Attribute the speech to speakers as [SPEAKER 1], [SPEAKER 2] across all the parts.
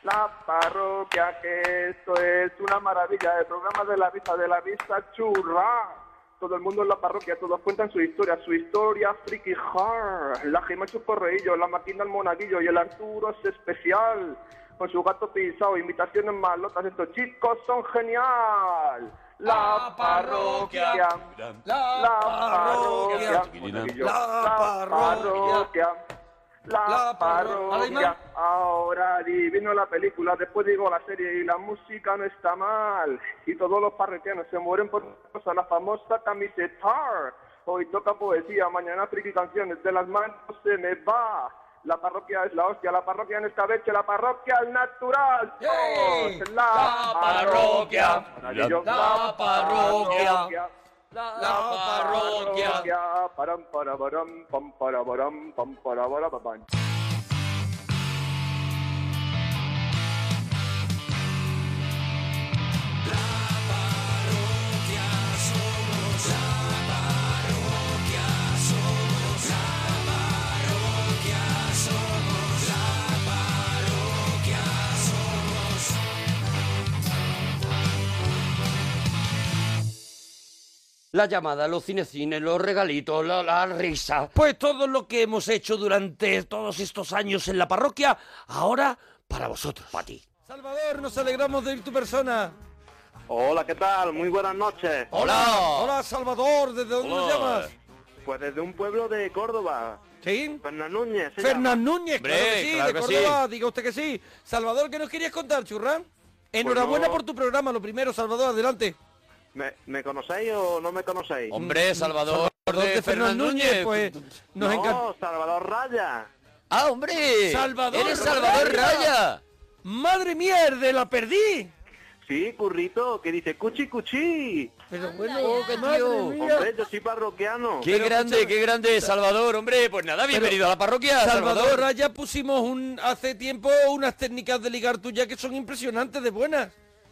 [SPEAKER 1] La parroquia, que esto es una maravilla, el programa de la risa churra. Todo el mundo en la parroquia, todos cuentan su historia friki hard. La Gema Chuporreillo, la Martina el Monaguillo y el Arturo es especial. Con su gato pisado, invitaciones malotas, estos chicos son genial. La parroquia, la parroquia, la parroquia. Ahora adivino la película, después digo la serie y la música no está mal. Y todos los parroquianos se mueren por cosa, la famosa camiseta. Hoy toca poesía, mañana friki canciones, de las manos se me va. La parroquia es la hostia, la parroquia en escabeche, la parroquia al natural. ¡Todos! La parroquia, la parroquia. La parroquia. Param para baram pam para baram pam para barabam.
[SPEAKER 2] La llamada, los cinecines, los regalitos, la risa. Pues todo lo que hemos hecho durante todos estos años en la parroquia, ahora para vosotros, para ti.
[SPEAKER 3] Salvador, nos alegramos de ir tu persona.
[SPEAKER 1] Hola, ¿qué tal? Muy buenas noches.
[SPEAKER 3] Hola. Hola, Salvador, ¿desde dónde nos llamas?
[SPEAKER 1] Pues desde un pueblo de Córdoba.
[SPEAKER 3] ¿Sí?
[SPEAKER 1] Fernán Núñez.
[SPEAKER 3] Fernán Núñez, claro que sí,
[SPEAKER 2] claro
[SPEAKER 3] de
[SPEAKER 2] que
[SPEAKER 3] Córdoba,
[SPEAKER 2] sí.
[SPEAKER 3] diga usted que sí. Salvador, ¿qué nos querías contar, churra? Enhorabuena
[SPEAKER 1] no.
[SPEAKER 3] por tu programa, lo primero, Salvador, adelante.
[SPEAKER 1] ¿Me conocéis o no me conocéis?
[SPEAKER 2] Hombre, Salvador de Fernán Núñez.
[SPEAKER 3] Pues nos encanta.
[SPEAKER 1] Salvador Raya.
[SPEAKER 2] ¡Ah, hombre!
[SPEAKER 3] Salvador
[SPEAKER 2] ¡Eres Salvador Raya!
[SPEAKER 3] ¡Madre mía, de la perdí!
[SPEAKER 1] Sí, currito, que dice cuchi cuchi.
[SPEAKER 3] Pero bueno,
[SPEAKER 2] qué
[SPEAKER 3] madre
[SPEAKER 2] tío.
[SPEAKER 3] mía.
[SPEAKER 1] Hombre, yo soy parroquiano.
[SPEAKER 2] ¡Qué grande, Salvador! Hombre, pues nada, bienvenido a la parroquia,
[SPEAKER 3] Salvador Raya, pusimos hace tiempo unas técnicas de ligar tuyas que son impresionantes de buenas.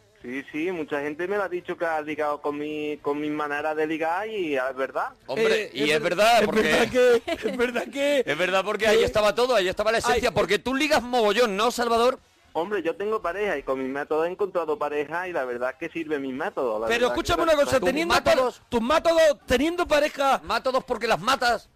[SPEAKER 1] Sí, mucha gente me lo ha dicho que ha ligado con mi manera de ligar y es verdad.
[SPEAKER 2] Hombre, y es verdad, porque...
[SPEAKER 3] Es verdad que...
[SPEAKER 2] Es verdad, porque ahí estaba todo, ahí estaba la esencia, porque tú ligas mogollón, ¿no, Salvador?
[SPEAKER 1] Hombre, yo tengo pareja y con mis métodos he encontrado pareja y la verdad es que sirve mis métodos.
[SPEAKER 3] Pero escúchame una cosa, tus métodos, teniendo pareja...
[SPEAKER 2] Métodos porque las matas,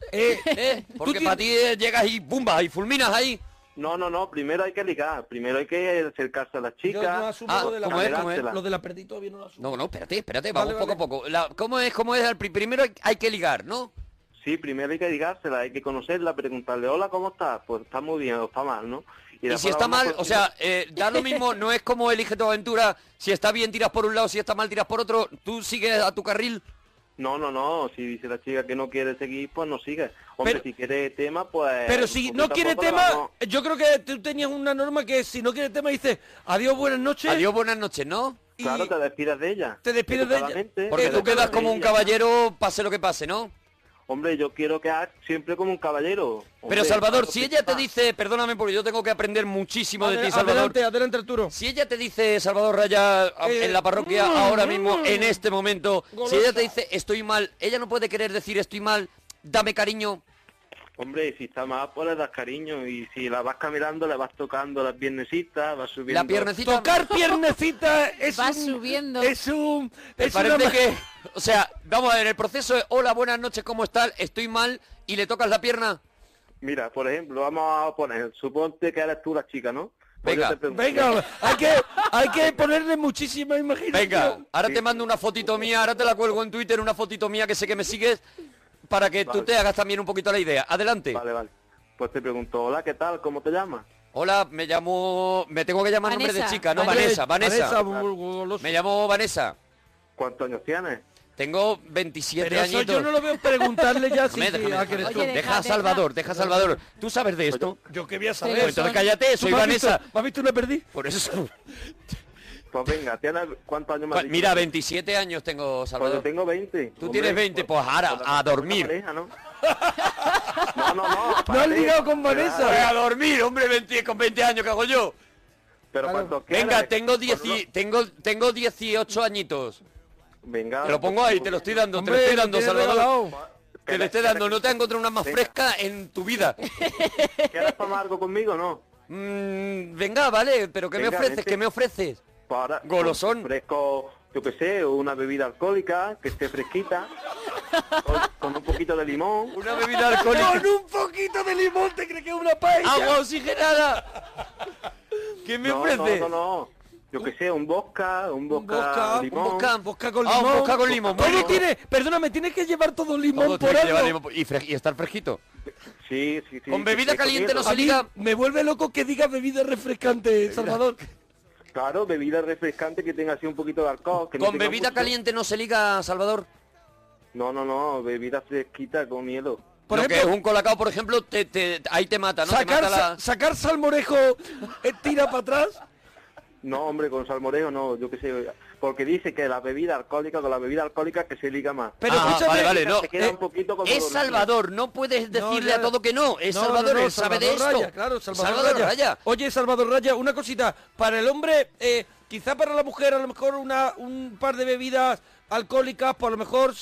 [SPEAKER 2] porque para ti llegas y ¡bumba! Y fulminas ahí.
[SPEAKER 1] No, primero hay que ligar, primero hay que acercarse a las
[SPEAKER 3] Yo
[SPEAKER 1] chicas.
[SPEAKER 3] no asumo lo de la
[SPEAKER 2] ¿cómo es?
[SPEAKER 3] Lo de la perdí todavía no lo asumo.
[SPEAKER 2] No, espérate, vamos
[SPEAKER 3] Vale,
[SPEAKER 2] poco a poco. ¿Cómo es? Primero hay que ligar, ¿no?
[SPEAKER 1] Sí, primero hay que ligársela, hay que conocerla, preguntarle, hola, ¿cómo estás? Pues está muy bien o está mal, ¿no?
[SPEAKER 2] Y si está mal, o sea, da lo mismo, no es como elige tu aventura, si está bien tiras por un lado, si está mal tiras por otro, tú sigues a tu carril.
[SPEAKER 1] No, si dice la chica que no quiere seguir, pues no sigue. Hombre, si quiere tema, pues...
[SPEAKER 3] Pero si no quiere tema, yo creo que tú tenías una norma que si no quiere tema dices, adiós, buenas noches.
[SPEAKER 2] Adiós, buenas noches, ¿no?
[SPEAKER 1] Claro, te despides de ella.
[SPEAKER 3] Te despides de ella.
[SPEAKER 2] Porque tú quedas como un caballero, pase lo que pase, ¿no?
[SPEAKER 1] Hombre, yo quiero quedar siempre como un caballero. Hombre,
[SPEAKER 2] Pero Salvador,
[SPEAKER 1] claro
[SPEAKER 2] si
[SPEAKER 1] que
[SPEAKER 2] ella te
[SPEAKER 1] está.
[SPEAKER 2] dice, perdóname porque yo tengo que aprender muchísimo de ti, Salvador.
[SPEAKER 3] Adelante, Arturo.
[SPEAKER 2] Si ella te dice, Salvador Raya, en la parroquia, ahora mismo, en este momento, si ella te dice, estoy mal, ella no puede querer decir, estoy mal, dame cariño.
[SPEAKER 1] Hombre, si está mal, pues le das cariño. Y si la vas caminando, le vas tocando las piernecitas, vas subiendo...
[SPEAKER 2] La piernecita...
[SPEAKER 3] Tocar piernecita es
[SPEAKER 4] Va subiendo.
[SPEAKER 2] Me parece que... O sea, vamos a ver, el proceso es, hola, buenas noches, ¿cómo estás? Estoy mal, y le tocas la pierna.
[SPEAKER 1] Mira, por ejemplo, vamos a poner, suponte que eres tú la chica, ¿no? Pues
[SPEAKER 2] Venga,
[SPEAKER 1] yo te pregunto,
[SPEAKER 3] Venga, hay que ponerle muchísima imaginación.
[SPEAKER 2] Venga, ahora te mando una fotito mía, ahora te la cuelgo en Twitter, una fotito mía que sé que me sigues, para que tú te hagas también un poquito la idea. Adelante.
[SPEAKER 1] Vale. Pues te pregunto, hola, ¿qué tal? ¿Cómo te llamas?
[SPEAKER 2] Hola, me tengo que llamar nombre de
[SPEAKER 4] Vanessa.
[SPEAKER 2] chica, ¿no?
[SPEAKER 4] Vanessa.
[SPEAKER 2] Vanessa. Me llamo Vanessa.
[SPEAKER 1] ¿Cuántos años tienes?
[SPEAKER 2] Tengo 27
[SPEAKER 3] Pero eso
[SPEAKER 2] añitos.
[SPEAKER 3] yo no lo veo preguntarle ya si
[SPEAKER 2] Déjame.
[SPEAKER 3] ah, que eres tú.
[SPEAKER 4] Oye,
[SPEAKER 2] Deja a Salvador, deja a Salvador. ¿Tú sabes de esto?
[SPEAKER 3] Yo qué voy a
[SPEAKER 2] Pues
[SPEAKER 3] saber.
[SPEAKER 2] entonces cállate, soy
[SPEAKER 3] ¿Tú me has
[SPEAKER 2] Vanessa.
[SPEAKER 3] visto- ¿Me has visto una perdí?
[SPEAKER 2] Por eso.
[SPEAKER 1] Pues venga, ¿tienes cuántos años me has dicho?
[SPEAKER 2] Mira, 27 años tengo,
[SPEAKER 1] Pues yo
[SPEAKER 2] Salvador.
[SPEAKER 1] tengo 20.
[SPEAKER 2] Tú tienes 20, pues ahora, a dormir.
[SPEAKER 1] Pareja, ¿no? No.
[SPEAKER 3] ¿No has ligado con Vanessa?
[SPEAKER 2] Pues a dormir, hombre, con 20 años, ¿qué hago yo?
[SPEAKER 1] Pero
[SPEAKER 3] Claro.
[SPEAKER 1] cuando
[SPEAKER 2] Venga,
[SPEAKER 1] quieras,
[SPEAKER 2] tengo 18 añitos.
[SPEAKER 1] Venga.
[SPEAKER 2] Te lo pongo ahí, te lo estoy dando,
[SPEAKER 3] Hombre,
[SPEAKER 2] te lo estoy dando,
[SPEAKER 3] lo tienes
[SPEAKER 2] Salvador.
[SPEAKER 3] regalado.
[SPEAKER 2] Te lo estoy dando, no te has encontrado una más fresca en tu vida.
[SPEAKER 1] ¿Quieres tomar algo conmigo o no?
[SPEAKER 2] Venga, vale, pero ¿qué
[SPEAKER 4] Venga,
[SPEAKER 2] me ofreces?
[SPEAKER 4] vente.
[SPEAKER 2] ¿Qué me ofreces?
[SPEAKER 4] Para,
[SPEAKER 2] Golosón.
[SPEAKER 4] Ofrezco, yo qué sé, una bebida alcohólica que esté fresquita, con un poquito de limón.
[SPEAKER 2] Una bebida alcohólica.
[SPEAKER 3] Con un poquito de limón, ¿te crees que es una paella?
[SPEAKER 2] ¡Agua oxigenada! ¿Qué me ofreces?
[SPEAKER 4] No. Yo que sé, un vodka
[SPEAKER 3] vodka,
[SPEAKER 4] limón.
[SPEAKER 3] Vodka con
[SPEAKER 2] Ah,
[SPEAKER 3] limón.
[SPEAKER 2] un vodka con limón,
[SPEAKER 3] Todo
[SPEAKER 2] bueno.
[SPEAKER 3] tiene, perdóname, tienes que llevar todo limón
[SPEAKER 2] Todo
[SPEAKER 3] por
[SPEAKER 2] tiene que
[SPEAKER 3] algo.
[SPEAKER 2] llevar limón y estar fresquito.
[SPEAKER 4] Sí.
[SPEAKER 2] Con bebida
[SPEAKER 4] que
[SPEAKER 2] caliente no
[SPEAKER 4] comiendo.
[SPEAKER 2] se liga.
[SPEAKER 3] Me vuelve loco que diga bebida refrescante, Salvador.
[SPEAKER 4] Claro, bebida refrescante que tenga así un poquito de alcohol. Que no
[SPEAKER 2] Con
[SPEAKER 4] tenga
[SPEAKER 2] bebida
[SPEAKER 4] mucho.
[SPEAKER 2] caliente no se liga, Salvador.
[SPEAKER 4] No, bebida fresquita con hielo.
[SPEAKER 3] Por
[SPEAKER 2] Lo
[SPEAKER 3] ejemplo,
[SPEAKER 2] que es un colacao, por ejemplo, ahí te mata, ¿no? Te
[SPEAKER 3] sacar,
[SPEAKER 2] mata la...
[SPEAKER 3] sacar salmorejo tira para atrás.
[SPEAKER 4] No, hombre, con salmorejo no, yo qué sé. Porque dice que la bebida alcohólica, con la bebida alcohólica que se liga más.
[SPEAKER 3] Pero
[SPEAKER 2] Ah,
[SPEAKER 3] escúchame,
[SPEAKER 2] vale, no.
[SPEAKER 4] Se queda un poquito como
[SPEAKER 2] Es
[SPEAKER 4] dormido.
[SPEAKER 2] Salvador, no puedes decirle
[SPEAKER 3] ya-
[SPEAKER 2] a todo que no. Es
[SPEAKER 3] No,
[SPEAKER 2] Salvador,
[SPEAKER 3] no,
[SPEAKER 2] él sabe de
[SPEAKER 3] Salvador
[SPEAKER 2] esto.
[SPEAKER 3] Raya, claro, Salvador
[SPEAKER 2] Raya.
[SPEAKER 3] Oye, Salvador Raya, una cosita. Para el hombre, quizá para la mujer, a lo mejor un par de bebidas alcohólicas, pues a lo mejor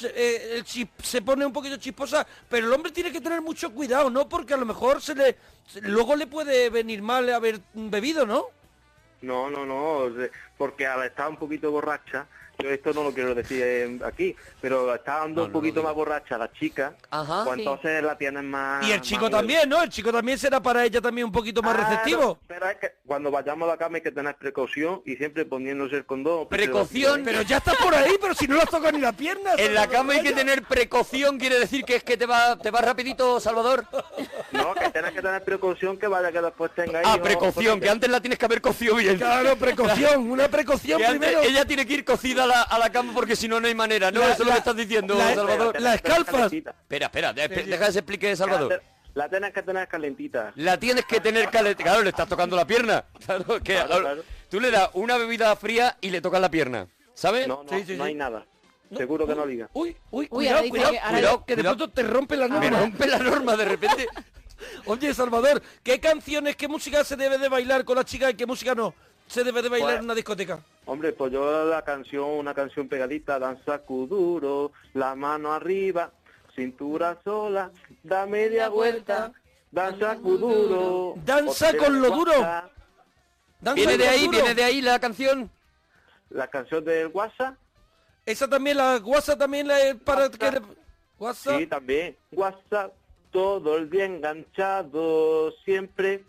[SPEAKER 3] se pone un poquito chisposa, pero el hombre tiene que tener mucho cuidado, ¿no? Porque a lo mejor luego le puede venir mal haber bebido, ¿no?
[SPEAKER 4] No, porque al estar un poquito borracha, yo esto no lo quiero decir aquí, pero está dando un poquito más borracha la chica,
[SPEAKER 2] Ajá.
[SPEAKER 4] pues
[SPEAKER 5] Sí.
[SPEAKER 4] entonces la tienen más...
[SPEAKER 3] Y el chico
[SPEAKER 4] más
[SPEAKER 3] también, ¿no? El chico también será para ella también un poquito más receptivo.
[SPEAKER 4] Pero es que cuando vayamos a la cama hay que tener precaución y siempre poniéndose el condón.
[SPEAKER 2] Precaución,
[SPEAKER 3] Pero ya está por ahí, pero si no le has tocado ni la pierna.
[SPEAKER 2] En la
[SPEAKER 3] Salvador
[SPEAKER 2] cama hay que
[SPEAKER 3] Raya.
[SPEAKER 2] tener precaución, quiere decir que es que te va rapidito, Salvador.
[SPEAKER 4] No, que tienes que tener precaución que vaya que después tenga
[SPEAKER 2] Ah,
[SPEAKER 4] hijos,
[SPEAKER 2] precaución,
[SPEAKER 4] porque-
[SPEAKER 2] que antes la tienes que haber cocido bien.
[SPEAKER 3] Claro, precaución, una precaución
[SPEAKER 2] Que antes
[SPEAKER 3] primero.
[SPEAKER 2] ella tiene que ir cocida a la cama porque si no, no hay manera, ¿no? Eso es lo que estás diciendo, Salvador.
[SPEAKER 3] la escalfas.
[SPEAKER 2] Espera, deja que se explique, Salvador.
[SPEAKER 4] La tienes que tener calentita.
[SPEAKER 2] La tienes que tener caliente. Claro, le estás tocando la pierna. Claro, que
[SPEAKER 4] Claro.
[SPEAKER 2] tú le das una bebida fría y le tocas la pierna, ¿sabes?
[SPEAKER 4] No,
[SPEAKER 3] Sí, sí,
[SPEAKER 4] no
[SPEAKER 3] sí.
[SPEAKER 4] hay nada. Seguro que no liga.
[SPEAKER 3] Uy,
[SPEAKER 5] ahora dice
[SPEAKER 3] cuidado,
[SPEAKER 5] que- ahora-
[SPEAKER 3] cuidado, que de
[SPEAKER 2] cuidado.
[SPEAKER 3] pronto te rompe la
[SPEAKER 2] Me
[SPEAKER 3] norma.
[SPEAKER 2] rompe la norma de repente.
[SPEAKER 3] Oye, Salvador, ¿qué canciones, qué música se debe de bailar con la chica y qué música no se debe de bailar
[SPEAKER 4] Pues-
[SPEAKER 3] en una discoteca?
[SPEAKER 4] Hombre, pues yo una canción pegadita, danza kuduro, la mano arriba, cintura sola, da media vuelta, danza kuduro.
[SPEAKER 3] Danza con lo duro. Danza
[SPEAKER 2] Viene
[SPEAKER 3] con duro.
[SPEAKER 2] de ahí la canción.
[SPEAKER 4] La canción del WhatsApp,
[SPEAKER 3] Esa también, la guasa también la es para
[SPEAKER 4] WhatsApp.
[SPEAKER 3] que... WhatsApp.
[SPEAKER 4] sí, también. WhatsApp, todo el día enganchado, siempre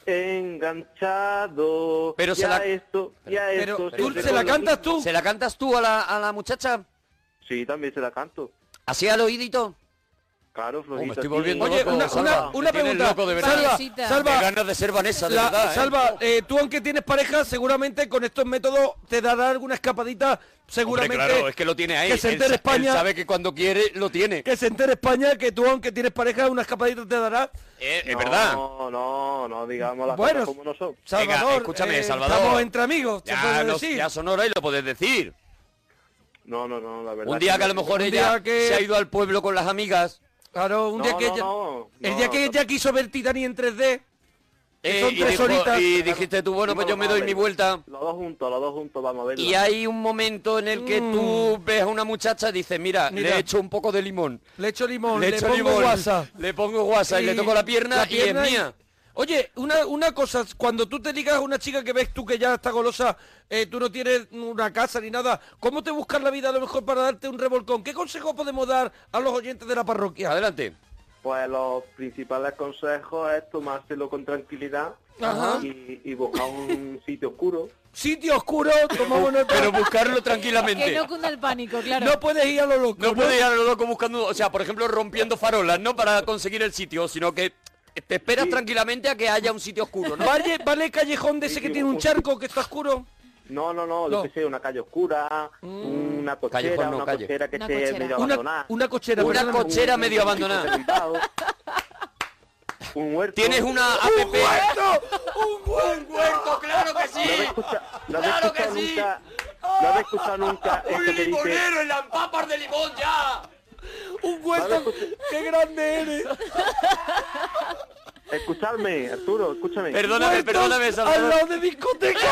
[SPEAKER 4] enganchado.
[SPEAKER 2] Pero
[SPEAKER 4] ya
[SPEAKER 2] se la-
[SPEAKER 4] esto, ya
[SPEAKER 3] Pero
[SPEAKER 4] esto.
[SPEAKER 3] tú
[SPEAKER 4] siempre
[SPEAKER 3] se
[SPEAKER 4] con
[SPEAKER 3] la
[SPEAKER 4] lo
[SPEAKER 3] cantas
[SPEAKER 4] mismo.
[SPEAKER 3] tú.
[SPEAKER 2] ¿Se la cantas tú a la muchacha?
[SPEAKER 4] Sí, también se la canto.
[SPEAKER 2] ¿Así al oídito?
[SPEAKER 4] Claro, flojita.
[SPEAKER 2] me estoy
[SPEAKER 4] sí.
[SPEAKER 2] volviendo
[SPEAKER 3] Oye,
[SPEAKER 2] loco, Salva.
[SPEAKER 3] una
[SPEAKER 2] Me tienes
[SPEAKER 3] pregunta.
[SPEAKER 2] loco, de verdad.
[SPEAKER 3] Salva,
[SPEAKER 5] Vanesita.
[SPEAKER 3] Salva,
[SPEAKER 2] Qué ganas de ser Vanessa, de verdad, ¿eh?
[SPEAKER 3] Salva, tú aunque tienes pareja, seguramente con estos métodos te dará alguna escapadita, seguramente.
[SPEAKER 2] Hombre, claro, es que lo tiene ahí.
[SPEAKER 3] Que se
[SPEAKER 2] Él
[SPEAKER 3] entere España.
[SPEAKER 2] él sabe que cuando quiere, lo tiene.
[SPEAKER 3] Que se entere España que tú aunque tienes pareja, una escapadita te dará.
[SPEAKER 2] Es verdad.
[SPEAKER 4] No, digamos las
[SPEAKER 3] Bueno,
[SPEAKER 4] cosas como no son.
[SPEAKER 3] Salvador,
[SPEAKER 2] escúchame, Salvador.
[SPEAKER 3] estamos entre amigos, se
[SPEAKER 2] Ya,
[SPEAKER 3] puede
[SPEAKER 2] no,
[SPEAKER 3] decir.
[SPEAKER 2] ya Sonora y lo puedes decir.
[SPEAKER 4] No, la verdad.
[SPEAKER 2] Un día que a lo mejor
[SPEAKER 3] Un
[SPEAKER 2] ella
[SPEAKER 3] día que-
[SPEAKER 2] se ha ido al pueblo con las amigas.
[SPEAKER 3] Claro, un día que ella... el día que ella quiso ver Titanic en 3D, que son
[SPEAKER 2] y
[SPEAKER 3] 3 horitas.
[SPEAKER 2] y dijiste tú, bueno, pues yo me doy mi vuelta.
[SPEAKER 4] Los dos juntos vamos a verlo.
[SPEAKER 2] Y hay un momento en el que tú ves a una muchacha y dices, mira,
[SPEAKER 3] Mira.
[SPEAKER 2] le echo un poco de limón.
[SPEAKER 3] Le echo limón,
[SPEAKER 2] Le
[SPEAKER 3] le
[SPEAKER 2] echo
[SPEAKER 3] pongo
[SPEAKER 2] limón,
[SPEAKER 3] guasa.
[SPEAKER 2] le pongo guasa y le toco la pierna y es mía.
[SPEAKER 3] Oye, una cosa, cuando tú te ligas a una chica que ves tú que ya está golosa, tú no tienes una casa ni nada, ¿cómo te buscas la vida a lo mejor para darte un revolcón? ¿Qué consejo podemos dar a los oyentes de la parroquia?
[SPEAKER 2] Adelante.
[SPEAKER 4] Pues los principales consejos es tomárselo con tranquilidad
[SPEAKER 3] Ajá.
[SPEAKER 4] y buscar un sitio oscuro.
[SPEAKER 3] Sitio oscuro, tomamos nota.
[SPEAKER 2] Pero buscarlo
[SPEAKER 5] Que
[SPEAKER 2] tranquilamente.
[SPEAKER 5] no cunda el pánico, claro.
[SPEAKER 3] No puedes ir a lo loco.
[SPEAKER 2] No puedes ir a lo loco buscando, o sea, por ejemplo, rompiendo farolas, no para conseguir el sitio, sino que te esperas tranquilamente a que haya un sitio oscuro, ¿no?
[SPEAKER 3] Vale callejón de ese que tiene un charco que está oscuro.
[SPEAKER 4] No,
[SPEAKER 3] No.
[SPEAKER 4] lo que sea, una calle oscura, una cochera,
[SPEAKER 2] Callejón no,
[SPEAKER 4] una
[SPEAKER 2] calle.
[SPEAKER 4] cochera que
[SPEAKER 5] Una
[SPEAKER 4] esté
[SPEAKER 5] cochera.
[SPEAKER 4] medio
[SPEAKER 3] Una,
[SPEAKER 4] abandonada.
[SPEAKER 3] una cochera.
[SPEAKER 2] Una
[SPEAKER 3] perdóname.
[SPEAKER 2] cochera medio abandonada.
[SPEAKER 4] derrumbado. Un huerto.
[SPEAKER 2] Tienes una app.
[SPEAKER 3] ¡Un huerto, claro que sí!
[SPEAKER 4] ¿No habéis
[SPEAKER 2] ¡Claro que
[SPEAKER 4] escuchado
[SPEAKER 2] sí!
[SPEAKER 4] nunca? ¿No habéis escuchado nunca esto que dice?
[SPEAKER 2] en las papas de limón ya!
[SPEAKER 3] ¡Un huerto! ¡Qué grande eres!
[SPEAKER 4] Escuchadme, Arturo, escúchame.
[SPEAKER 2] Perdóname,
[SPEAKER 3] ¡Huertos
[SPEAKER 2] perdóname,
[SPEAKER 3] al
[SPEAKER 2] Salvador.
[SPEAKER 3] lado de discotecas!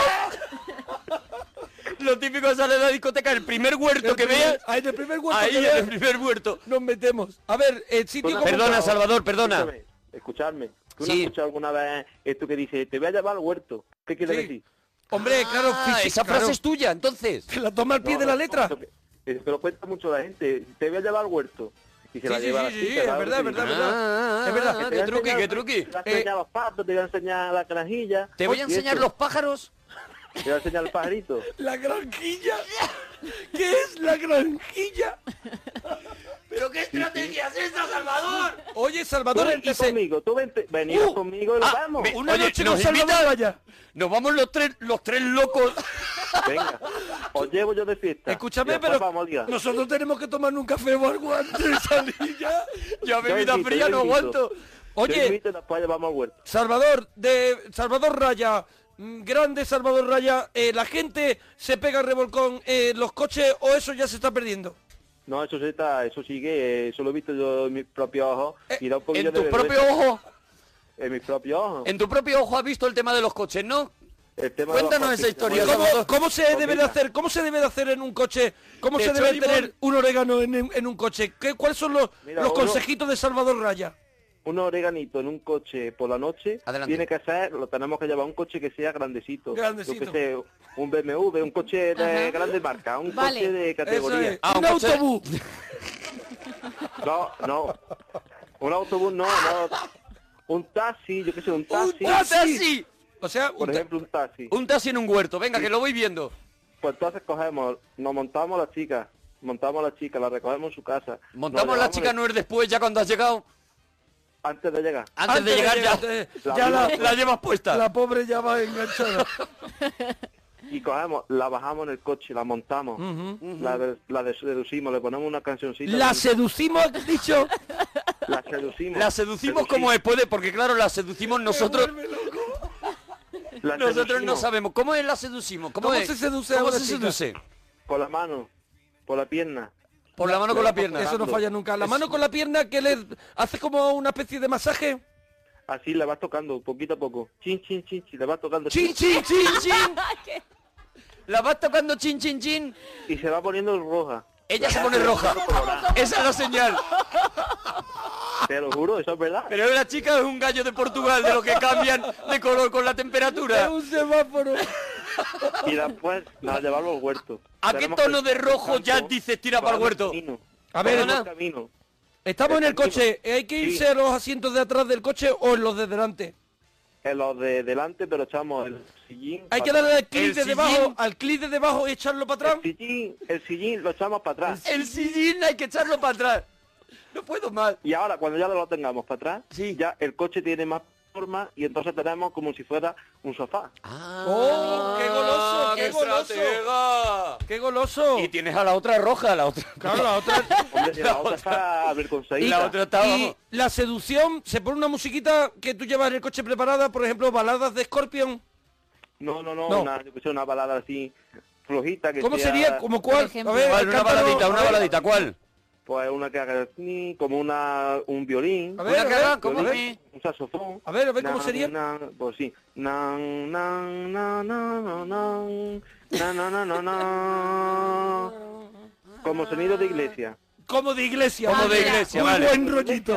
[SPEAKER 2] Lo típico de salir de la discoteca, el primer huerto que veas,
[SPEAKER 3] Ahí en el primer huerto
[SPEAKER 2] ahí
[SPEAKER 3] que
[SPEAKER 2] en
[SPEAKER 3] veas,
[SPEAKER 2] el primer huerto.
[SPEAKER 3] nos metemos. A ver, el sitio como...
[SPEAKER 2] Perdona, Salvador, perdona.
[SPEAKER 4] Escuchadme. ¿Tú no has escuchado alguna vez esto que dice, te voy a llevar al huerto? ¿Qué quiere decir?
[SPEAKER 3] Hombre, claro,
[SPEAKER 2] esa frase es tuya, entonces.
[SPEAKER 3] ¿Se la toma al pie de la letra?
[SPEAKER 4] Eso lo cuenta mucho la gente. Te voy a llevar al huerto. Y se la lleva a la chica,
[SPEAKER 3] es verdad, es verdad. Es verdad.
[SPEAKER 2] ¿Qué truqui, qué truqui?
[SPEAKER 4] Te voy a enseñar los patos, te voy a enseñar la granjilla.
[SPEAKER 2] Te voy a enseñar los pájaros.
[SPEAKER 4] Te voy a enseñar el pajarito.
[SPEAKER 3] La granjilla. ¿Qué es la granjilla?
[SPEAKER 2] ¿Pero qué estrategia es esa, Salvador?
[SPEAKER 3] Oye,
[SPEAKER 4] Tú
[SPEAKER 3] Salvador,
[SPEAKER 4] vente conmigo, tú vente, venid conmigo y lo vemos.
[SPEAKER 3] Una
[SPEAKER 2] Oye,
[SPEAKER 3] noche
[SPEAKER 2] nos
[SPEAKER 3] con Salvador
[SPEAKER 2] invita-
[SPEAKER 3] vaya.
[SPEAKER 2] Nos vamos los tres locos.
[SPEAKER 4] Venga, os llevo yo de fiesta.
[SPEAKER 3] Escúchame,
[SPEAKER 4] Y después
[SPEAKER 3] pero
[SPEAKER 4] vamos a ligar.
[SPEAKER 3] nosotros tenemos que tomar un café o algo antes de salir ya.
[SPEAKER 2] Ya bebida
[SPEAKER 4] invito,
[SPEAKER 2] fría
[SPEAKER 4] yo
[SPEAKER 2] no
[SPEAKER 4] invito.
[SPEAKER 2] aguanto.
[SPEAKER 4] Yo
[SPEAKER 3] Oye,
[SPEAKER 4] invito y después vamos al huerto.
[SPEAKER 3] Salvador Raya, grande Salvador Raya, ¿la gente se pega revolcón en los coches o eso ya se está perdiendo?
[SPEAKER 4] No, eso sigue, eso lo he visto yo en mis propios ojos y da un poquillo
[SPEAKER 2] En
[SPEAKER 4] de
[SPEAKER 2] tu
[SPEAKER 4] vergüenza.
[SPEAKER 2] propio ojo,
[SPEAKER 4] En mis propios ojos.
[SPEAKER 2] en tu propio ojo has visto el tema de los coches, ¿no?
[SPEAKER 4] El tema de los
[SPEAKER 2] Cuéntanos esa
[SPEAKER 4] coches.
[SPEAKER 2] historia,
[SPEAKER 4] Bueno,
[SPEAKER 2] Salvador.
[SPEAKER 3] ¿Cómo se debe de hacer? ¿Cómo se debe de hacer en un coche? ¿Cómo
[SPEAKER 2] ¿Te
[SPEAKER 3] se
[SPEAKER 2] echó
[SPEAKER 3] debe
[SPEAKER 2] limón?
[SPEAKER 3] tener un orégano en un coche? ¿Cuáles son
[SPEAKER 4] Mira,
[SPEAKER 3] los
[SPEAKER 4] uno-
[SPEAKER 3] consejitos de Salvador Raya?
[SPEAKER 4] Un oreganito en un coche por la noche
[SPEAKER 2] Adelante.
[SPEAKER 4] tiene que ser, lo tenemos que llevar a un coche que sea grandecito.
[SPEAKER 3] Grandecito.
[SPEAKER 4] Yo que sé, un BMW, un coche de grande marca, un
[SPEAKER 5] Vale.
[SPEAKER 4] coche de
[SPEAKER 3] Eso
[SPEAKER 4] categoría.
[SPEAKER 3] es.
[SPEAKER 2] Ah,
[SPEAKER 3] Un
[SPEAKER 2] un coche-
[SPEAKER 3] autobús.
[SPEAKER 4] No. Un autobús no. Un taxi, yo que sé, un
[SPEAKER 3] Un
[SPEAKER 4] taxi.
[SPEAKER 3] taxi. O sea,
[SPEAKER 4] Por ejemplo, un taxi.
[SPEAKER 2] Un taxi en un huerto, venga, que lo voy viendo.
[SPEAKER 4] Pues entonces cogemos, nos montamos la chica, la recogemos en su casa.
[SPEAKER 2] Montamos
[SPEAKER 4] nos
[SPEAKER 2] la
[SPEAKER 4] llevamos
[SPEAKER 2] chica, no es después, ya cuando has llegado.
[SPEAKER 4] antes de llegar.
[SPEAKER 2] Antes de llegar ya,
[SPEAKER 3] ya
[SPEAKER 2] la llevas puesta.
[SPEAKER 3] la pobre ya va enganchada.
[SPEAKER 4] Y cogemos, la bajamos en el coche, la montamos, la seducimos, le ponemos una cancioncita.
[SPEAKER 3] La seducimos, has dicho.
[SPEAKER 4] La seducimos.
[SPEAKER 2] La seducimos como puede, porque claro, la seducimos nosotros.
[SPEAKER 4] La
[SPEAKER 2] Nosotros no
[SPEAKER 4] seducimos
[SPEAKER 2] sabemos. ¿Cómo es la seducimos?
[SPEAKER 3] ¿Cómo
[SPEAKER 2] es?
[SPEAKER 3] se seduce a
[SPEAKER 2] ¿Cómo
[SPEAKER 3] una
[SPEAKER 2] se
[SPEAKER 3] chica?
[SPEAKER 2] seduce?
[SPEAKER 4] Con la mano, por la pierna.
[SPEAKER 2] Por la mano con la pierna.
[SPEAKER 3] Eso no falla nunca. La mano con la pierna que le hace como una especie de masaje.
[SPEAKER 4] Así la vas tocando, poquito a poco. Chin, chin, chin, chin, la vas tocando.
[SPEAKER 3] Chin, chin, chin, chin.
[SPEAKER 2] La vas tocando chin, chin, chin.
[SPEAKER 4] Y se va poniendo roja.
[SPEAKER 2] Ella se pone roja. Esa es la señal.
[SPEAKER 4] Te lo juro, eso es verdad.
[SPEAKER 2] Pero la chica es un gallo de Portugal, de lo que cambian de color con la
[SPEAKER 3] Es
[SPEAKER 2] temperatura.
[SPEAKER 3] un semáforo.
[SPEAKER 4] Y después nos llevamos al huerto.
[SPEAKER 2] ¿A qué
[SPEAKER 4] Tenemos
[SPEAKER 2] tono
[SPEAKER 4] que-
[SPEAKER 2] de rojo ya dices tira para el huerto?
[SPEAKER 4] Camino.
[SPEAKER 3] A ver,
[SPEAKER 4] Cogemos
[SPEAKER 2] Ana.
[SPEAKER 4] camino.
[SPEAKER 3] Estamos en el
[SPEAKER 4] camino.
[SPEAKER 3] coche. ¿Hay que irse a los asientos de atrás del coche o en los de delante?
[SPEAKER 4] En los de delante, pero echamos el sillín.
[SPEAKER 3] Hay que
[SPEAKER 4] para
[SPEAKER 3] darle al clic
[SPEAKER 2] El
[SPEAKER 3] de
[SPEAKER 2] sillín.
[SPEAKER 3] debajo, al clic de debajo y echarlo para
[SPEAKER 4] atrás.
[SPEAKER 3] atrás.
[SPEAKER 4] El sillín lo echamos para atrás.
[SPEAKER 2] El sillín hay que echarlo para atrás. No puedo más.
[SPEAKER 4] Y ahora, cuando ya lo tengamos para atrás,
[SPEAKER 2] Sí.
[SPEAKER 4] ya el coche tiene más forma y entonces tenemos como si fuera un sofá.
[SPEAKER 3] ¡Oh, qué goloso, qué goloso!
[SPEAKER 2] estratega!
[SPEAKER 3] ¡Qué goloso!
[SPEAKER 2] Y tienes a la otra roja, la otra.
[SPEAKER 3] Claro, la otra...
[SPEAKER 4] Hombre, si la otra está
[SPEAKER 2] Y
[SPEAKER 4] avergonzadita.
[SPEAKER 2] la otra está,
[SPEAKER 3] Y
[SPEAKER 2] vamos.
[SPEAKER 3] la seducción, se pone una musiquita que tú llevas en el coche preparada, por ejemplo, baladas de Scorpion.
[SPEAKER 4] No,
[SPEAKER 3] No.
[SPEAKER 4] yo que sé, una balada así flojita que
[SPEAKER 3] ¿Cómo
[SPEAKER 4] sea,
[SPEAKER 3] sería? ¿Como cuál?
[SPEAKER 5] ejemplo.
[SPEAKER 3] A ver,
[SPEAKER 2] Vale, una
[SPEAKER 3] cántanos,
[SPEAKER 2] baladita,
[SPEAKER 3] a
[SPEAKER 2] una
[SPEAKER 3] ver.
[SPEAKER 2] baladita, ¿cuál?
[SPEAKER 4] Pues una que haga así, como un violín.
[SPEAKER 3] A ver,
[SPEAKER 2] Una
[SPEAKER 3] a
[SPEAKER 2] que
[SPEAKER 3] ver,
[SPEAKER 2] haga como
[SPEAKER 3] a ver.
[SPEAKER 2] mi-
[SPEAKER 4] Un saxofón.
[SPEAKER 3] A ver, ¿cómo sería?
[SPEAKER 4] Pues sí. Nan, nan, nan, nan, nan, nan, nan, nan, nan, nan. Como sonido de iglesia.
[SPEAKER 3] Como de iglesia.
[SPEAKER 2] Como de
[SPEAKER 3] Muy
[SPEAKER 2] iglesia,
[SPEAKER 3] Muy
[SPEAKER 2] vale.
[SPEAKER 3] buen rollito.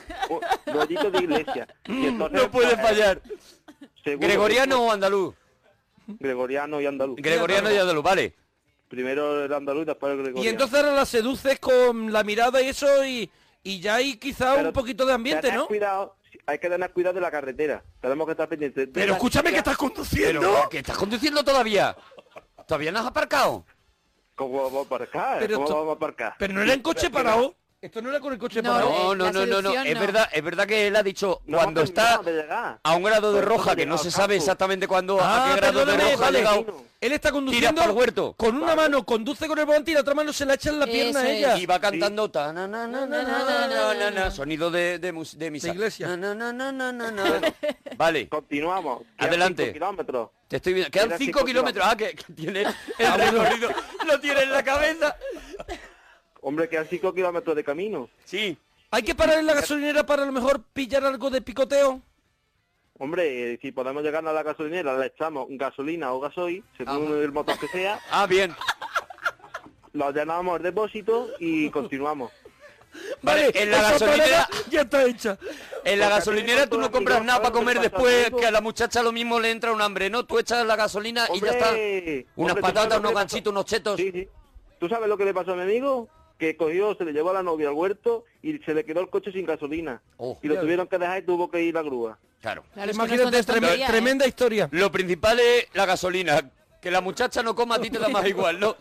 [SPEAKER 4] Rollito de iglesia. Y entonces,
[SPEAKER 2] No puede
[SPEAKER 4] pues,
[SPEAKER 2] fallar.
[SPEAKER 4] seguro
[SPEAKER 2] ¿Gregoriano
[SPEAKER 4] que-
[SPEAKER 2] o andaluz?
[SPEAKER 4] Gregoriano y andaluz.
[SPEAKER 2] Gregoriano y andaluz, vale.
[SPEAKER 4] Primero el andaluz y después el gregoriano.
[SPEAKER 3] Y entonces ahora la seduces con la mirada y eso y ya hay quizá
[SPEAKER 4] Pero
[SPEAKER 3] un poquito de ambiente,
[SPEAKER 4] tened
[SPEAKER 3] ¿no?
[SPEAKER 4] Cuidado, hay que tener cuidado de la carretera. Tenemos que estar pendientes. de
[SPEAKER 3] Pero
[SPEAKER 4] la
[SPEAKER 3] escúchame que
[SPEAKER 4] chica.
[SPEAKER 3] estás conduciendo.
[SPEAKER 2] Pero, ¿que estás conduciendo todavía? ¿Todavía no has aparcado?
[SPEAKER 4] ¿Cómo vamos a aparcar?
[SPEAKER 3] Pero
[SPEAKER 4] ¿Cómo
[SPEAKER 3] esto-
[SPEAKER 4] vamos a aparcar?
[SPEAKER 3] Pero no era en coche parado. Esto no era con el coche
[SPEAKER 5] No,
[SPEAKER 3] parado.
[SPEAKER 2] No,
[SPEAKER 5] la
[SPEAKER 2] no, no, no, no.
[SPEAKER 5] seducción
[SPEAKER 2] Es
[SPEAKER 5] no.
[SPEAKER 2] verdad que él ha dicho
[SPEAKER 4] No
[SPEAKER 2] cuando
[SPEAKER 4] hemos
[SPEAKER 2] está
[SPEAKER 4] terminado de llegar.
[SPEAKER 2] a un grado de
[SPEAKER 4] Por eso
[SPEAKER 2] roja,
[SPEAKER 4] hemos
[SPEAKER 2] que no se
[SPEAKER 4] llegado
[SPEAKER 2] sabe
[SPEAKER 4] al campo.
[SPEAKER 2] exactamente cuándo, a
[SPEAKER 3] Ah,
[SPEAKER 2] qué grado de
[SPEAKER 3] perdóname,
[SPEAKER 2] roja ha
[SPEAKER 3] vale.
[SPEAKER 2] llegado.
[SPEAKER 3] Él está
[SPEAKER 2] Tira
[SPEAKER 3] conduciendo
[SPEAKER 2] para el huerto.
[SPEAKER 3] con una mano, conduce con el volante y la otra mano se la echa en la pierna a
[SPEAKER 5] Eso es.
[SPEAKER 3] ella.
[SPEAKER 2] Y va cantando ta na na na na na na na na, sonido de misa.
[SPEAKER 3] De iglesia.
[SPEAKER 2] Na, na, na, na, na, na. Vale,
[SPEAKER 4] Continuamos. Quedan
[SPEAKER 2] Adelante.
[SPEAKER 4] 5 kilómetros.
[SPEAKER 2] te estoy viendo. Quedan
[SPEAKER 4] Quedan
[SPEAKER 2] 5
[SPEAKER 4] 5
[SPEAKER 2] kilómetros. Ah, que tiene el recorrido. Lo tiene en la cabeza.
[SPEAKER 4] Hombre, quedan 5 kilómetros de camino.
[SPEAKER 2] Sí.
[SPEAKER 3] ¿Hay que parar en la gasolinera para a lo mejor pillar algo de picoteo?
[SPEAKER 4] Hombre, si podemos llegar a la gasolinera, le echamos gasolina o gasoil, según el motor que sea,
[SPEAKER 2] Ah, bien.
[SPEAKER 4] lo llenamos el depósito y continuamos.
[SPEAKER 3] Vale,
[SPEAKER 2] en la
[SPEAKER 3] esa
[SPEAKER 2] gasolinera...
[SPEAKER 3] parada ya está hecha.
[SPEAKER 2] En la gasolinera tú no compras nada para comer después, que a la muchacha lo mismo le entra un hambre, ¿no? Tú echas la gasolina y ya está. Unas patatas, unos ganchitos, unos chetos.
[SPEAKER 4] Sí, sí. ¿Tú sabes lo que le pasó a mi amigo? Que cogió, se le llevó a la novia al huerto y se le quedó el coche sin gasolina.
[SPEAKER 2] Oh.
[SPEAKER 4] Y lo tuvieron que dejar y tuvo que ir la grúa.
[SPEAKER 2] Claro.
[SPEAKER 5] Claro, es que no
[SPEAKER 3] Imagínate,
[SPEAKER 5] son tonterías, ¿eh?
[SPEAKER 3] tremenda historia.
[SPEAKER 2] Lo principal es la gasolina. Que la muchacha no coma, a ti te da más igual, ¿no?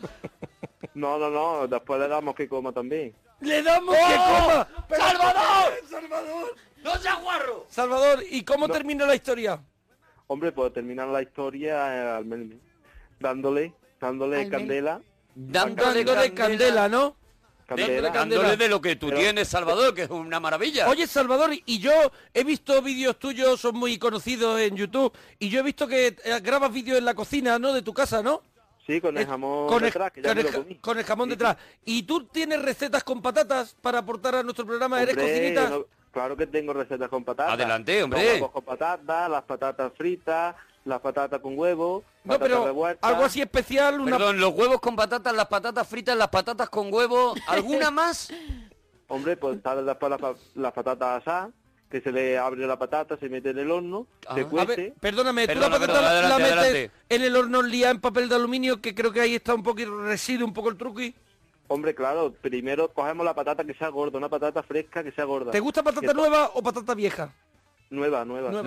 [SPEAKER 4] No, después le damos que coma también.
[SPEAKER 3] ¡Le damos que coma! Pero-
[SPEAKER 2] ¡Salvador!
[SPEAKER 3] ¡Salvador!
[SPEAKER 2] ¡No seas guarro!
[SPEAKER 3] Salvador, ¿y cómo termina la historia?
[SPEAKER 4] Hombre, pues terminar la historia al menos dándole
[SPEAKER 5] Al
[SPEAKER 4] candela.
[SPEAKER 3] Dándole candela, ¿no?
[SPEAKER 4] Candela.
[SPEAKER 2] Dándole de lo que tú
[SPEAKER 4] Pero-
[SPEAKER 2] tienes, Salvador, que es una maravilla.
[SPEAKER 3] Oye, Salvador, y yo he visto vídeos tuyos, son muy conocidos en YouTube, y yo he visto que grabas vídeos en la cocina, ¿no? De tu casa, ¿no?
[SPEAKER 4] Sí, con el jamón
[SPEAKER 3] Con el,
[SPEAKER 4] detrás, que ya
[SPEAKER 3] con
[SPEAKER 4] me
[SPEAKER 3] el
[SPEAKER 4] lo
[SPEAKER 3] ja-
[SPEAKER 4] comí.
[SPEAKER 3] con el jamón
[SPEAKER 4] Sí,
[SPEAKER 3] detrás. ¿Y tú tienes recetas con patatas para aportar a nuestro programa? ¿Eres
[SPEAKER 4] Hombre,
[SPEAKER 3] cocinita?
[SPEAKER 4] no, claro que tengo recetas con patatas.
[SPEAKER 2] Adelante, hombre.
[SPEAKER 4] Los huevos con patatas, las patatas fritas, las patatas con huevo,
[SPEAKER 3] No,
[SPEAKER 4] patatas
[SPEAKER 3] pero
[SPEAKER 4] revueltas.
[SPEAKER 3] algo así especial, una...
[SPEAKER 2] Perdón, los huevos con patatas, las patatas fritas, las patatas con huevo, ¿alguna más?
[SPEAKER 4] Hombre, pues salen después las patatas asadas, que se le abre la patata, se mete en el horno,
[SPEAKER 2] Ah.
[SPEAKER 4] se
[SPEAKER 3] A
[SPEAKER 4] cuece.
[SPEAKER 3] ver, perdóname, tú
[SPEAKER 2] Perdona,
[SPEAKER 3] la patata
[SPEAKER 2] perdona,
[SPEAKER 3] la
[SPEAKER 2] adelante,
[SPEAKER 3] metes
[SPEAKER 2] adelante.
[SPEAKER 3] en el horno liada en papel de aluminio, que creo que ahí está un poquito reside un poco el truqui.
[SPEAKER 4] Hombre, claro, primero cogemos la patata que sea gorda, una patata fresca que sea gorda.
[SPEAKER 3] ¿Te gusta patata
[SPEAKER 4] Que-
[SPEAKER 3] nueva o patata vieja?
[SPEAKER 4] Nueva.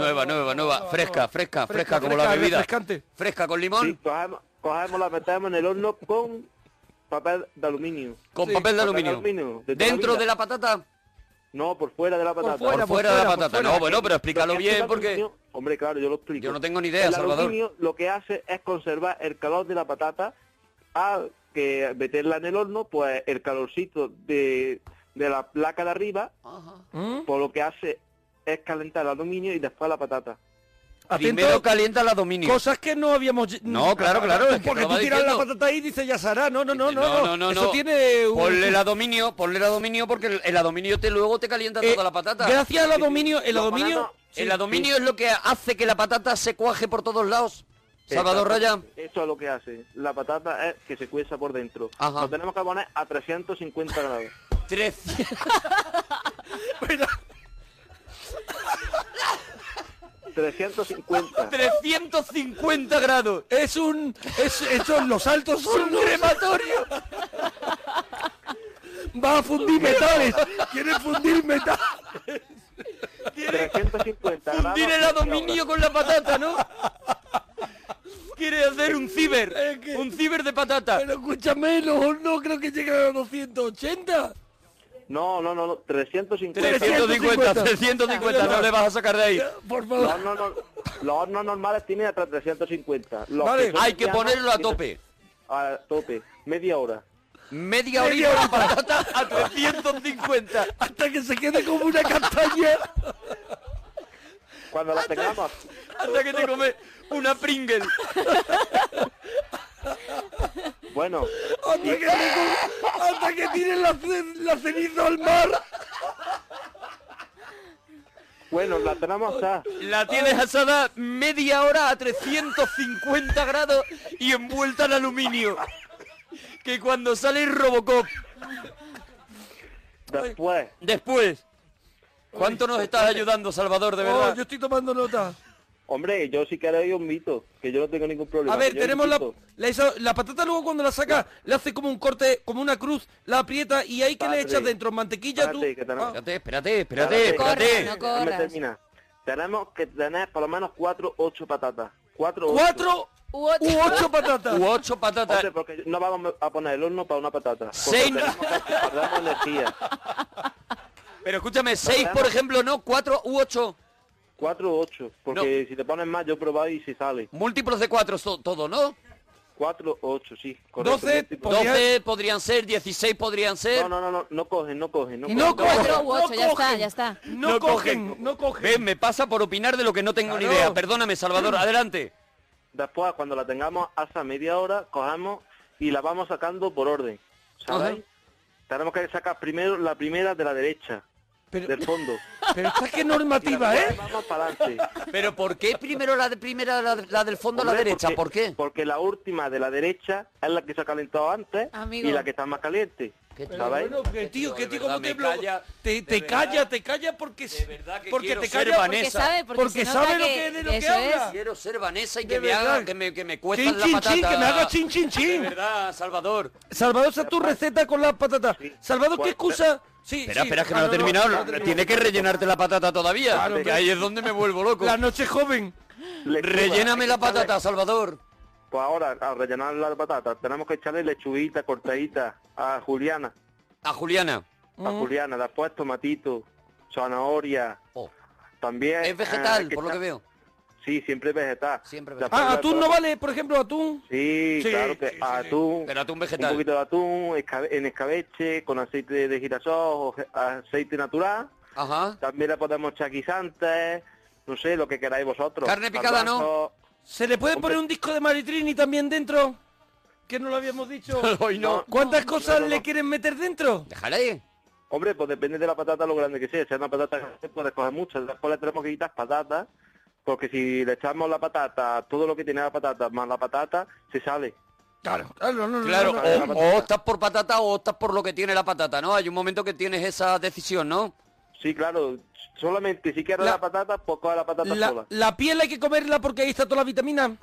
[SPEAKER 2] Nueva, fresca, como la
[SPEAKER 3] fresca,
[SPEAKER 2] bebida.
[SPEAKER 3] refrescante.
[SPEAKER 2] Fresca, con
[SPEAKER 4] Sí,
[SPEAKER 2] limón,
[SPEAKER 4] cogemos, la metemos en el horno con papel de aluminio.
[SPEAKER 2] con
[SPEAKER 3] sí,
[SPEAKER 2] papel de
[SPEAKER 4] papel de
[SPEAKER 2] aluminio.
[SPEAKER 4] aluminio, de toda la
[SPEAKER 2] ¿Dentro
[SPEAKER 4] vida.
[SPEAKER 2] de la patata?
[SPEAKER 4] No, por fuera de la patata.
[SPEAKER 3] fuera,
[SPEAKER 2] Por fuera de la
[SPEAKER 3] por
[SPEAKER 2] patata.
[SPEAKER 3] fuera.
[SPEAKER 2] No, bueno, pero explícalo
[SPEAKER 4] Lo que hace
[SPEAKER 2] bien
[SPEAKER 4] el
[SPEAKER 2] porque
[SPEAKER 4] aluminio- Hombre, claro, yo lo explico.
[SPEAKER 2] yo no tengo ni idea,
[SPEAKER 4] El
[SPEAKER 2] Salvador.
[SPEAKER 4] aluminio lo que hace es conservar el calor de la patata al que meterla en el horno, pues el calorcito de la placa de arriba,
[SPEAKER 3] ¿Mm?
[SPEAKER 4] por lo que hace es calentar el aluminio y después la patata.
[SPEAKER 2] Primero
[SPEAKER 3] Atento,
[SPEAKER 2] calienta el aluminio.
[SPEAKER 3] cosas que no habíamos...
[SPEAKER 2] No, claro, es que
[SPEAKER 3] Porque
[SPEAKER 2] te lo
[SPEAKER 3] tú
[SPEAKER 2] va
[SPEAKER 3] tiras la
[SPEAKER 2] diciendo.
[SPEAKER 3] patata ahí y dices, ya será. No. Eso tiene un...
[SPEAKER 2] Ponle el aluminio porque el aluminio luego te calienta toda la patata.
[SPEAKER 3] Gracias al aluminio, el
[SPEAKER 4] Lo
[SPEAKER 3] aluminio...
[SPEAKER 4] ponemos-
[SPEAKER 3] sí,
[SPEAKER 2] El aluminio es lo que hace que la patata se cuaje por todos lados. Salvador Raya.
[SPEAKER 4] Eso es lo que hace. La patata es que se cueza por dentro.
[SPEAKER 2] Ajá.
[SPEAKER 4] Lo tenemos que poner a 350 grados. 350.
[SPEAKER 2] 350 grados.
[SPEAKER 3] Los altos son...
[SPEAKER 2] ¡Un crematorio!
[SPEAKER 3] Va a fundir metales. Quiere fundir metales.
[SPEAKER 4] 350 grados.
[SPEAKER 2] Fundir el aluminio con la patata, ¿no? Quiere hacer un ciber.
[SPEAKER 3] Es que-
[SPEAKER 2] Un ciber de patata.
[SPEAKER 3] Pero escúchame, no creo que llegue a 280.
[SPEAKER 4] No, 350.
[SPEAKER 2] 350, no le vas a sacar de ahí.
[SPEAKER 3] Por favor.
[SPEAKER 4] No. Los hornos normales tienen hasta 350. Los
[SPEAKER 3] Vale,
[SPEAKER 4] son
[SPEAKER 2] Hay que
[SPEAKER 4] medianos
[SPEAKER 2] ponerlo a
[SPEAKER 4] tienen-
[SPEAKER 2] tope.
[SPEAKER 4] A tope. Media hora.
[SPEAKER 2] Media horita la patata a 350.
[SPEAKER 3] Hasta que se quede como una castaña.
[SPEAKER 4] Cuando la tengamos...
[SPEAKER 2] Hasta que te comes una Pringle.
[SPEAKER 4] Bueno,
[SPEAKER 3] Hasta que tiren la ceniza al mar.
[SPEAKER 4] bueno, la tenemos asada.
[SPEAKER 2] La tienes asada media hora a 350 grados y envuelta en aluminio. Que cuando sale el Robocop,
[SPEAKER 4] Después,
[SPEAKER 2] ¿cuánto nos estás ayudando, Salvador, de verdad?
[SPEAKER 3] Yo estoy tomando nota.
[SPEAKER 4] hombre, yo si queréis un mito, que yo no tengo ningún problema.
[SPEAKER 3] A ver,
[SPEAKER 4] que yo
[SPEAKER 3] tenemos
[SPEAKER 4] invito.
[SPEAKER 3] la patata luego cuando la saca, le hace como un corte, como una cruz, la aprieta y ahí que le
[SPEAKER 4] Espérate.
[SPEAKER 3] echas dentro, mantequilla tú.
[SPEAKER 4] Espérate, que tenemos-
[SPEAKER 2] Espérate.
[SPEAKER 5] Corre, no
[SPEAKER 4] Déjame
[SPEAKER 5] corras.
[SPEAKER 4] terminar. Tenemos que tener por lo menos 4 o 8 patatas. 4 o
[SPEAKER 3] 4
[SPEAKER 5] U ocho.
[SPEAKER 3] u 8 patatas.
[SPEAKER 2] U 8 patatas.
[SPEAKER 4] Hombre, porque no vamos a poner el horno para una patata. Porque
[SPEAKER 2] Seis-
[SPEAKER 4] tenemos que guardar energía.
[SPEAKER 2] Pero escúchame, 6 por ejemplo, ¿no? 4 u 8.
[SPEAKER 4] 4 o 8. Porque si te pones más, yo he probado y si sale.
[SPEAKER 2] Múltiplos de 4 todo, ¿no?
[SPEAKER 4] 4 o 8, sí. Correcto.
[SPEAKER 3] 12,
[SPEAKER 4] Múltiplo.
[SPEAKER 3] Podría-
[SPEAKER 2] 12 podrían ser, 16 podrían ser.
[SPEAKER 4] No cogen.
[SPEAKER 3] No
[SPEAKER 4] cogen.
[SPEAKER 3] cogen.
[SPEAKER 5] 4 u 8, ya
[SPEAKER 3] cogen.
[SPEAKER 5] está, ya está.
[SPEAKER 3] No cogen, no cogen.
[SPEAKER 2] Ven, me pasa por opinar de lo que no tengo ni
[SPEAKER 3] Claro.
[SPEAKER 2] idea. Perdóname, Salvador, adelante.
[SPEAKER 4] Después, cuando la tengamos hasta media hora, cogemos y la vamos sacando por orden. ¿Sabéis?
[SPEAKER 2] Ajá.
[SPEAKER 4] Tenemos que sacar primero la primera de la derecha,
[SPEAKER 3] Pero,
[SPEAKER 4] del fondo.
[SPEAKER 3] pero esta que
[SPEAKER 4] Y
[SPEAKER 3] normativa,
[SPEAKER 4] después
[SPEAKER 3] ¿eh?
[SPEAKER 4] vamos para adelante.
[SPEAKER 2] Pero ¿por qué primero la del fondo a la
[SPEAKER 4] Hombre,
[SPEAKER 2] derecha? ¿Por qué?
[SPEAKER 4] Porque la última de la derecha es la que se ha calentado antes
[SPEAKER 5] Amigo.
[SPEAKER 4] y la que está más caliente.
[SPEAKER 2] Qué
[SPEAKER 3] Pero
[SPEAKER 4] ¿sabéis?
[SPEAKER 3] bueno, que tío,
[SPEAKER 2] de
[SPEAKER 3] como
[SPEAKER 2] verdad,
[SPEAKER 3] te
[SPEAKER 2] me calla,
[SPEAKER 3] te
[SPEAKER 2] de
[SPEAKER 3] calla,
[SPEAKER 2] verdad,
[SPEAKER 3] te calla porque
[SPEAKER 2] de verdad que
[SPEAKER 3] porque
[SPEAKER 2] quiero
[SPEAKER 3] te
[SPEAKER 2] ser
[SPEAKER 3] calla
[SPEAKER 2] Vanessa.
[SPEAKER 3] porque
[SPEAKER 5] se nota
[SPEAKER 3] sabe lo que de lo que
[SPEAKER 5] eso es.
[SPEAKER 3] habla.
[SPEAKER 2] Quiero ser Vanessa y
[SPEAKER 3] De
[SPEAKER 2] que me haga,
[SPEAKER 3] verdad.
[SPEAKER 2] que me cueztan
[SPEAKER 3] Chin,
[SPEAKER 2] la
[SPEAKER 3] chin,
[SPEAKER 2] patata.
[SPEAKER 3] chin, que me haga chin, chin,
[SPEAKER 2] De
[SPEAKER 3] chin.
[SPEAKER 2] verdad, Salvador.
[SPEAKER 3] Salvador, esa es tu receta con las patatas.
[SPEAKER 4] Sí.
[SPEAKER 3] Salvador, ¿qué
[SPEAKER 4] Bueno,
[SPEAKER 3] excusa? Sí,
[SPEAKER 2] Espera,
[SPEAKER 3] sí,
[SPEAKER 2] espera, que no lo he
[SPEAKER 3] no,
[SPEAKER 2] terminado.
[SPEAKER 3] no, no,
[SPEAKER 2] Tiene que rellenarte la patata todavía.
[SPEAKER 3] Claro,
[SPEAKER 2] que
[SPEAKER 3] hombre.
[SPEAKER 2] ahí es donde me vuelvo loco.
[SPEAKER 3] La noche joven.
[SPEAKER 4] Lechuga,
[SPEAKER 2] Relléname
[SPEAKER 4] hay
[SPEAKER 2] la
[SPEAKER 4] que echarle-
[SPEAKER 2] patata, Salvador.
[SPEAKER 4] Pues ahora, a rellenar la patata, tenemos que echarle lechuguita cortadita a Juliana.
[SPEAKER 2] A Juliana.
[SPEAKER 4] A Juliana, después tomatito, zanahoria.
[SPEAKER 2] Oh.
[SPEAKER 4] También...
[SPEAKER 2] Es vegetal,
[SPEAKER 4] hay
[SPEAKER 2] por lo que
[SPEAKER 4] echar-
[SPEAKER 2] veo.
[SPEAKER 4] Sí, siempre vegetal.
[SPEAKER 2] Siempre
[SPEAKER 4] Después
[SPEAKER 2] vegetal.
[SPEAKER 3] Ah, atún no vale, por ejemplo, atún.
[SPEAKER 4] Sí,
[SPEAKER 3] Sí,
[SPEAKER 4] claro que
[SPEAKER 3] sí, sí,
[SPEAKER 4] atún,
[SPEAKER 2] Pero atún
[SPEAKER 4] un
[SPEAKER 2] vegetal.
[SPEAKER 4] poquito de atún, en escabeche, con aceite de girasol o aceite natural.
[SPEAKER 2] Ajá.
[SPEAKER 4] También le podemos echar guisantes, no sé, lo que queráis vosotros.
[SPEAKER 2] Carne picada, ¿no?
[SPEAKER 4] Garbanzos.
[SPEAKER 3] ¿Se le puede
[SPEAKER 4] Hombre.
[SPEAKER 3] poner un disco de Maritrini también dentro? Que no lo habíamos dicho.
[SPEAKER 2] Hoy no.
[SPEAKER 3] ¿Cuántas cosas
[SPEAKER 4] no, no.
[SPEAKER 3] le quieren meter dentro?
[SPEAKER 2] Déjala ahí.
[SPEAKER 4] Hombre, pues depende de la patata lo grande que sea. Si es una patata grande, puedes coger muchas. Después le tenemos que quitar patatas, porque si le echamos la patata, todo lo que tiene la patata más la patata, se sale.
[SPEAKER 3] Claro, claro, no,
[SPEAKER 2] Claro,
[SPEAKER 3] no, no, no.
[SPEAKER 2] o optas por patata o optas por lo que tiene la patata, ¿no? Hay un momento que tienes esa decisión, ¿no?
[SPEAKER 4] Sí, claro. Solamente si quieres
[SPEAKER 3] La-
[SPEAKER 4] la patata, pues coge la patata sola.
[SPEAKER 3] La piel hay que comerla porque ahí está toda la vitamina.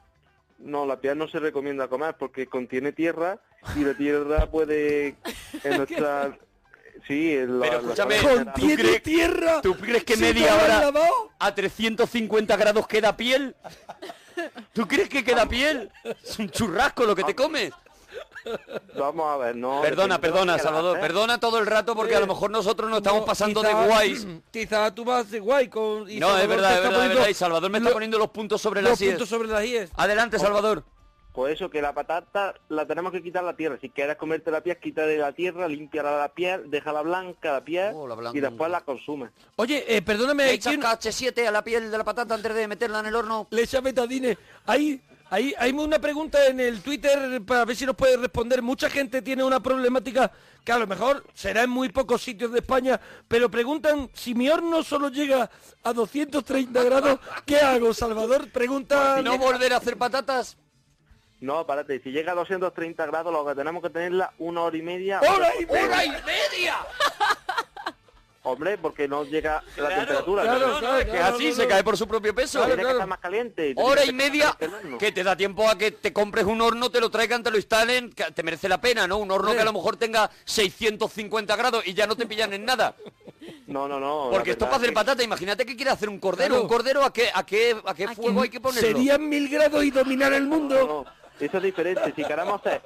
[SPEAKER 4] No, la piel no se recomienda comer porque contiene tierra y la tierra puede en nuestra... Sí, en
[SPEAKER 2] Pero escúchame, ¿tú
[SPEAKER 3] Contiene
[SPEAKER 2] crees-
[SPEAKER 3] tierra.
[SPEAKER 2] ¿Tú crees que
[SPEAKER 3] ¿Sí
[SPEAKER 2] media
[SPEAKER 3] te la has
[SPEAKER 2] hora
[SPEAKER 3] lavado?
[SPEAKER 2] a 350 grados queda piel? ¿Tú crees que queda piel? Es un churrasco lo que te comes.
[SPEAKER 4] Vamos a ver, no...
[SPEAKER 2] Perdona,
[SPEAKER 4] depende de lo
[SPEAKER 2] perdona,
[SPEAKER 4] que
[SPEAKER 2] Salvador.
[SPEAKER 4] quieras, ¿eh?
[SPEAKER 2] Perdona todo el rato porque a lo mejor nosotros nos estamos
[SPEAKER 3] No,
[SPEAKER 2] pasando
[SPEAKER 3] quizá-
[SPEAKER 2] de guays.
[SPEAKER 3] Quizá tú vas de guay con... y
[SPEAKER 2] No, es
[SPEAKER 3] Salvador
[SPEAKER 2] verdad,
[SPEAKER 3] te
[SPEAKER 2] es
[SPEAKER 3] está
[SPEAKER 2] verdad, es
[SPEAKER 3] poniendo
[SPEAKER 2] verdad. Y Salvador me está
[SPEAKER 3] lo-
[SPEAKER 2] poniendo los puntos sobre
[SPEAKER 3] los
[SPEAKER 2] las IES.
[SPEAKER 3] puntos sobre las IES.
[SPEAKER 2] Adelante, Salvador.
[SPEAKER 4] Pues eso, que la patata la tenemos que quitar la tierra. Si quieres comerte la piel, quítale la tierra, límpiala la piel, déjala blanca la piel
[SPEAKER 2] Oh, la blanca.
[SPEAKER 4] y después la consumes.
[SPEAKER 3] Oye, perdóname,
[SPEAKER 2] ¿Le echas
[SPEAKER 3] ¿quién
[SPEAKER 2] KH7 a la piel de la patata antes de meterla en el horno?
[SPEAKER 3] le echa betadine? Hay una pregunta en el Twitter para ver si nos puede responder. Mucha gente tiene una problemática que a lo mejor será en muy pocos sitios de España, pero preguntan si mi horno solo llega a 230 grados, ¿qué hago, Salvador? Pregunta...
[SPEAKER 2] ¿No volver a hacer patatas?
[SPEAKER 4] No, párate, si llega a 230 grados, lo que tenemos que tenerla 1 hora y media.
[SPEAKER 3] ¡Hora y media!
[SPEAKER 2] ¡Hora y media!
[SPEAKER 4] Hombre, porque no llega la temperatura.
[SPEAKER 3] claro,
[SPEAKER 4] ¿no?
[SPEAKER 3] claro.
[SPEAKER 2] Es que así se cae por su propio peso.
[SPEAKER 4] Tiene
[SPEAKER 3] claro.
[SPEAKER 4] que estar más caliente.
[SPEAKER 2] Hora
[SPEAKER 4] tiene
[SPEAKER 2] y
[SPEAKER 4] que
[SPEAKER 2] media
[SPEAKER 4] estar caliente el horno.
[SPEAKER 2] que te da tiempo a que te compres un horno, te lo traigan, te lo instalen, que te merece la pena, ¿no? Un horno que a lo mejor tenga 650 grados y ya no te pillan en nada.
[SPEAKER 4] No, no, no.
[SPEAKER 2] Porque
[SPEAKER 4] la
[SPEAKER 2] esto
[SPEAKER 4] verdad
[SPEAKER 2] para hacer
[SPEAKER 4] que-
[SPEAKER 2] patata, imagínate que quiere hacer un cordero.
[SPEAKER 3] Claro.
[SPEAKER 2] ¿Un cordero a qué fuego hay que ponerlo?
[SPEAKER 3] Serían 1000 grados y dominar el
[SPEAKER 4] No,
[SPEAKER 3] mundo.
[SPEAKER 4] no, eso es diferente. Si queremos hacer...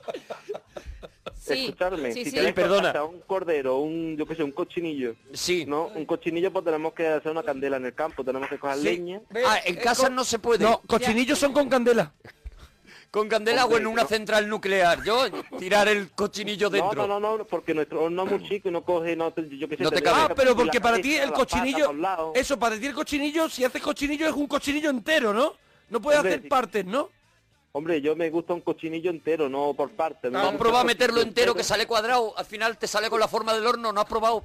[SPEAKER 5] Sí,
[SPEAKER 4] Escucharme,
[SPEAKER 5] sí,
[SPEAKER 4] si
[SPEAKER 5] sí.
[SPEAKER 4] queréis
[SPEAKER 2] Perdona.
[SPEAKER 4] hacer un cordero, yo qué sé, un cochinillo.
[SPEAKER 2] Sí.
[SPEAKER 4] No, un cochinillo pues tenemos que hacer una candela en el campo, tenemos que coger leña.
[SPEAKER 2] Ah, en casa no se puede.
[SPEAKER 3] No, cochinillos son con candela.
[SPEAKER 2] Con candela
[SPEAKER 4] Hombre,
[SPEAKER 2] o en una
[SPEAKER 4] no.
[SPEAKER 2] central nuclear. Yo tirar el cochinillo dentro.
[SPEAKER 4] No, porque nuestro horno es muy chico y no coge, yo qué sé.
[SPEAKER 2] No te
[SPEAKER 4] tendría
[SPEAKER 2] cabe.
[SPEAKER 3] Ah,
[SPEAKER 4] que
[SPEAKER 3] pero
[SPEAKER 4] partir
[SPEAKER 3] porque
[SPEAKER 4] la
[SPEAKER 3] para ti
[SPEAKER 4] cabeza,
[SPEAKER 3] el
[SPEAKER 4] las patas
[SPEAKER 3] cochinillo...
[SPEAKER 4] por lados.
[SPEAKER 3] Eso, para ti el cochinillo, si haces cochinillo es un cochinillo entero, ¿no? No puedes
[SPEAKER 4] Hombre,
[SPEAKER 3] hacer
[SPEAKER 4] sí.
[SPEAKER 3] partes, ¿no?
[SPEAKER 4] Hombre, yo me gusta un cochinillo entero, no por partes.
[SPEAKER 2] ¿No has probado a meterlo entero que sale cuadrado? Al final te sale con la forma del horno, ¿no has probado?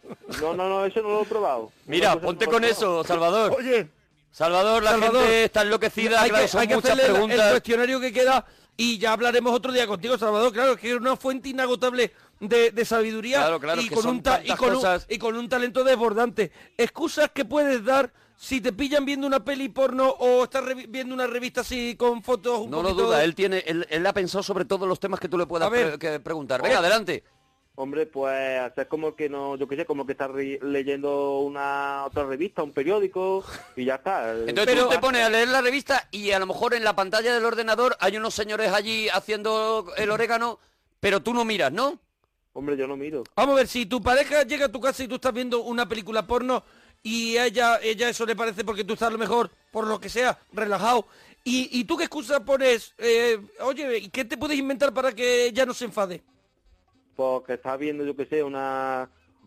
[SPEAKER 4] No, eso no lo he probado.
[SPEAKER 2] Mira,
[SPEAKER 4] Una cosa
[SPEAKER 2] ponte
[SPEAKER 4] no lo he
[SPEAKER 2] con
[SPEAKER 4] probado.
[SPEAKER 2] eso, Salvador.
[SPEAKER 3] Oye,
[SPEAKER 2] Salvador, la
[SPEAKER 3] Salvador,
[SPEAKER 2] gente está enloquecida,
[SPEAKER 3] hay
[SPEAKER 2] claro,
[SPEAKER 3] que,
[SPEAKER 2] son
[SPEAKER 3] hay que
[SPEAKER 2] muchas
[SPEAKER 3] hacerle el
[SPEAKER 2] preguntas.
[SPEAKER 3] cuestionario que queda y ya hablaremos otro día contigo, Salvador. Claro, que es una fuente inagotable de sabiduría
[SPEAKER 2] Claro,
[SPEAKER 3] y,
[SPEAKER 2] que
[SPEAKER 3] con
[SPEAKER 2] son
[SPEAKER 3] un ta- y,
[SPEAKER 2] tantas
[SPEAKER 3] con un,
[SPEAKER 2] cosas.
[SPEAKER 3] y con un talento desbordante. Excusas que puedes dar si te pillan viendo una peli porno o estás viendo una revista así con fotos un
[SPEAKER 2] No lo
[SPEAKER 3] poquito...
[SPEAKER 2] duda, él ha pensado sobre todos los temas que tú le puedas
[SPEAKER 3] A ver.
[SPEAKER 2] preguntar. Venga, adelante.
[SPEAKER 4] Hombre, pues hacer como que no, yo qué sé, como que estás leyendo una otra revista, un periódico y ya está.
[SPEAKER 2] Entonces tú te pones a leer la revista y a lo mejor en la pantalla del ordenador hay unos señores allí haciendo el orégano, pero tú no miras, ¿no?
[SPEAKER 4] Hombre, yo no miro.
[SPEAKER 3] Vamos a ver, si tu pareja llega a tu casa y tú estás viendo una película porno y a ella eso le parece porque tú estás a lo mejor, por lo que sea, relajado, y tú qué excusa pones, oye, ¿y qué te puedes inventar para que ella no se enfade?
[SPEAKER 4] Porque estás viendo, yo qué sé, una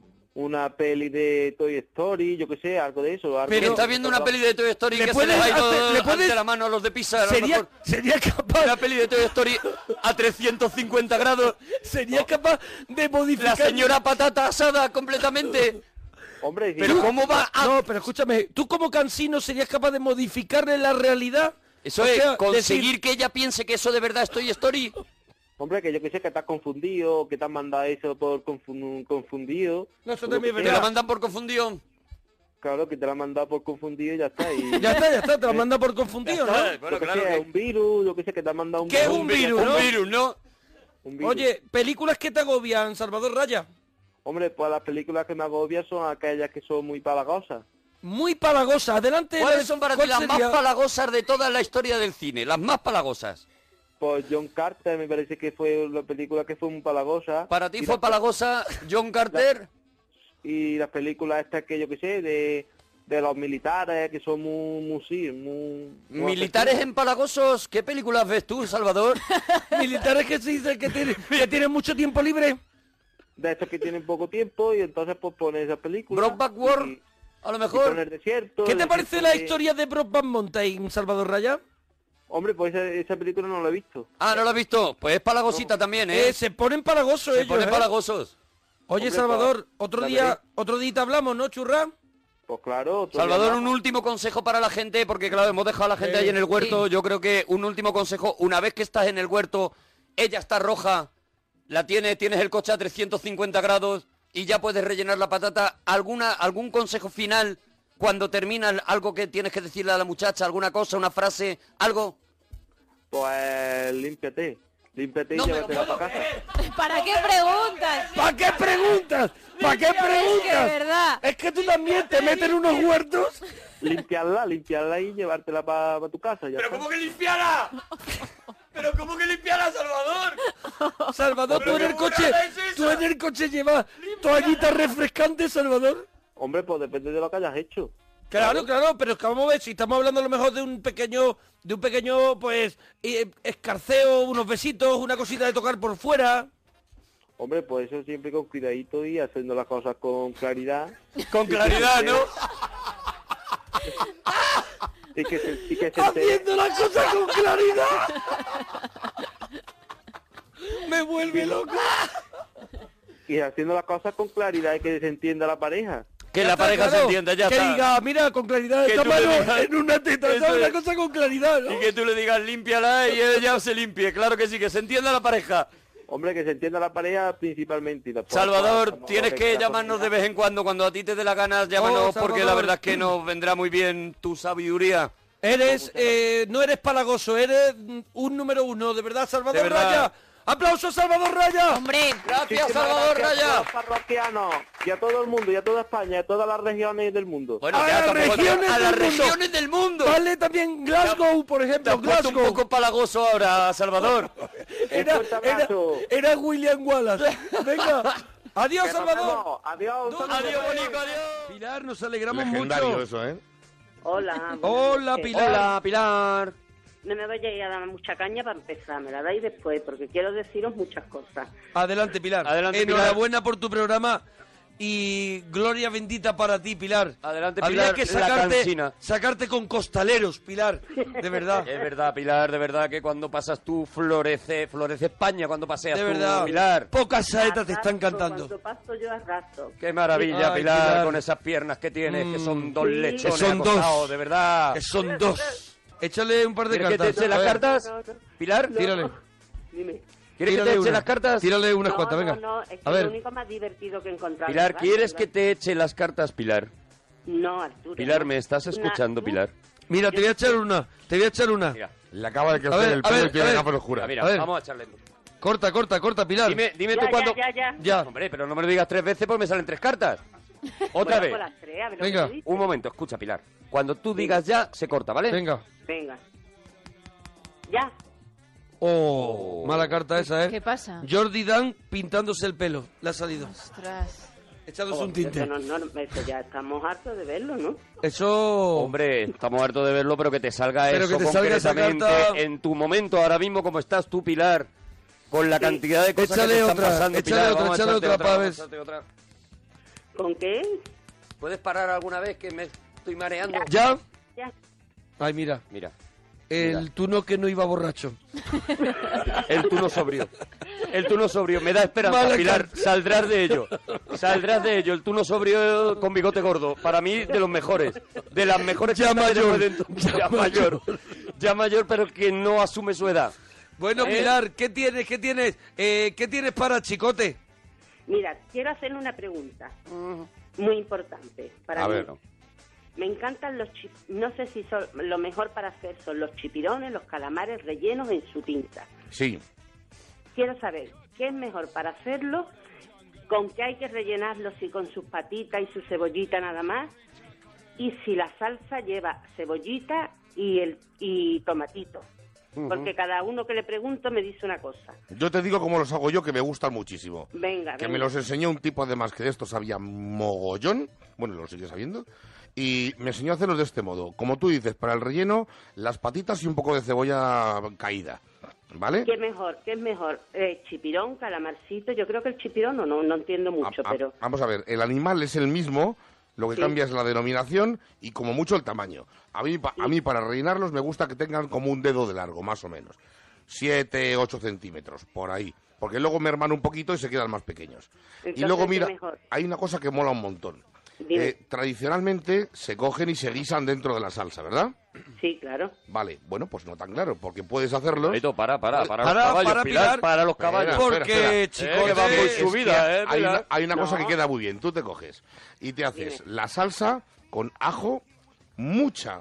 [SPEAKER 4] peli de Toy Story, yo qué sé, algo de eso. Algo
[SPEAKER 2] Pero
[SPEAKER 4] de-
[SPEAKER 2] estás viendo una peli de Toy Story
[SPEAKER 3] ¿Le
[SPEAKER 2] que se les
[SPEAKER 3] puedes
[SPEAKER 2] ha ido
[SPEAKER 3] hacer- le puedes-
[SPEAKER 2] ante la mano a los de Pixar. A lo mejor.
[SPEAKER 3] Sería capaz,
[SPEAKER 2] Una peli de Toy Story a 350 grados.
[SPEAKER 3] sería capaz de
[SPEAKER 2] La
[SPEAKER 3] modificar...
[SPEAKER 2] señora patata asada completamente.
[SPEAKER 4] Hombre, sí,
[SPEAKER 2] Pero ¿cómo va a...?
[SPEAKER 3] No, pero escúchame, ¿tú como cansino serías capaz de modificarle la realidad?
[SPEAKER 2] Eso
[SPEAKER 3] O
[SPEAKER 2] es,
[SPEAKER 3] sea,
[SPEAKER 2] conseguir
[SPEAKER 3] decir,
[SPEAKER 2] que ella piense que eso de verdad es Toy Story.
[SPEAKER 4] Hombre, que yo que sé que estás confundido, que te han mandado eso por confundido.
[SPEAKER 3] No, eso también es
[SPEAKER 2] ¿Te la
[SPEAKER 3] verdad.
[SPEAKER 2] mandan por confundión?
[SPEAKER 4] Claro, que te la han mandado por confundido y ya está. Y...
[SPEAKER 3] Ya está, te la manda por confundido, ¿no?
[SPEAKER 2] Bueno,
[SPEAKER 4] yo que
[SPEAKER 2] claro
[SPEAKER 4] sé,
[SPEAKER 2] que...
[SPEAKER 4] un virus, yo que sé que te han mandado un
[SPEAKER 3] ¿Qué es
[SPEAKER 4] virus.
[SPEAKER 3] un virus, no?
[SPEAKER 2] Un virus, ¿no?
[SPEAKER 4] Un virus.
[SPEAKER 3] Oye, películas que te agobian, Salvador Raya.
[SPEAKER 4] Hombre, pues las películas que me agobian son aquellas que son muy palagosas.
[SPEAKER 3] Muy palagosa, adelante.
[SPEAKER 2] ¿Cuáles son para ti
[SPEAKER 3] ¿cuál
[SPEAKER 2] las más
[SPEAKER 3] sería?
[SPEAKER 2] palagosas de toda la historia del cine? Las más palagosas.
[SPEAKER 4] Pues John Carter me parece que fue la película que fue muy palagosa.
[SPEAKER 2] Para ti
[SPEAKER 4] Y
[SPEAKER 2] fue
[SPEAKER 4] las-
[SPEAKER 2] palagosa John Carter.
[SPEAKER 4] Y las películas estas que yo que sé, de los militares, que son muy
[SPEAKER 2] Militares empalagosos. ¿Qué películas ves tú, Salvador?
[SPEAKER 3] Militares que se dice que tienen mucho tiempo libre.
[SPEAKER 4] de estos que tienen poco tiempo y entonces pues pones esa película.
[SPEAKER 2] Brokeback World, a lo mejor.
[SPEAKER 4] En el desierto.
[SPEAKER 3] ¿Qué te
[SPEAKER 4] el
[SPEAKER 3] parece
[SPEAKER 4] desierto
[SPEAKER 3] la historia de Brokeback Mountain, Salvador Raya?
[SPEAKER 4] Hombre, pues esa película no la he visto.
[SPEAKER 2] Ah, ¿no lo has visto? Pues es palagosita también, ¿eh?
[SPEAKER 3] Se ponen palagosos
[SPEAKER 2] Se
[SPEAKER 3] ellos,
[SPEAKER 2] ponen
[SPEAKER 3] ¿eh?
[SPEAKER 2] palagosos.
[SPEAKER 3] Oye,
[SPEAKER 4] Hombre,
[SPEAKER 3] Salvador,
[SPEAKER 4] la
[SPEAKER 3] otro
[SPEAKER 4] veré.
[SPEAKER 3] día te hablamos, ¿no, churra?
[SPEAKER 4] Pues claro. otro
[SPEAKER 2] Salvador,
[SPEAKER 4] día
[SPEAKER 2] un
[SPEAKER 4] más.
[SPEAKER 2] último consejo para la gente, porque claro, hemos dejado a la gente ahí en el huerto.
[SPEAKER 5] Sí.
[SPEAKER 2] Yo creo que un último consejo, una vez que estás en el huerto, ella está roja, la tienes el coche a 350 grados y ya puedes rellenar la patata. ¿Algún consejo final cuando terminas, algo que tienes que decirle a la muchacha, alguna cosa, una frase, algo?
[SPEAKER 4] Pues límpiate. Límpiate y
[SPEAKER 2] No me lo
[SPEAKER 4] llévatela
[SPEAKER 2] puedo
[SPEAKER 4] para casa.
[SPEAKER 5] ¿Para qué preguntas?
[SPEAKER 3] ¿Para qué preguntas? ¿Para qué preguntas?
[SPEAKER 5] Es que, ¿verdad?
[SPEAKER 3] Es que tú también te metes en unos huertos.
[SPEAKER 4] Limpiarla y llevártela para tu casa. Ya está.
[SPEAKER 2] que limpiara? ¿Pero cómo que limpiara, Salvador?
[SPEAKER 3] Salvador, tú en el
[SPEAKER 2] ¿qué
[SPEAKER 3] coche,
[SPEAKER 2] burrada es esa?
[SPEAKER 3] tú en el coche llevas toallitas refrescantes, Salvador.
[SPEAKER 4] Hombre, pues depende de lo que hayas hecho.
[SPEAKER 3] Claro, pero es que vamos a ver, si estamos hablando a lo mejor de un pequeño, pues, escarceo, unos besitos, una cosita de tocar por fuera.
[SPEAKER 4] Hombre, pues eso siempre con cuidadito y haciendo las cosas con claridad.
[SPEAKER 2] Con claridad, ¿no?
[SPEAKER 4] Y que se entere.
[SPEAKER 3] Haciendo las cosas con claridad. Me vuelve loco.
[SPEAKER 4] Y haciendo las cosas con claridad y que se entienda la pareja.
[SPEAKER 2] Que
[SPEAKER 3] Ya
[SPEAKER 2] la
[SPEAKER 3] está,
[SPEAKER 2] pareja se
[SPEAKER 3] claro.
[SPEAKER 2] entienda, ya
[SPEAKER 3] que
[SPEAKER 2] está.
[SPEAKER 3] diga, mira, con claridad,
[SPEAKER 2] Que
[SPEAKER 3] esta
[SPEAKER 2] tú le
[SPEAKER 3] mano
[SPEAKER 2] digas-
[SPEAKER 3] en una teta,
[SPEAKER 2] Eso
[SPEAKER 3] ¿sabes? Una
[SPEAKER 2] es.
[SPEAKER 3] cosa con claridad, ¿no?
[SPEAKER 2] Y que tú le digas, límpiala y ella se limpie. Claro que sí, que se entienda la pareja.
[SPEAKER 4] Hombre, que se entienda la pareja principalmente. Y después,
[SPEAKER 2] Salvador,
[SPEAKER 4] pues,
[SPEAKER 2] tienes
[SPEAKER 4] como
[SPEAKER 2] que
[SPEAKER 4] la
[SPEAKER 2] llamarnos de
[SPEAKER 4] oportunidad.
[SPEAKER 2] vez en cuando a ti te dé la gana, llámanos porque la
[SPEAKER 3] Salvador.
[SPEAKER 2] verdad es que nos vendrá muy bien tu sabiduría.
[SPEAKER 3] No eres palagoso, eres un número uno, de verdad, Salvador
[SPEAKER 2] De verdad.
[SPEAKER 3] Raya. ¡Aplausos, Salvador Raya!
[SPEAKER 5] Hombre,
[SPEAKER 2] Gracias,
[SPEAKER 4] Muchísimas
[SPEAKER 2] Salvador
[SPEAKER 4] gracias a
[SPEAKER 2] Raya.
[SPEAKER 4] todos los parroquianos y a todo el mundo, y a toda España, y a todas las regiones del mundo.
[SPEAKER 2] Bueno,
[SPEAKER 3] A
[SPEAKER 2] ya
[SPEAKER 3] las
[SPEAKER 2] tampoco-
[SPEAKER 3] regiones
[SPEAKER 2] a las
[SPEAKER 3] del mundo.
[SPEAKER 2] regiones del mundo.
[SPEAKER 3] Vale, también Glasgow, por
[SPEAKER 2] Te
[SPEAKER 3] ejemplo,
[SPEAKER 2] has puesto un
[SPEAKER 3] Glasgow.
[SPEAKER 2] poco palagoso ahora, Salvador.
[SPEAKER 3] Era,
[SPEAKER 4] Un fuerte abrazo.
[SPEAKER 3] era William Wallace. Venga, adiós,
[SPEAKER 4] Que nos
[SPEAKER 3] Salvador.
[SPEAKER 4] vemos. Adiós. un saludo.
[SPEAKER 2] Adiós, bonito, adiós.
[SPEAKER 3] Pilar, nos alegramos
[SPEAKER 6] Legendario
[SPEAKER 3] mucho.
[SPEAKER 6] eso, ¿eh?
[SPEAKER 7] Hola.
[SPEAKER 3] Hola, Pilar.
[SPEAKER 2] Hola, Pilar.
[SPEAKER 7] No me vayáis a dar mucha caña para empezar, me la dais después, porque quiero deciros muchas cosas.
[SPEAKER 3] Adelante, Pilar.
[SPEAKER 2] Adelante, Pilar.
[SPEAKER 3] Enhorabuena por tu programa y gloria bendita para ti, Pilar.
[SPEAKER 2] Adelante,
[SPEAKER 3] Habría
[SPEAKER 2] Pilar,
[SPEAKER 3] que
[SPEAKER 2] la
[SPEAKER 3] sacarte,
[SPEAKER 2] cansina.
[SPEAKER 3] sacarte con costaleros, Pilar. De verdad.
[SPEAKER 2] Es verdad, Pilar, de verdad que cuando pasas tú florece España cuando paseas
[SPEAKER 3] De
[SPEAKER 2] tú,
[SPEAKER 3] verdad.
[SPEAKER 2] Pilar.
[SPEAKER 3] Pocas saetas te están
[SPEAKER 7] Arraso,
[SPEAKER 3] cantando.
[SPEAKER 7] Cuando paso yo arraso.
[SPEAKER 2] Qué maravilla,
[SPEAKER 3] Ay,
[SPEAKER 2] Pilar,
[SPEAKER 3] Pilar.
[SPEAKER 2] con esas piernas que tienes, que son dos
[SPEAKER 7] Sí.
[SPEAKER 2] lechones
[SPEAKER 3] Que son dos.
[SPEAKER 2] acostados, de verdad.
[SPEAKER 3] Que son dos. Échale un par de
[SPEAKER 2] ¿Quieres que te
[SPEAKER 3] cartas.
[SPEAKER 2] eche las
[SPEAKER 3] A ver,
[SPEAKER 2] cartas? Pilar,
[SPEAKER 3] Tírale.
[SPEAKER 7] Dime.
[SPEAKER 2] ¿quieres que te
[SPEAKER 3] Tírale
[SPEAKER 2] eche
[SPEAKER 3] una.
[SPEAKER 2] las cartas?
[SPEAKER 3] Tírale unas
[SPEAKER 7] No,
[SPEAKER 3] cuantas, venga.
[SPEAKER 7] no, es que
[SPEAKER 3] A
[SPEAKER 7] es
[SPEAKER 3] ver.
[SPEAKER 7] lo único más divertido que he encontrado.
[SPEAKER 2] Pilar,
[SPEAKER 7] ¿verdad?
[SPEAKER 2] ¿quieres que te eche las cartas, Pilar?
[SPEAKER 7] No, Arturo.
[SPEAKER 2] Pilar,
[SPEAKER 7] no.
[SPEAKER 2] ¿me estás escuchando,
[SPEAKER 7] Una-
[SPEAKER 2] Pilar?
[SPEAKER 3] Mira, te voy a echar una. Te voy a echar una.
[SPEAKER 2] Mira,
[SPEAKER 6] Le acaba de
[SPEAKER 3] A
[SPEAKER 6] crecer
[SPEAKER 3] ver,
[SPEAKER 6] el
[SPEAKER 3] a
[SPEAKER 6] pelo
[SPEAKER 3] ver,
[SPEAKER 6] y tiene
[SPEAKER 3] a ver.
[SPEAKER 6] gafas oscuras.
[SPEAKER 2] mira,
[SPEAKER 3] A ver.
[SPEAKER 2] vamos a echarle.
[SPEAKER 3] Corta, Pilar.
[SPEAKER 2] Dime
[SPEAKER 7] Ya,
[SPEAKER 2] tú cuándo...
[SPEAKER 3] Ya.
[SPEAKER 2] Hombre, pero no me lo digas 3 veces porque me salen 3 cartas. Otra
[SPEAKER 7] Bueno,
[SPEAKER 2] vez.
[SPEAKER 7] pues las tres, a ver lo
[SPEAKER 3] Venga.
[SPEAKER 7] que me dices.
[SPEAKER 2] Un momento, escucha, Pilar. Cuando tú digas ya, se corta, ¿vale?
[SPEAKER 3] Venga.
[SPEAKER 7] Venga. Ya.
[SPEAKER 3] Oh, mala carta esa, ¿eh?
[SPEAKER 5] ¿qué pasa?
[SPEAKER 3] Jordi Dan pintándose el pelo. Le ha salido.
[SPEAKER 5] Ostras.
[SPEAKER 3] Echándose un
[SPEAKER 7] Joder,
[SPEAKER 3] tinte.
[SPEAKER 7] que eso ya estamos hartos de verlo, ¿no?
[SPEAKER 3] Eso...
[SPEAKER 2] Hombre, estamos hartos de verlo, pero que te salga
[SPEAKER 3] Pero
[SPEAKER 2] eso
[SPEAKER 3] que te salga esa
[SPEAKER 2] concretamente
[SPEAKER 3] carta.
[SPEAKER 2] en tu momento, ahora mismo, como estás tú, Pilar, con la cantidad de cosas
[SPEAKER 3] Échale
[SPEAKER 2] que te están
[SPEAKER 3] otra,
[SPEAKER 2] pasando,
[SPEAKER 3] échale
[SPEAKER 2] Pilar.
[SPEAKER 3] otra,
[SPEAKER 2] Vamos a
[SPEAKER 3] échale
[SPEAKER 2] echarte
[SPEAKER 3] otra para
[SPEAKER 2] vamos a
[SPEAKER 3] ver.
[SPEAKER 2] echarte otra.
[SPEAKER 7] ¿Con qué?
[SPEAKER 2] ¿Puedes parar alguna vez que me estoy mareando?
[SPEAKER 3] ¿Ya?
[SPEAKER 7] Ya.
[SPEAKER 3] Ay, mira.
[SPEAKER 2] Mira,
[SPEAKER 3] El tuno que no iba borracho.
[SPEAKER 2] el tuno sobrio. El tuno sobrio, me da esperanza,
[SPEAKER 3] Mala
[SPEAKER 2] Pilar.
[SPEAKER 3] carta.
[SPEAKER 2] Saldrás de ello. Saldrás de ello. El tuno sobrio con bigote gordo. Para mí, de los mejores. De las mejores
[SPEAKER 3] Ya
[SPEAKER 2] cartas que te
[SPEAKER 3] mayor,
[SPEAKER 2] pueden-
[SPEAKER 3] ya
[SPEAKER 2] Ya mayor. Ya mayor, pero que no asume su edad.
[SPEAKER 3] Bueno, Pilar, ¿qué tienes? ¿Qué tienes para Chicote?
[SPEAKER 7] Mira, quiero hacerle una pregunta muy importante para
[SPEAKER 2] A
[SPEAKER 7] mí.
[SPEAKER 2] ver.
[SPEAKER 7] Me encantan no sé si son lo mejor para hacer son los chipirones, los calamares rellenos en su tinta.
[SPEAKER 6] Sí.
[SPEAKER 7] Quiero saber qué es mejor para hacerlo, con qué hay que rellenarlos, si con sus patitas y su cebollita nada más, y si la salsa lleva cebollita y tomatito. Porque cada uno que le pregunto me dice una cosa.
[SPEAKER 6] Yo te digo cómo los hago yo, que me gustan muchísimo.
[SPEAKER 7] Venga,
[SPEAKER 6] Que me los enseñó un tipo, además, que de estos sabía mogollón. Bueno, lo sigue sabiendo. Y me enseñó a hacerlos de este modo. Como tú dices, para el relleno, las patitas y un poco de cebolla caída. ¿Vale?
[SPEAKER 7] ¿Qué es mejor? ¿Chipirón, calamarcito? Yo creo que el chipirón no entiendo mucho, pero...
[SPEAKER 6] Vamos a ver, el animal es el mismo, lo que cambia es la denominación y como mucho el tamaño. A mí para rellenarlos me gusta que tengan como un dedo de largo, más o menos. 7, 8 centímetros, por ahí. Porque luego merman un poquito y se quedan más pequeños.
[SPEAKER 7] Entonces,
[SPEAKER 6] y luego,
[SPEAKER 7] ¿qué
[SPEAKER 6] mira,
[SPEAKER 7] mejor?
[SPEAKER 6] hay una cosa que mola un montón. Tradicionalmente se cogen y se guisan dentro de la salsa, ¿verdad?
[SPEAKER 7] Sí, claro.
[SPEAKER 6] Vale, bueno, pues no tan claro, porque puedes hacerlos...
[SPEAKER 2] Para los
[SPEAKER 3] para,
[SPEAKER 2] caballos,
[SPEAKER 3] Pilar,
[SPEAKER 2] para los caballos.
[SPEAKER 3] Porque, Chicote,
[SPEAKER 2] que va muy subida,
[SPEAKER 6] hay una cosa
[SPEAKER 7] No.
[SPEAKER 6] que queda muy bien. Tú te coges y te haces la salsa con ajo, mucha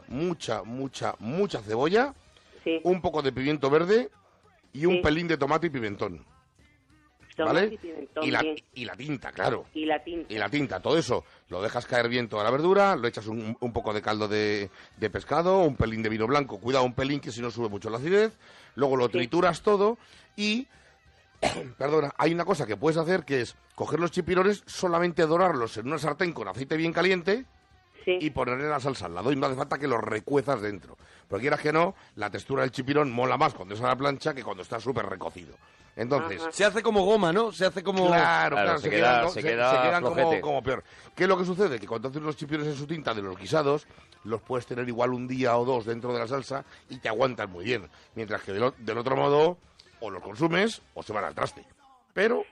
[SPEAKER 6] cebolla,
[SPEAKER 7] Sí.
[SPEAKER 6] un poco de pimiento verde y un
[SPEAKER 7] Sí.
[SPEAKER 6] pelín de tomate y pimentón.
[SPEAKER 7] Tomate
[SPEAKER 6] ¿Vale?
[SPEAKER 7] y pimentón,
[SPEAKER 6] Y
[SPEAKER 7] bien.
[SPEAKER 6] la tinta, claro.
[SPEAKER 7] Y la tinta.
[SPEAKER 6] Y la tinta, todo eso, lo dejas caer bien toda la verdura, lo echas un poco de caldo de pescado, un pelín de vino blanco, cuidado, un pelín que si no sube mucho la acidez, luego lo trituras todo y, perdona, hay una cosa que puedes hacer que es coger los chipirones, solamente dorarlos en una sartén con aceite bien caliente y ponerle la salsa al lado y no hace falta que los recuezas dentro. Porque quieras que no, la textura del chipirón mola más cuando es a la plancha que cuando está súper recocido. Entonces...
[SPEAKER 3] Se hace como goma, ¿no? Se hace como...
[SPEAKER 6] Claro,
[SPEAKER 2] se
[SPEAKER 6] quedan
[SPEAKER 2] flojete.
[SPEAKER 6] como peor. ¿Qué es lo que sucede? Que cuando haces los chipirones en su tinta de los guisados, los puedes tener igual un día o dos dentro de la salsa y te aguantan muy bien. Mientras que del otro modo, o los consumes o se van al traste. Pero...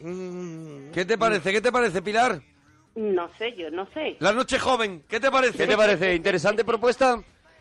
[SPEAKER 3] ¿Qué te parece, Pilar?
[SPEAKER 7] No sé, yo no sé.
[SPEAKER 3] La noche joven, ¿qué te parece?
[SPEAKER 2] ¿Qué te parece? ¿Interesante propuesta?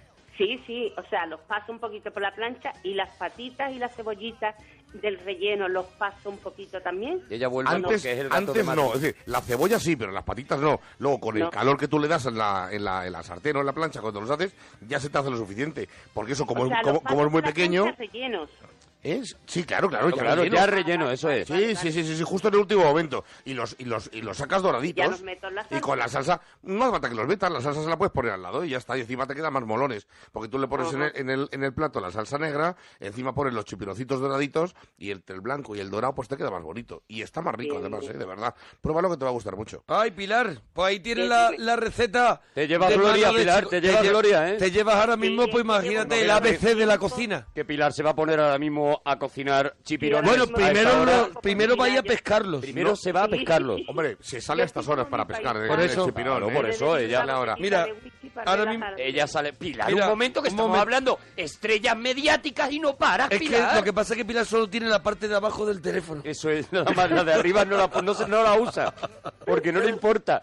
[SPEAKER 7] Sí, o sea, los paso un poquito por la plancha y las patitas y las cebollitas del relleno los paso un poquito también.
[SPEAKER 2] Y ella vuelve
[SPEAKER 6] Antes,
[SPEAKER 2] que es el gato de
[SPEAKER 6] antes no, es decir, la cebolla sí, pero las patitas no. Luego, con el calor que tú le das en la sartén o en la plancha cuando los haces, ya se te hace lo suficiente. Porque eso, como,
[SPEAKER 7] O sea,
[SPEAKER 6] como,
[SPEAKER 7] los
[SPEAKER 6] como es
[SPEAKER 7] paso
[SPEAKER 6] muy
[SPEAKER 7] por la
[SPEAKER 6] pequeño...
[SPEAKER 7] plancha rellenos.
[SPEAKER 6] Sí, claro,
[SPEAKER 2] Claro, ya relleno, eso es.
[SPEAKER 6] Sí, justo en el último momento. Y los sacas doraditos.
[SPEAKER 7] Ya los meto en la salsa.
[SPEAKER 6] Y con la salsa, no hace falta que los metas, la salsa se la puedes poner al lado y ya está. Y encima te quedan más molones. Porque tú le pones en el plato la salsa negra, encima pones los chipirocitos doraditos y el blanco y el dorado pues te queda más bonito. Y está más rico además, de verdad. Pruébalo que te va a gustar mucho.
[SPEAKER 3] Ay, Pilar, pues ahí tienes la receta.
[SPEAKER 2] Te lleva
[SPEAKER 3] de
[SPEAKER 2] gloria,
[SPEAKER 3] mano de
[SPEAKER 2] Pilar,
[SPEAKER 3] Chico-
[SPEAKER 2] te lleva gloria, ¿eh?
[SPEAKER 3] Te llevas ahora mismo, pues imagínate el ABC de la cocina.
[SPEAKER 2] Que Pilar se va a poner ahora mismo a cocinar chipirones.
[SPEAKER 3] Bueno,
[SPEAKER 2] a esta hora.
[SPEAKER 3] primero vaya a pescarlos.
[SPEAKER 2] Primero se va a pescarlos.
[SPEAKER 6] Hombre, se sale a estas horas para pescar.
[SPEAKER 3] Por eso,
[SPEAKER 6] el chipirón,
[SPEAKER 2] claro, por eso ella...
[SPEAKER 3] Mira, ahora mismo...
[SPEAKER 2] Ella sale... Pilar,
[SPEAKER 3] Mira,
[SPEAKER 2] un momento que
[SPEAKER 3] un
[SPEAKER 2] estamos
[SPEAKER 3] momento.
[SPEAKER 2] hablando. Estrellas mediáticas y no paras,
[SPEAKER 3] Es que
[SPEAKER 2] Pilar.
[SPEAKER 3] lo que pasa es que Pilar solo tiene la parte de abajo del teléfono.
[SPEAKER 2] Eso es, nada más la de arriba no la usa. Porque no le importa.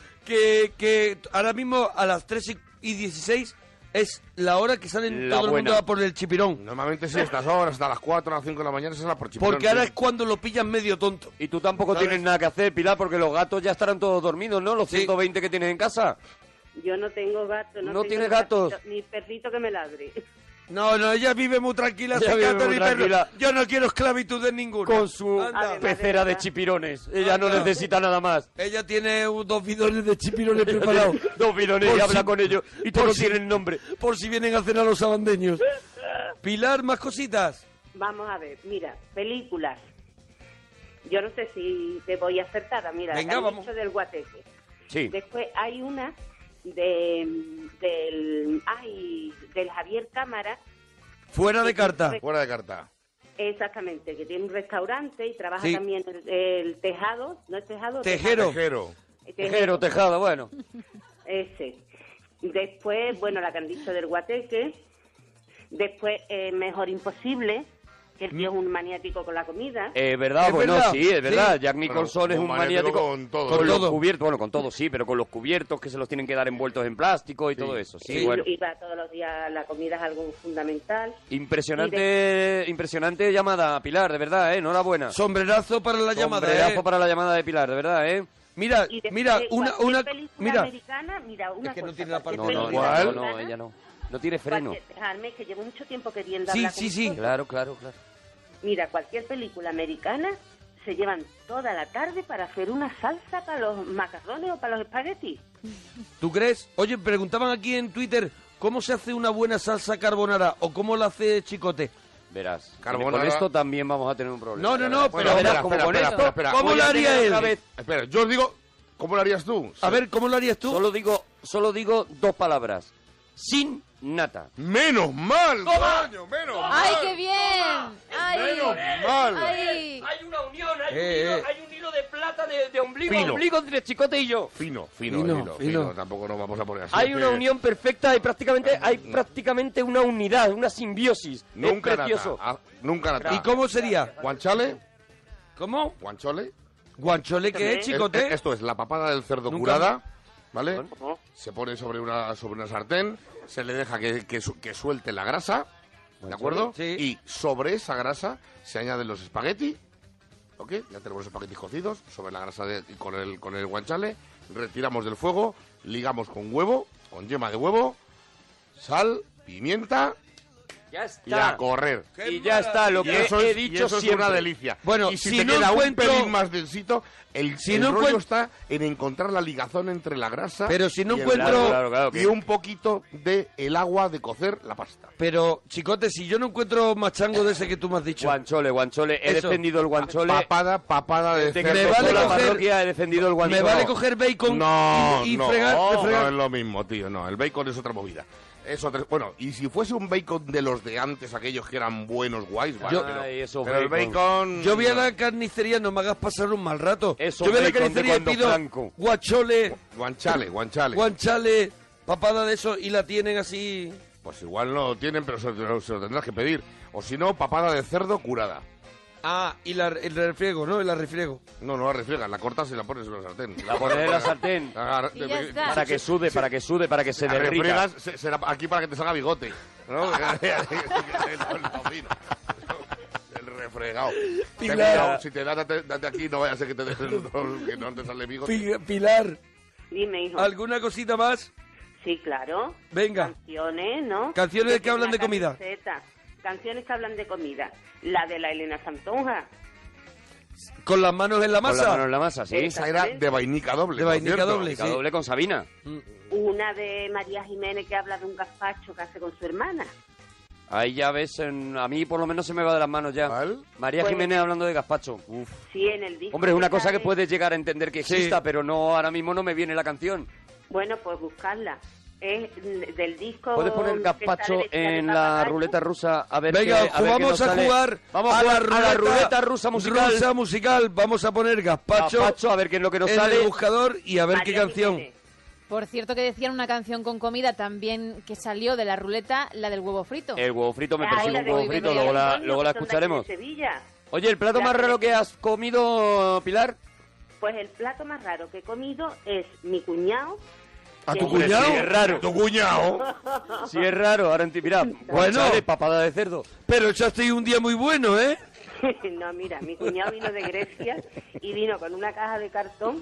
[SPEAKER 3] Que ahora mismo a las 3:16 es la hora que salen
[SPEAKER 2] La
[SPEAKER 3] todo el
[SPEAKER 2] buena.
[SPEAKER 3] mundo a por el chipirón.
[SPEAKER 6] Normalmente sí, estas horas, hasta las 4 o las 5 de la mañana, se la por chipirón.
[SPEAKER 3] Porque ahora
[SPEAKER 6] sí.
[SPEAKER 3] es cuando lo pillan medio tonto.
[SPEAKER 2] Y tú tampoco
[SPEAKER 3] ¿Sabes?
[SPEAKER 2] tienes nada que hacer, Pilar, porque los gatos ya estarán todos dormidos, ¿no? Los 120 que tienes en casa.
[SPEAKER 7] Yo no tengo gato.
[SPEAKER 2] ¿No
[SPEAKER 7] tengo
[SPEAKER 2] tienes
[SPEAKER 7] ni
[SPEAKER 2] gatos?
[SPEAKER 7] perrito- Ni perrito que me ladre.
[SPEAKER 3] No, ella vive muy tranquila,
[SPEAKER 2] Ella
[SPEAKER 3] sin
[SPEAKER 2] vive
[SPEAKER 3] gato
[SPEAKER 2] muy
[SPEAKER 3] ni perro.
[SPEAKER 2] tranquila.
[SPEAKER 3] Yo no quiero esclavitud de ninguna.
[SPEAKER 2] Con su
[SPEAKER 3] Anda.
[SPEAKER 2] pecera de chipirones. Ella no
[SPEAKER 3] Anda.
[SPEAKER 2] necesita nada más.
[SPEAKER 3] Ella tiene 2 bidones de chipirones preparados.
[SPEAKER 2] 2 bidones
[SPEAKER 3] Por
[SPEAKER 2] y habla
[SPEAKER 3] si-
[SPEAKER 2] con ellos. Y
[SPEAKER 3] por
[SPEAKER 2] todos
[SPEAKER 3] si-
[SPEAKER 2] tienen nombre.
[SPEAKER 3] Por si vienen a cenar los sabandeños. Pilar, más cositas.
[SPEAKER 7] Vamos a ver, mira, películas. Yo no sé si te voy acertada. Mira,
[SPEAKER 3] Venga,
[SPEAKER 7] la
[SPEAKER 3] vamos.
[SPEAKER 7] del Guateque.
[SPEAKER 2] Sí.
[SPEAKER 7] Después hay una del Javier Cámara.
[SPEAKER 3] Fuera de carta.
[SPEAKER 6] Fuera de carta.
[SPEAKER 7] Exactamente, que tiene un restaurante y trabaja
[SPEAKER 3] Sí.
[SPEAKER 7] también el tejado, ¿no es tejado?
[SPEAKER 3] Tejero.
[SPEAKER 6] Tejero.
[SPEAKER 2] Tejero, tejada, bueno.
[SPEAKER 7] Ese. Después, bueno, la que han dicho del Guateque. Después, Mejor Imposible. que el tío es un maniático con la comida.
[SPEAKER 2] ¿Verdad?
[SPEAKER 3] Es
[SPEAKER 2] Bueno,
[SPEAKER 3] verdad,
[SPEAKER 2] sí, es verdad.
[SPEAKER 3] sí.
[SPEAKER 2] Jack Nicholson es un maniático
[SPEAKER 6] con todo.
[SPEAKER 2] con los
[SPEAKER 3] todo.
[SPEAKER 2] cubiertos, bueno, con todo sí, pero con los cubiertos que se los tienen que dar envueltos en plástico y todo eso. Sí,
[SPEAKER 7] Y
[SPEAKER 2] bueno.
[SPEAKER 7] va todos los días, la comida es algo fundamental.
[SPEAKER 2] Impresionante llamada, Pilar, de verdad, enhorabuena.
[SPEAKER 3] Sombrerazo para la llamada,
[SPEAKER 2] Sombrerazo para la llamada de Pilar, de verdad,
[SPEAKER 3] Mira,
[SPEAKER 7] Y después
[SPEAKER 3] mira,
[SPEAKER 7] de
[SPEAKER 3] una,
[SPEAKER 7] cualquier película
[SPEAKER 3] mira,
[SPEAKER 7] americana, mira, una
[SPEAKER 3] Es que no
[SPEAKER 7] cosa,
[SPEAKER 3] tiene la
[SPEAKER 7] cualquier
[SPEAKER 3] parte-
[SPEAKER 2] No,
[SPEAKER 7] película
[SPEAKER 6] ¿cuál?
[SPEAKER 7] americana,
[SPEAKER 2] ella no. No tiene freno.
[SPEAKER 7] Dejadme, que llevo mucho tiempo queriendo
[SPEAKER 3] Sí,
[SPEAKER 7] hablar
[SPEAKER 3] sí,
[SPEAKER 7] con
[SPEAKER 3] sí.
[SPEAKER 7] vosotros.
[SPEAKER 2] Claro.
[SPEAKER 7] Mira, cualquier película americana se llevan toda la tarde para hacer una salsa para los macarrones o para los espaguetis.
[SPEAKER 3] ¿tú crees? Oye, preguntaban aquí en Twitter, ¿cómo se hace una buena salsa carbonara o cómo la hace Chicote?
[SPEAKER 2] Verás,
[SPEAKER 6] Carbonara.
[SPEAKER 2] con esto también vamos a tener un problema.
[SPEAKER 3] No,
[SPEAKER 6] Bueno,
[SPEAKER 3] pero
[SPEAKER 2] verás,
[SPEAKER 6] espera,
[SPEAKER 2] como
[SPEAKER 6] espera,
[SPEAKER 2] con
[SPEAKER 6] espera,
[SPEAKER 2] esto,
[SPEAKER 6] espera.
[SPEAKER 3] ¿Cómo
[SPEAKER 2] voy
[SPEAKER 3] lo
[SPEAKER 2] a
[SPEAKER 3] haría
[SPEAKER 2] tener
[SPEAKER 3] él?
[SPEAKER 2] otra vez-
[SPEAKER 6] Espera, yo os digo, ¿cómo lo harías tú?
[SPEAKER 3] A ver, ¿cómo lo harías tú?
[SPEAKER 2] Solo digo dos palabras. Sin nata.
[SPEAKER 6] ¡Menos mal, coño! ¡Menos mal!
[SPEAKER 5] ¡Ay, qué bien! ¡Ay!
[SPEAKER 6] ¡Menos mal!
[SPEAKER 5] ¡Ay!
[SPEAKER 2] Hay una unión,
[SPEAKER 3] Eh,
[SPEAKER 2] hay un hilo de plata de ombligo
[SPEAKER 6] Fino.
[SPEAKER 2] a ombligo entre Chicote y yo.
[SPEAKER 6] Fino,
[SPEAKER 3] Fino.
[SPEAKER 6] tampoco nos vamos a poner así.
[SPEAKER 2] Hay
[SPEAKER 6] es
[SPEAKER 2] una
[SPEAKER 6] que
[SPEAKER 2] unión perfecta, hay prácticamente una unidad, una simbiosis.
[SPEAKER 6] Nunca
[SPEAKER 2] es precioso.
[SPEAKER 6] nata. Nunca nata.
[SPEAKER 3] ¿Y cómo sería?
[SPEAKER 6] ¿Guanchale?
[SPEAKER 3] ¿Cómo?
[SPEAKER 6] ¿Guanchole?
[SPEAKER 3] ¿Guanchole qué es, Chicote?
[SPEAKER 6] Esto es la papada del cerdo
[SPEAKER 3] Nunca-
[SPEAKER 6] curada, ¿vale?
[SPEAKER 7] ¿Cómo?
[SPEAKER 6] Se pone sobre una sartén, se le deja que suelte la grasa, ¿de acuerdo?
[SPEAKER 3] Sí.
[SPEAKER 6] Y sobre esa grasa se añaden los espaguetis, ¿ok? Ya tenemos los espaguetis cocidos sobre la grasa y con el guanchale, retiramos del fuego, ligamos con huevo, con yema de huevo, sal, pimienta
[SPEAKER 2] Ya
[SPEAKER 6] y
[SPEAKER 2] está.
[SPEAKER 6] a correr.
[SPEAKER 2] Y ya está, lo
[SPEAKER 6] Y
[SPEAKER 2] que
[SPEAKER 6] eso
[SPEAKER 2] he
[SPEAKER 6] es, y
[SPEAKER 2] dicho
[SPEAKER 6] eso es
[SPEAKER 2] siempre.
[SPEAKER 6] una delicia.
[SPEAKER 3] Bueno,
[SPEAKER 6] y si
[SPEAKER 3] si
[SPEAKER 6] te
[SPEAKER 3] no
[SPEAKER 6] queda
[SPEAKER 3] encuentro-
[SPEAKER 6] un pelín más densito, el
[SPEAKER 3] no
[SPEAKER 6] rollo
[SPEAKER 3] encuent-
[SPEAKER 6] está en encontrar la ligazón entre la grasa
[SPEAKER 3] Pero si no
[SPEAKER 6] y el
[SPEAKER 3] encuentro-
[SPEAKER 6] huevo
[SPEAKER 2] Claro,
[SPEAKER 6] y un poquito de el agua de cocer la pasta.
[SPEAKER 3] Pero, Chicote, si yo no encuentro machango de ese que tú me has dicho...
[SPEAKER 2] Guanchole. He
[SPEAKER 3] Eso.
[SPEAKER 2] defendido el guanchole.
[SPEAKER 6] Papada de
[SPEAKER 2] Desde que
[SPEAKER 6] cerdo.
[SPEAKER 3] me vale
[SPEAKER 2] empezó la
[SPEAKER 3] coger-
[SPEAKER 2] parroquia he defendido el
[SPEAKER 3] ¿Me
[SPEAKER 2] guanchole.
[SPEAKER 3] vale coger bacon
[SPEAKER 6] No,
[SPEAKER 3] y
[SPEAKER 6] no,
[SPEAKER 3] fregar?
[SPEAKER 6] no,
[SPEAKER 3] refregar?
[SPEAKER 6] no es lo mismo, tío, no, el bacon es otra movida. Bueno, y si fuese un bacon de los de antes, aquellos que eran buenos, guays, vale,
[SPEAKER 3] Yo-
[SPEAKER 2] Ay, esos
[SPEAKER 6] pero el
[SPEAKER 2] bacon.
[SPEAKER 6] bacon...
[SPEAKER 3] Yo voy a la carnicería, no me hagas pasar un mal rato.
[SPEAKER 2] Eso
[SPEAKER 3] Yo voy a la
[SPEAKER 2] bacon de
[SPEAKER 3] carnicería y
[SPEAKER 2] cuando
[SPEAKER 3] pido
[SPEAKER 2] Franco.
[SPEAKER 3] guachole,
[SPEAKER 6] Guanchale.
[SPEAKER 3] guanchale, papada de eso, y la tienen así...
[SPEAKER 6] Pues igual no lo tienen, pero se lo tendrás que pedir. O si no, papada de cerdo curada.
[SPEAKER 3] Ah, y el refriego, ¿no? Y la refriego.
[SPEAKER 6] No, no la refriegas, la cortas y la pones en la sartén.
[SPEAKER 2] La pones en la sartén.
[SPEAKER 5] Y ya está.
[SPEAKER 2] Para que sude, para que se
[SPEAKER 6] La
[SPEAKER 2] derrita.
[SPEAKER 6] refriegas será aquí para que te salga bigote, ¿no? El tocino. El refregado. Ten
[SPEAKER 3] Pilar.
[SPEAKER 6] cuidado, si te da, date aquí, no vaya a ser que te dejen que no te sale bigote.
[SPEAKER 3] Pilar,
[SPEAKER 7] Dime, hijo.
[SPEAKER 3] ¿alguna cosita más?
[SPEAKER 7] Sí, claro.
[SPEAKER 3] Venga.
[SPEAKER 7] Canciones, ¿no?
[SPEAKER 3] Canciones que hablan de
[SPEAKER 7] la
[SPEAKER 3] comida.
[SPEAKER 7] camiseta. Canciones que hablan de comida. La de la Elena Santonja.
[SPEAKER 3] Con las manos en la
[SPEAKER 2] Con la
[SPEAKER 3] masa.
[SPEAKER 2] mano en la masa, sí.
[SPEAKER 6] Esa era de vainica doble.
[SPEAKER 3] De
[SPEAKER 6] por
[SPEAKER 3] vainica
[SPEAKER 6] cierto.
[SPEAKER 3] doble,
[SPEAKER 2] Cada doble con Sabina.
[SPEAKER 7] Una de María Jiménez que habla de un gazpacho que hace con su hermana.
[SPEAKER 2] Ahí ya ves, a mí por lo menos se me va de las manos ya.
[SPEAKER 6] ¿Cuál?
[SPEAKER 2] María
[SPEAKER 7] Pues-
[SPEAKER 2] Jiménez hablando de gazpacho. Uf.
[SPEAKER 7] Sí, en el disco.
[SPEAKER 2] Hombre, es una cosa que
[SPEAKER 7] sale-
[SPEAKER 2] puedes llegar a entender que
[SPEAKER 3] Sí.
[SPEAKER 2] exista, pero no ahora mismo no me viene la canción.
[SPEAKER 7] Bueno, pues buscarla. Es del disco.
[SPEAKER 2] ¿Puedes poner
[SPEAKER 7] que
[SPEAKER 2] gazpacho
[SPEAKER 7] sale vestida de
[SPEAKER 2] en la
[SPEAKER 7] papagayo?
[SPEAKER 2] ruleta rusa? A ver
[SPEAKER 3] Venga,
[SPEAKER 2] qué, a ver qué
[SPEAKER 3] vamos
[SPEAKER 2] nos
[SPEAKER 3] a
[SPEAKER 2] sale.
[SPEAKER 3] jugar
[SPEAKER 2] Vamos a jugar a la ruleta rusa musical.
[SPEAKER 3] Vamos a poner gazpacho,
[SPEAKER 2] Gazpacho, a ver qué es lo que nos
[SPEAKER 3] en
[SPEAKER 2] sale.
[SPEAKER 3] el buscador y a ver qué
[SPEAKER 7] María
[SPEAKER 3] canción.
[SPEAKER 7] Jiménez.
[SPEAKER 5] Por cierto que decían una canción con comida también que salió de la ruleta, la del huevo frito.
[SPEAKER 2] El huevo frito, me
[SPEAKER 7] Ah,
[SPEAKER 2] persigue
[SPEAKER 7] la
[SPEAKER 2] un
[SPEAKER 7] de
[SPEAKER 2] huevo
[SPEAKER 5] Muy
[SPEAKER 2] frito,
[SPEAKER 5] bien,
[SPEAKER 2] luego la
[SPEAKER 7] Antonio, que son de aquí de
[SPEAKER 2] escucharemos.
[SPEAKER 7] Sevilla.
[SPEAKER 2] Oye, ¿el plato
[SPEAKER 7] La
[SPEAKER 2] más
[SPEAKER 7] de-
[SPEAKER 2] raro que has comido, Pilar?
[SPEAKER 7] Pues el plato más raro que he comido es mi cuñado.
[SPEAKER 3] ¿A
[SPEAKER 7] que-
[SPEAKER 3] tu cuñado?
[SPEAKER 2] Sí, es raro.
[SPEAKER 6] Tu cuñado.
[SPEAKER 2] Sí, es raro. Ahora, mira,
[SPEAKER 3] Bueno.
[SPEAKER 2] guanchale, papada de cerdo.
[SPEAKER 3] Pero echasteis un día muy bueno, ¿eh?
[SPEAKER 7] No, mira, mi cuñado vino de Grecia y vino con una caja de cartón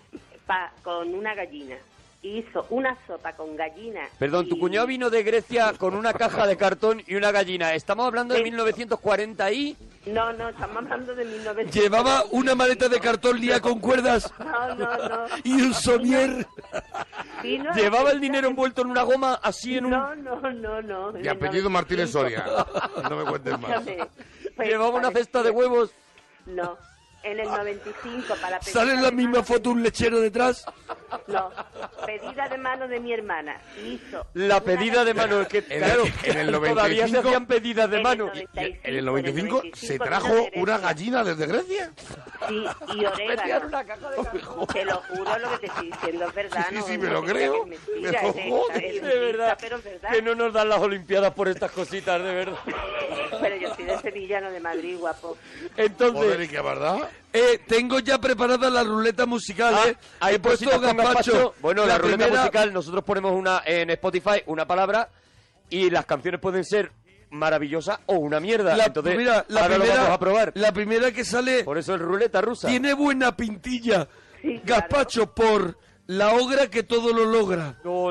[SPEAKER 7] con una gallina. Y hizo una sopa con gallina.
[SPEAKER 2] Perdón, tu
[SPEAKER 7] y-
[SPEAKER 2] cuñado vino de Grecia con una caja de cartón y una gallina. Estamos hablando de
[SPEAKER 7] Sí.
[SPEAKER 2] 1940 y...
[SPEAKER 7] No, estamos hablando de 1900.
[SPEAKER 3] Llevaba una maleta de cartón lía con cuerdas
[SPEAKER 7] No.
[SPEAKER 3] y un somier.
[SPEAKER 7] Vino-
[SPEAKER 2] Llevaba el dinero envuelto en una goma así en un...
[SPEAKER 7] No.
[SPEAKER 6] De apellido Martínez Soria. No me cuentes más.
[SPEAKER 7] Escúchame. Pues
[SPEAKER 2] Llevaba una
[SPEAKER 7] parecía-
[SPEAKER 2] cesta de huevos.
[SPEAKER 7] No, en el 95 para
[SPEAKER 3] ¿Sale en la
[SPEAKER 7] pedir
[SPEAKER 3] misma foto un lechero detrás?
[SPEAKER 7] No, pedida de mano de mi hermana. Hizo
[SPEAKER 8] La pedida de mano, es que claro,
[SPEAKER 6] en el
[SPEAKER 8] todavía se
[SPEAKER 6] 95,
[SPEAKER 8] hacían pedidas de mano.
[SPEAKER 6] En el 95 se trajo una gallina desde Grecia.
[SPEAKER 7] Sí, y orégano. Te lo juro, lo que te estoy diciendo es verdad.
[SPEAKER 6] Sí,
[SPEAKER 7] no,
[SPEAKER 6] sí,
[SPEAKER 7] no
[SPEAKER 6] me lo
[SPEAKER 7] te
[SPEAKER 6] creo.
[SPEAKER 7] creas que es mentira,
[SPEAKER 6] Me lo
[SPEAKER 7] es
[SPEAKER 6] jodes.
[SPEAKER 7] es
[SPEAKER 8] De
[SPEAKER 7] mentira,
[SPEAKER 8] verdad,
[SPEAKER 7] pero es verdad.
[SPEAKER 8] que no nos dan las Olimpiadas por estas cositas, de verdad.
[SPEAKER 7] Pero yo soy de Sevilla, no de Madrid, guapo.
[SPEAKER 8] Entonces,
[SPEAKER 6] Joder, ¿y qué verdad?
[SPEAKER 3] Tengo ya preparada la ruleta musical, ¿eh?
[SPEAKER 8] hay
[SPEAKER 3] He puesto
[SPEAKER 8] cositas con gazpacho. Bueno, la ruleta
[SPEAKER 3] primera-
[SPEAKER 8] musical, nosotros ponemos una en Spotify, una palabra, y las canciones pueden ser maravillosas o una mierda. Entonces,
[SPEAKER 3] mira,
[SPEAKER 8] ahora lo vamos a probar.
[SPEAKER 3] La primera que sale
[SPEAKER 8] Por eso es ruleta rusa.
[SPEAKER 3] tiene buena pintilla.
[SPEAKER 7] Sí, claro.
[SPEAKER 3] Gazpacho por la ogra que todo lo logra.
[SPEAKER 8] No.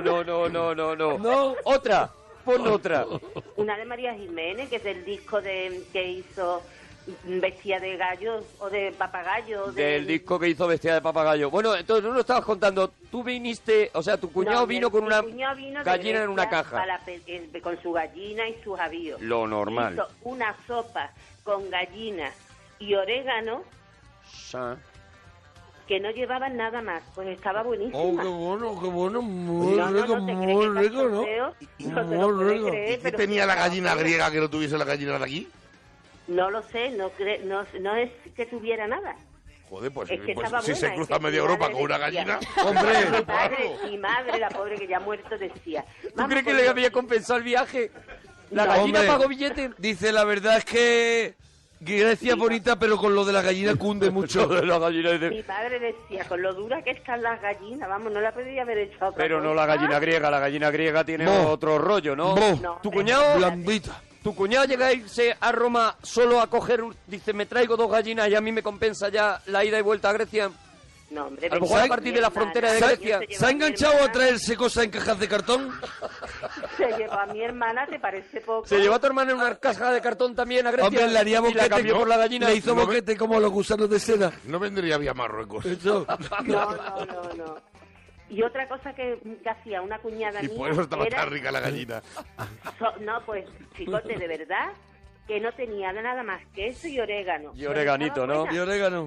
[SPEAKER 3] No.
[SPEAKER 8] Otra, pon otra.
[SPEAKER 7] Una de María Jiménez, que es del disco que hizo Vestida de gallo o de papagayo.
[SPEAKER 8] Del disco que hizo Bestia de Papagayo. Bueno, entonces tú nos estabas contando, tú viniste, o sea, tu cuñado
[SPEAKER 7] No,
[SPEAKER 8] vino con
[SPEAKER 7] mi
[SPEAKER 8] una
[SPEAKER 7] cuñado vino de
[SPEAKER 8] gallina en una
[SPEAKER 7] Grecia
[SPEAKER 8] caja.
[SPEAKER 7] con su gallina y sus avíos.
[SPEAKER 8] Lo normal.
[SPEAKER 7] Hizo una sopa con gallina y orégano
[SPEAKER 8] Sa-
[SPEAKER 7] que no llevaban nada más, pues estaba
[SPEAKER 3] Oh,
[SPEAKER 7] buenísima.
[SPEAKER 3] qué bueno, muy
[SPEAKER 7] No,
[SPEAKER 3] rico,
[SPEAKER 7] no te
[SPEAKER 3] muy
[SPEAKER 7] crees que
[SPEAKER 3] rico, ¿no?
[SPEAKER 7] cachondeo, no te
[SPEAKER 3] Muy
[SPEAKER 7] lo puedes
[SPEAKER 3] rico.
[SPEAKER 7] creer,
[SPEAKER 6] ¿Y qué
[SPEAKER 7] pero
[SPEAKER 6] tenía la
[SPEAKER 7] estaba
[SPEAKER 6] gallina
[SPEAKER 7] bueno.
[SPEAKER 6] griega que no tuviese la gallina de aquí?
[SPEAKER 7] No lo sé, no es que tuviera nada.
[SPEAKER 6] Joder, pues,
[SPEAKER 7] Es que
[SPEAKER 6] pues
[SPEAKER 7] estaba
[SPEAKER 6] si
[SPEAKER 7] buena,
[SPEAKER 6] se
[SPEAKER 7] es
[SPEAKER 6] cruza
[SPEAKER 7] que
[SPEAKER 6] media
[SPEAKER 7] mi
[SPEAKER 6] Europa
[SPEAKER 7] madre
[SPEAKER 6] con una
[SPEAKER 7] decía-
[SPEAKER 6] gallina...
[SPEAKER 3] Hombre,
[SPEAKER 7] Mi madre, la pobre que ya ha muerto, decía...
[SPEAKER 8] ¿Tú crees que le había compensado el viaje? La gallina
[SPEAKER 3] hombre.
[SPEAKER 8] pagó billete.
[SPEAKER 3] dice, la verdad es que Grecia es bonita, pero con lo de la gallina cunde mucho.
[SPEAKER 8] La gallina dice,
[SPEAKER 7] Mi padre decía, con lo dura que están las gallinas, vamos, no la podía haber hecho a otra
[SPEAKER 8] pero no
[SPEAKER 7] cosa.
[SPEAKER 8] la gallina griega tiene
[SPEAKER 3] Bo.
[SPEAKER 8] otro rollo, ¿no?
[SPEAKER 3] Bo.
[SPEAKER 7] No,
[SPEAKER 8] Tu
[SPEAKER 7] pero-
[SPEAKER 8] cuñado,
[SPEAKER 3] Blandita.
[SPEAKER 8] tu cuñado llega a irse a Roma solo a coger, dice, me traigo 2 gallinas y a mí me compensa ya la ida y vuelta a Grecia.
[SPEAKER 7] No, hombre,
[SPEAKER 8] A lo mejor a partir de la frontera de Grecia.
[SPEAKER 3] ¿Se ha enganchado a traerse cosas en cajas de cartón?
[SPEAKER 7] Se llevó a mi hermana, ¿te parece poco?
[SPEAKER 8] Se llevó a tu hermana en una caja de cartón también a Grecia.
[SPEAKER 3] Hombre, le haría
[SPEAKER 8] y la
[SPEAKER 3] boquete.
[SPEAKER 8] cambió por la gallina.
[SPEAKER 3] Le hizo
[SPEAKER 6] No me-
[SPEAKER 3] boquete como los gusanos de seda.
[SPEAKER 6] No vendría bien a Marruecos.
[SPEAKER 3] Eso.
[SPEAKER 7] No. Y otra cosa que hacía una cuñada
[SPEAKER 6] Y
[SPEAKER 7] mía...
[SPEAKER 6] por eso estaba
[SPEAKER 7] era-
[SPEAKER 6] tan rica la gallina.
[SPEAKER 7] No, pues, chicote, de verdad, que no tenía nada más que eso y orégano.
[SPEAKER 8] Y oreganito,
[SPEAKER 7] Pero estaba
[SPEAKER 8] ¿no?
[SPEAKER 3] Y
[SPEAKER 7] buena.
[SPEAKER 3] orégano.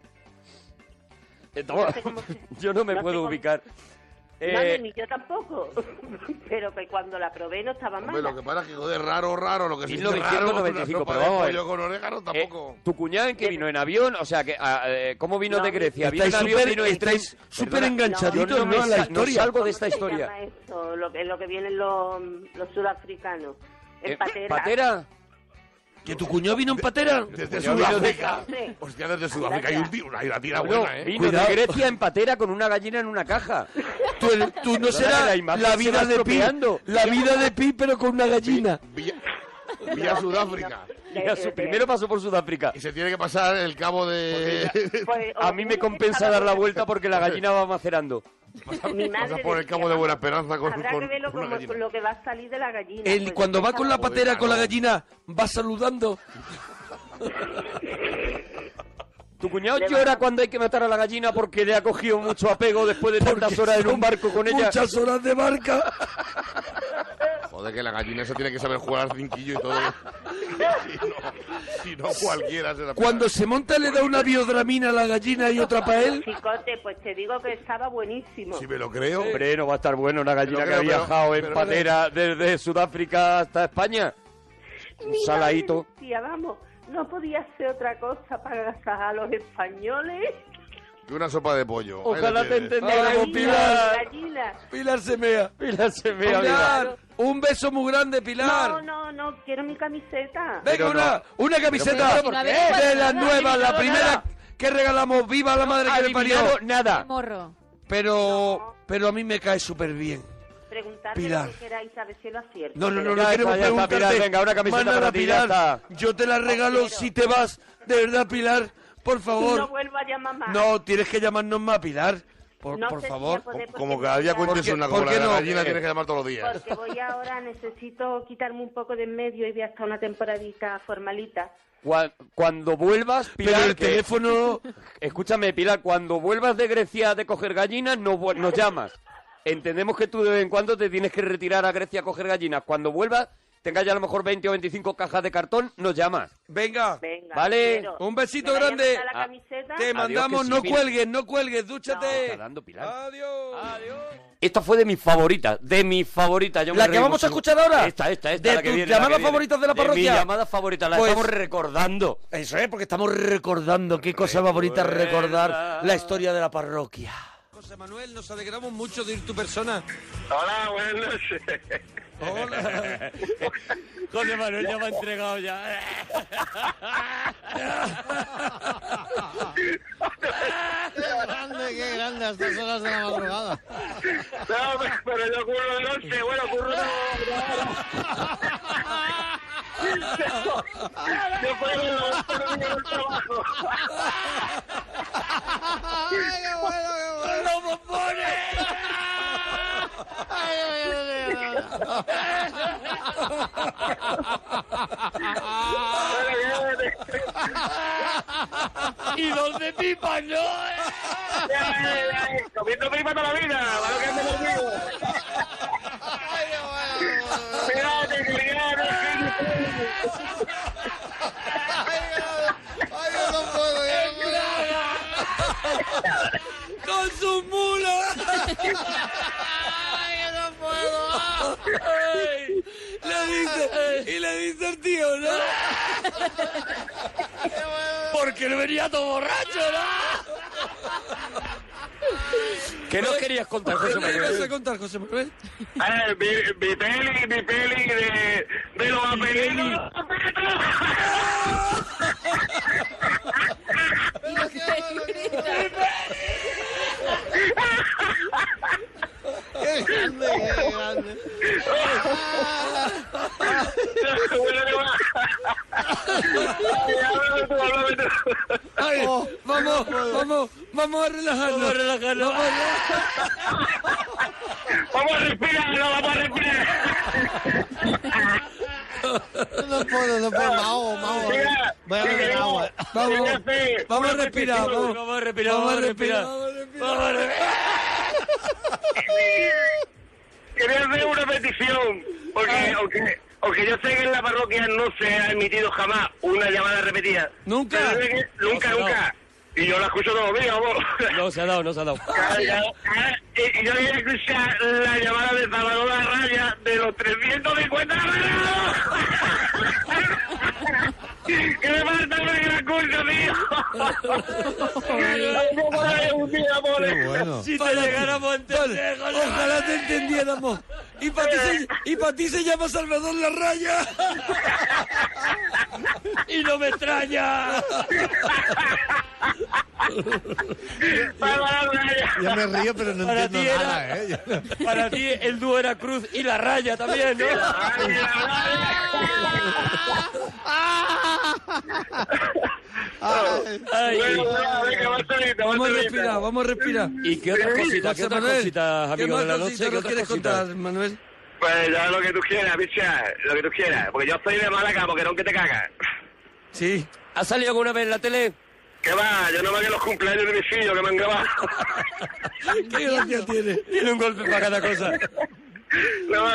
[SPEAKER 8] Toma.
[SPEAKER 7] No sé cómo se-
[SPEAKER 8] Yo no me
[SPEAKER 7] no sé
[SPEAKER 8] puedo
[SPEAKER 7] cómo-
[SPEAKER 8] ubicar.
[SPEAKER 7] No, ni yo tampoco. Pero que cuando la probé no estaba
[SPEAKER 6] Hombre,
[SPEAKER 7] mala.
[SPEAKER 6] lo que pasa es que, joder, raro, lo que sí es
[SPEAKER 8] 1995,
[SPEAKER 6] raro,
[SPEAKER 8] pero
[SPEAKER 6] una sopa
[SPEAKER 8] vamos a
[SPEAKER 6] de
[SPEAKER 8] ver.
[SPEAKER 6] pollo con orégano tampoco.
[SPEAKER 8] ¿Tu cuñado en qué vino? ¿En avión? O sea, que ¿cómo vino
[SPEAKER 7] No,
[SPEAKER 8] de Grecia? ¿Vino
[SPEAKER 3] Estáis
[SPEAKER 8] en avión?
[SPEAKER 3] súper
[SPEAKER 8] ¿Vino en
[SPEAKER 3] estáis
[SPEAKER 8] tren?
[SPEAKER 3] súper
[SPEAKER 8] Perdona,
[SPEAKER 3] enganchaditos,
[SPEAKER 8] yo
[SPEAKER 3] ¿no? A la
[SPEAKER 8] no
[SPEAKER 3] historia.
[SPEAKER 8] salgo de esta
[SPEAKER 7] ¿Cómo se
[SPEAKER 8] historia.
[SPEAKER 7] llama eso? Lo que vienen los sudafricanos. En patera.
[SPEAKER 8] ¿Patera?
[SPEAKER 3] ¿Que tu cuñado vino en patera?
[SPEAKER 6] Desde
[SPEAKER 8] Yo vino de-
[SPEAKER 6] Sudáfrica.
[SPEAKER 7] Sí.
[SPEAKER 6] Hostia, desde Sudáfrica hay un tío, una tira
[SPEAKER 8] Bueno,
[SPEAKER 6] buena, ¿eh?
[SPEAKER 8] vino
[SPEAKER 3] Cuidado.
[SPEAKER 8] de Grecia en patera con una gallina en una caja.
[SPEAKER 3] Tú no serás
[SPEAKER 8] la imagen
[SPEAKER 3] la
[SPEAKER 8] se
[SPEAKER 3] vida
[SPEAKER 8] va
[SPEAKER 3] de Pi.
[SPEAKER 8] estropeando.
[SPEAKER 3] La vida de Pi, pero con una gallina.
[SPEAKER 6] Vía Sudáfrica.
[SPEAKER 8] Primero pasó por Sudáfrica.
[SPEAKER 6] Y se tiene que pasar el cabo de...
[SPEAKER 7] Pues,
[SPEAKER 8] A mí me
[SPEAKER 7] uno que
[SPEAKER 8] compensa
[SPEAKER 7] estaba
[SPEAKER 8] dar la
[SPEAKER 7] buena.
[SPEAKER 8] vuelta porque la gallina va macerando.
[SPEAKER 7] Mi
[SPEAKER 6] Pasa
[SPEAKER 7] madre
[SPEAKER 6] por el
[SPEAKER 7] decía,
[SPEAKER 6] cabo de Buena Esperanza con
[SPEAKER 7] habrá que ver
[SPEAKER 6] con una gallina.
[SPEAKER 7] lo que va a salir de la gallina.
[SPEAKER 3] Él,
[SPEAKER 7] Pues
[SPEAKER 3] cuando va con la
[SPEAKER 7] estaba
[SPEAKER 3] patera con la
[SPEAKER 6] claro.
[SPEAKER 3] gallina, va saludando.
[SPEAKER 8] Tu cuñado
[SPEAKER 7] Le
[SPEAKER 8] llora
[SPEAKER 7] va-
[SPEAKER 8] cuando hay que matar a la gallina porque le ha cogido mucho apego después de tantas
[SPEAKER 3] Porque
[SPEAKER 8] horas en
[SPEAKER 3] son
[SPEAKER 8] un barco con ella.
[SPEAKER 3] Muchas horas de barca.
[SPEAKER 6] Joder, que la gallina esa tiene que saber jugar al cinquillo y todo. Si no cualquiera se la
[SPEAKER 3] Cuando se monta le da una biodramina a la gallina y otra para él.
[SPEAKER 7] Chicote, pues te digo que estaba buenísimo.
[SPEAKER 6] Si me lo creo.
[SPEAKER 8] Hombre, no va a estar bueno una gallina
[SPEAKER 6] Pero
[SPEAKER 8] que ha
[SPEAKER 6] creo,
[SPEAKER 8] viajado en
[SPEAKER 6] pero-
[SPEAKER 8] patera desde Sudáfrica hasta España. Un
[SPEAKER 7] Mi
[SPEAKER 8] saladito.
[SPEAKER 7] madre decía, vamos, no podía ser otra cosa para agasajar a los españoles.
[SPEAKER 6] Que una sopa de pollo. Ahí
[SPEAKER 8] Ojalá
[SPEAKER 6] la
[SPEAKER 8] te
[SPEAKER 6] tienes.
[SPEAKER 8] entendamos, Pilar.
[SPEAKER 7] Gallina.
[SPEAKER 3] Pilar se mea.
[SPEAKER 8] Pilar se me ha
[SPEAKER 3] Pilar, un beso muy grande, Pilar.
[SPEAKER 7] No, quiero mi camiseta.
[SPEAKER 3] Venga, una camiseta
[SPEAKER 5] Pero, ¿por qué?
[SPEAKER 3] de las
[SPEAKER 5] No
[SPEAKER 3] nuevas,
[SPEAKER 5] ha
[SPEAKER 3] la
[SPEAKER 8] adivinado
[SPEAKER 3] primera
[SPEAKER 8] nada.
[SPEAKER 3] que regalamos. ¡Viva la madre que le parió!
[SPEAKER 8] nada.
[SPEAKER 5] Morro.
[SPEAKER 3] Pero a mí me cae súper bien.
[SPEAKER 7] Preguntadme
[SPEAKER 3] Pilar.
[SPEAKER 7] lo que queráis a ver si lo acierto.
[SPEAKER 3] No,
[SPEAKER 8] Ya
[SPEAKER 3] queremos
[SPEAKER 8] está,
[SPEAKER 3] preguntarte.
[SPEAKER 8] Pilar, venga, una camiseta
[SPEAKER 3] más nada,
[SPEAKER 8] para ti, ya
[SPEAKER 3] Pilar.
[SPEAKER 8] está.
[SPEAKER 3] Yo te la regalo si te vas. De verdad, Pilar, por
[SPEAKER 7] No
[SPEAKER 3] favor.
[SPEAKER 7] vuelvo a llamar más.
[SPEAKER 3] No, tienes que llamarnos más, Pilar. Por
[SPEAKER 7] No sé si
[SPEAKER 3] favor.
[SPEAKER 7] voy a poder, porque
[SPEAKER 6] Como cada día
[SPEAKER 7] voy a-
[SPEAKER 6] cuentes una
[SPEAKER 3] ¿Por
[SPEAKER 6] como la
[SPEAKER 3] qué
[SPEAKER 6] de la
[SPEAKER 3] no?
[SPEAKER 6] gallina, tienes que llamar todos los días.
[SPEAKER 7] Porque voy ahora, necesito quitarme un poco de en medio y voy a estar una temporadita formalita.
[SPEAKER 8] Cuando vuelvas,
[SPEAKER 3] Pero
[SPEAKER 8] Pilar,
[SPEAKER 3] el teléfono...
[SPEAKER 8] escúchame, Pilar, cuando vuelvas de Grecia de coger gallinas, nos llamas. Entendemos que tú de vez en cuando te tienes que retirar a Grecia a coger gallinas. Cuando vuelvas, tengas ya a lo mejor 20 o 25 cajas de cartón, nos llamas.
[SPEAKER 3] Venga.
[SPEAKER 7] Venga.
[SPEAKER 8] ¿Vale?
[SPEAKER 7] quiero.
[SPEAKER 3] Un besito
[SPEAKER 7] ¿Me vais a
[SPEAKER 3] grande.
[SPEAKER 7] mandar la camiseta?
[SPEAKER 3] Te
[SPEAKER 8] Adiós,
[SPEAKER 3] mandamos,
[SPEAKER 8] que sí,
[SPEAKER 3] no
[SPEAKER 8] mira.
[SPEAKER 3] cuelgues, dúchate.
[SPEAKER 8] Está dando Pilar.
[SPEAKER 3] Adiós.
[SPEAKER 8] Esta fue de mis favoritas, Yo me
[SPEAKER 3] ¿La que
[SPEAKER 8] reí
[SPEAKER 3] vamos a
[SPEAKER 8] mucho.
[SPEAKER 3] escuchar ahora?
[SPEAKER 8] Esta,
[SPEAKER 3] ¿De
[SPEAKER 8] la que
[SPEAKER 3] tus
[SPEAKER 8] viene, la
[SPEAKER 3] llamadas
[SPEAKER 8] que viene.
[SPEAKER 3] favoritas de la
[SPEAKER 8] De mis
[SPEAKER 3] parroquia?
[SPEAKER 8] llamadas favoritas, la
[SPEAKER 3] Pues-
[SPEAKER 8] estamos recordando.
[SPEAKER 3] Eso es, porque estamos recordando, qué cosa más bonita recordar la historia de la parroquia. José Manuel, nos alegramos mucho de ir tu persona.
[SPEAKER 1] Hola, buenas noches.
[SPEAKER 3] Hola.
[SPEAKER 8] José Manuel ya me ha entregado ya.
[SPEAKER 9] Qué grande a estas horas de la madrugada.
[SPEAKER 1] No, pero yo curro de noche, bueno, curro de... Yo puedo ver el trabajo.
[SPEAKER 9] ¡Ay, qué bueno, qué bueno!
[SPEAKER 8] ¡Los bombones!
[SPEAKER 9] ¡Ay, ay, ay,
[SPEAKER 8] ¡Y dos de pipa, no!
[SPEAKER 1] Comiendo pipa toda la vida, ¿vale? Que ande conmigo. Espérate, que
[SPEAKER 9] ay, yo no puedo, yo no puedo!
[SPEAKER 3] ¡Con sus mulas!
[SPEAKER 9] ¡Ay, yo no puedo!
[SPEAKER 3] Le dice el tío, ¿no?
[SPEAKER 8] Porque no venía todo borracho, ¿no? ¿Qué nos querías contar, José
[SPEAKER 3] ¿Qué me ibas a
[SPEAKER 8] Manuel?
[SPEAKER 3] contar, José Manuel?
[SPEAKER 1] mi peli de los apelidos.
[SPEAKER 9] ¡Pero qué bueno, qué bueno! ¡Qué grande, qué grande!
[SPEAKER 3] Ay, vamos a relajarnos.
[SPEAKER 1] Vamos a respirar, no vamos a respirar.
[SPEAKER 9] No puedo, me ahogo.
[SPEAKER 1] Mira,
[SPEAKER 9] Voy a beber agua.
[SPEAKER 3] Vamos a respirar,
[SPEAKER 8] Vamos a respirar.
[SPEAKER 1] Quería hacer una petición, porque aunque yo sé que en la parroquia no se ha emitido jamás una llamada repetida.
[SPEAKER 3] ¿Nunca?
[SPEAKER 1] Pero es que nunca. Y yo la escucho todos los días, vamos.
[SPEAKER 8] No se ha dado.
[SPEAKER 1] Y yo quería escuchar la llamada de Salvador La Raya de los 350 grados. ¡Que me falta un gran curso, tío!
[SPEAKER 9] ¡Qué bueno!
[SPEAKER 8] Si te llegáramos a entender, José
[SPEAKER 3] Ojalá te entendiéramos. Y para ti se llama Salvador La Raya.
[SPEAKER 8] y no me extraña.
[SPEAKER 9] Yo me río, pero no
[SPEAKER 8] Para
[SPEAKER 9] entiendo
[SPEAKER 8] ti
[SPEAKER 9] nada,
[SPEAKER 8] era-
[SPEAKER 9] ¿eh?
[SPEAKER 8] Para ti el dúo era Cruz y La Raya también, ¿no? Ay,
[SPEAKER 3] Vamos a respirar.
[SPEAKER 8] ¿Y qué otras cositas,
[SPEAKER 3] José Manuel,
[SPEAKER 8] amigos
[SPEAKER 3] ¿qué más
[SPEAKER 8] de la noche?
[SPEAKER 3] cositas
[SPEAKER 8] ¿Qué
[SPEAKER 3] nos
[SPEAKER 8] otras
[SPEAKER 3] quieres
[SPEAKER 8] cositas?
[SPEAKER 3] contar, Manuel?
[SPEAKER 1] Pues ya lo que tú quieras, bicha, lo que tú quieras. Porque yo soy de Málaga, porque no que te cagas.
[SPEAKER 3] Sí.
[SPEAKER 8] ¿Ha salido alguna vez en la tele?
[SPEAKER 1] ¿Qué va? Yo no me hago los cumpleaños de mi filho que me han grabado.
[SPEAKER 3] ¿Qué gracia tiene?
[SPEAKER 8] Tiene un golpe para cada cosa.
[SPEAKER 1] No,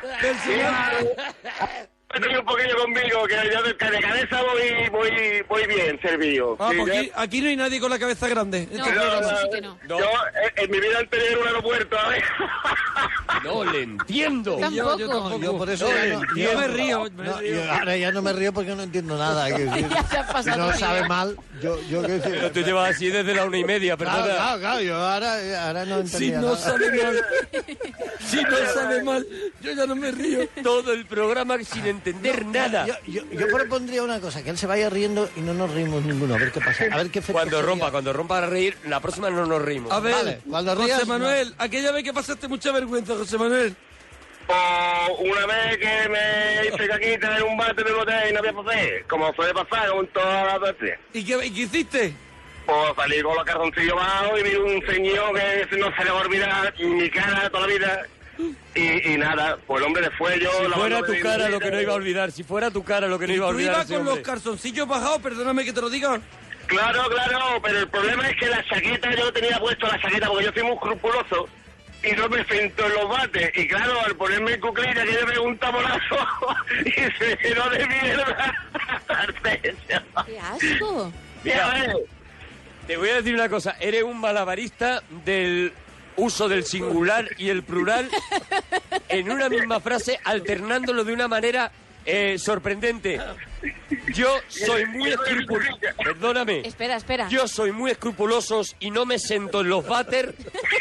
[SPEAKER 1] estoy un poquillo conmigo, que yo de cabeza voy bien servido.
[SPEAKER 3] Ah,
[SPEAKER 1] Sí,
[SPEAKER 3] pues
[SPEAKER 1] yo-
[SPEAKER 3] aquí no hay nadie con la cabeza grande.
[SPEAKER 5] No, eso sí que no.
[SPEAKER 1] Yo en mi vida anterior era un aeropuerto, a ver.
[SPEAKER 8] No le entiendo.
[SPEAKER 3] Yo
[SPEAKER 5] Tampoco.
[SPEAKER 3] tampoco.
[SPEAKER 9] Yo por eso ya no,
[SPEAKER 3] Yo me río.
[SPEAKER 9] no, yo ahora ya no me río porque no entiendo nada. hay que decir.
[SPEAKER 5] Ya se ha
[SPEAKER 9] Si
[SPEAKER 5] pasado
[SPEAKER 9] no
[SPEAKER 5] tu
[SPEAKER 9] sabe
[SPEAKER 5] nivel.
[SPEAKER 9] mal, yo qué decir.
[SPEAKER 8] Pero tú llevas así desde la 1:30,
[SPEAKER 9] Claro,
[SPEAKER 8] perdona.
[SPEAKER 9] claro, yo ahora no
[SPEAKER 3] Si
[SPEAKER 9] entendía
[SPEAKER 3] no
[SPEAKER 9] nada.
[SPEAKER 3] sabe mal, si no sabe mal, yo ya no me río.
[SPEAKER 8] Todo el programa sin entender nada.
[SPEAKER 9] Yo propondría una cosa, que él se vaya riendo y no nos reímos ninguno. A ver qué pasa. A ver qué efecto
[SPEAKER 8] Cuando
[SPEAKER 9] sería.
[SPEAKER 8] rompa a reír, la próxima no nos rimos.
[SPEAKER 3] A ver,
[SPEAKER 9] Vale, cuando
[SPEAKER 3] José
[SPEAKER 9] rías,
[SPEAKER 3] Manuel, aquella vez que pasaste mucha vergüenza, José Manuel.
[SPEAKER 1] O una vez que me hice caquita en un bate de un hotel y no había papel, como suele pasar con todas las veces.
[SPEAKER 3] ¿Y qué hiciste?
[SPEAKER 1] Pues salí con los calzoncillos bajos y vi un señor que no se le va a olvidar mi cara toda la vida. Y nada, pues el hombre después yo...
[SPEAKER 8] Si fuera
[SPEAKER 1] lavándome
[SPEAKER 8] tu cara
[SPEAKER 1] mi-
[SPEAKER 8] lo que no iba a olvidar, si fuera tu cara lo que no iba a
[SPEAKER 3] Tú
[SPEAKER 8] olvidar
[SPEAKER 3] ibas
[SPEAKER 8] ese
[SPEAKER 3] con los
[SPEAKER 8] hombre.
[SPEAKER 3] calzoncillos bajados, perdóname que te lo diga.
[SPEAKER 1] Claro, pero el problema es que la chaqueta, yo tenía puesto la chaqueta porque yo soy muy escrupuloso
[SPEAKER 10] y no me siento en los bates. Y claro, al ponerme cuclilla, que yo me un tabonazo y se llenó de mierda.
[SPEAKER 5] ¡Qué asco!
[SPEAKER 8] Mira, te voy a decir una cosa. Eres un malabarista del uso del singular y el plural en una misma frase, alternándolo de una manera sorprendente. Yo soy muy escrupuloso. Perdóname.
[SPEAKER 5] Espera.
[SPEAKER 8] Yo soy muy escrupuloso y no me siento en los váter.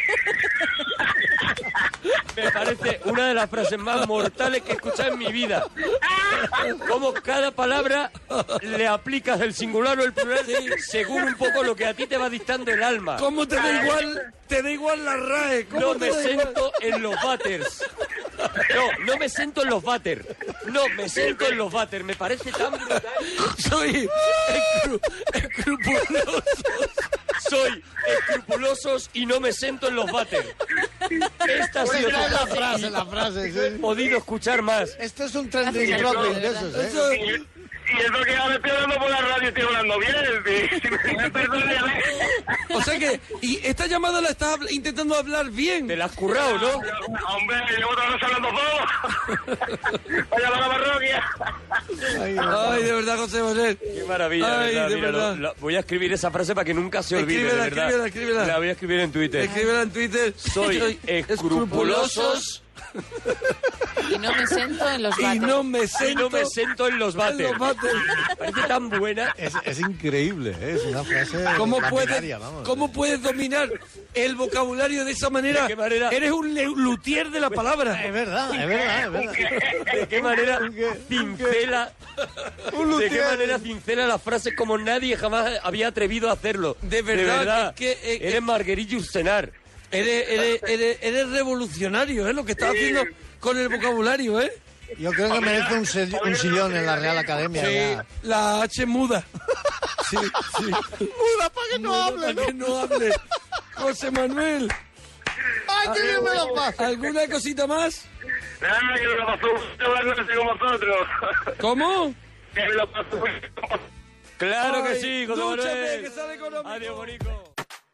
[SPEAKER 8] Me parece una de las frases más mortales que he escuchado en mi vida. Como cada palabra le aplicas el singular o el plural según un poco lo que a ti te va dictando el alma.
[SPEAKER 3] ¿Cómo te da igual? Te da igual la RAE.
[SPEAKER 8] No me siento en los váters. No me siento en los váter. No me siento en los váter. Me parece tan brutal.
[SPEAKER 3] Soy escrupuloso.
[SPEAKER 8] Soy escrupulosos y no me siento en los váter. Esta ha sido
[SPEAKER 9] la frase. Sí.
[SPEAKER 8] He podido escuchar más.
[SPEAKER 9] Esto es un trending topic de esos, ¿eh?
[SPEAKER 10] Y eso que ahora estoy hablando por la radio, estoy hablando bien. Si me perdone,
[SPEAKER 3] O sea que, y esta llamada la estás intentando hablar bien.
[SPEAKER 8] Te la has currado, ¿no?
[SPEAKER 10] Hombre, llevo toda la noche hablando todo. Vaya para la parroquia.
[SPEAKER 3] Ay, de verdad, José Manuel.
[SPEAKER 8] Qué maravilla,
[SPEAKER 3] Ay,
[SPEAKER 8] verdad.
[SPEAKER 3] de
[SPEAKER 8] Mira,
[SPEAKER 3] verdad.
[SPEAKER 8] voy a escribir esa frase para que nunca se olvide, de verdad.
[SPEAKER 3] Escríbela.
[SPEAKER 8] La voy a escribir en Twitter.
[SPEAKER 3] Escríbela en Twitter.
[SPEAKER 8] Soy escrupulosos
[SPEAKER 5] Y no me siento en los váteres.
[SPEAKER 8] y no me siento en los váteres. Parece tan buena.
[SPEAKER 9] Es increíble, ¿eh? Es una frase
[SPEAKER 3] ¿Cómo
[SPEAKER 9] lapidaria, vamos.
[SPEAKER 3] puedes dominar el vocabulario de esa manera?
[SPEAKER 8] ¿De qué manera?
[SPEAKER 3] Eres un luthier de la palabra.
[SPEAKER 9] Es verdad.
[SPEAKER 8] ¿De qué manera cincela? ¿De qué manera cincela las frases como nadie jamás había atrevido a hacerlo?
[SPEAKER 3] De verdad.
[SPEAKER 8] Eres Marguerite Yourcenar.
[SPEAKER 3] Eres revolucionario, ¿eh? Lo que estás haciendo con el vocabulario, ¿eh?
[SPEAKER 9] Yo creo que merece un sillón en la Real Academia.
[SPEAKER 3] Sí,
[SPEAKER 9] Ya.
[SPEAKER 3] la H muda. Sí.
[SPEAKER 9] Muda para que no hable,
[SPEAKER 3] Para que no hable. José Manuel.
[SPEAKER 9] ¡Ay, qué bien me lo paso!
[SPEAKER 3] ¿Alguna cosita más?
[SPEAKER 10] Nada, que me lo pasó buenas noches con vosotros.
[SPEAKER 3] ¿Cómo?
[SPEAKER 10] Que me lo pasó.
[SPEAKER 8] Claro que
[SPEAKER 3] Ay,
[SPEAKER 8] sí, José
[SPEAKER 3] dúchate,
[SPEAKER 8] Manuel.
[SPEAKER 3] que sale económico.
[SPEAKER 8] Adiós, bonico.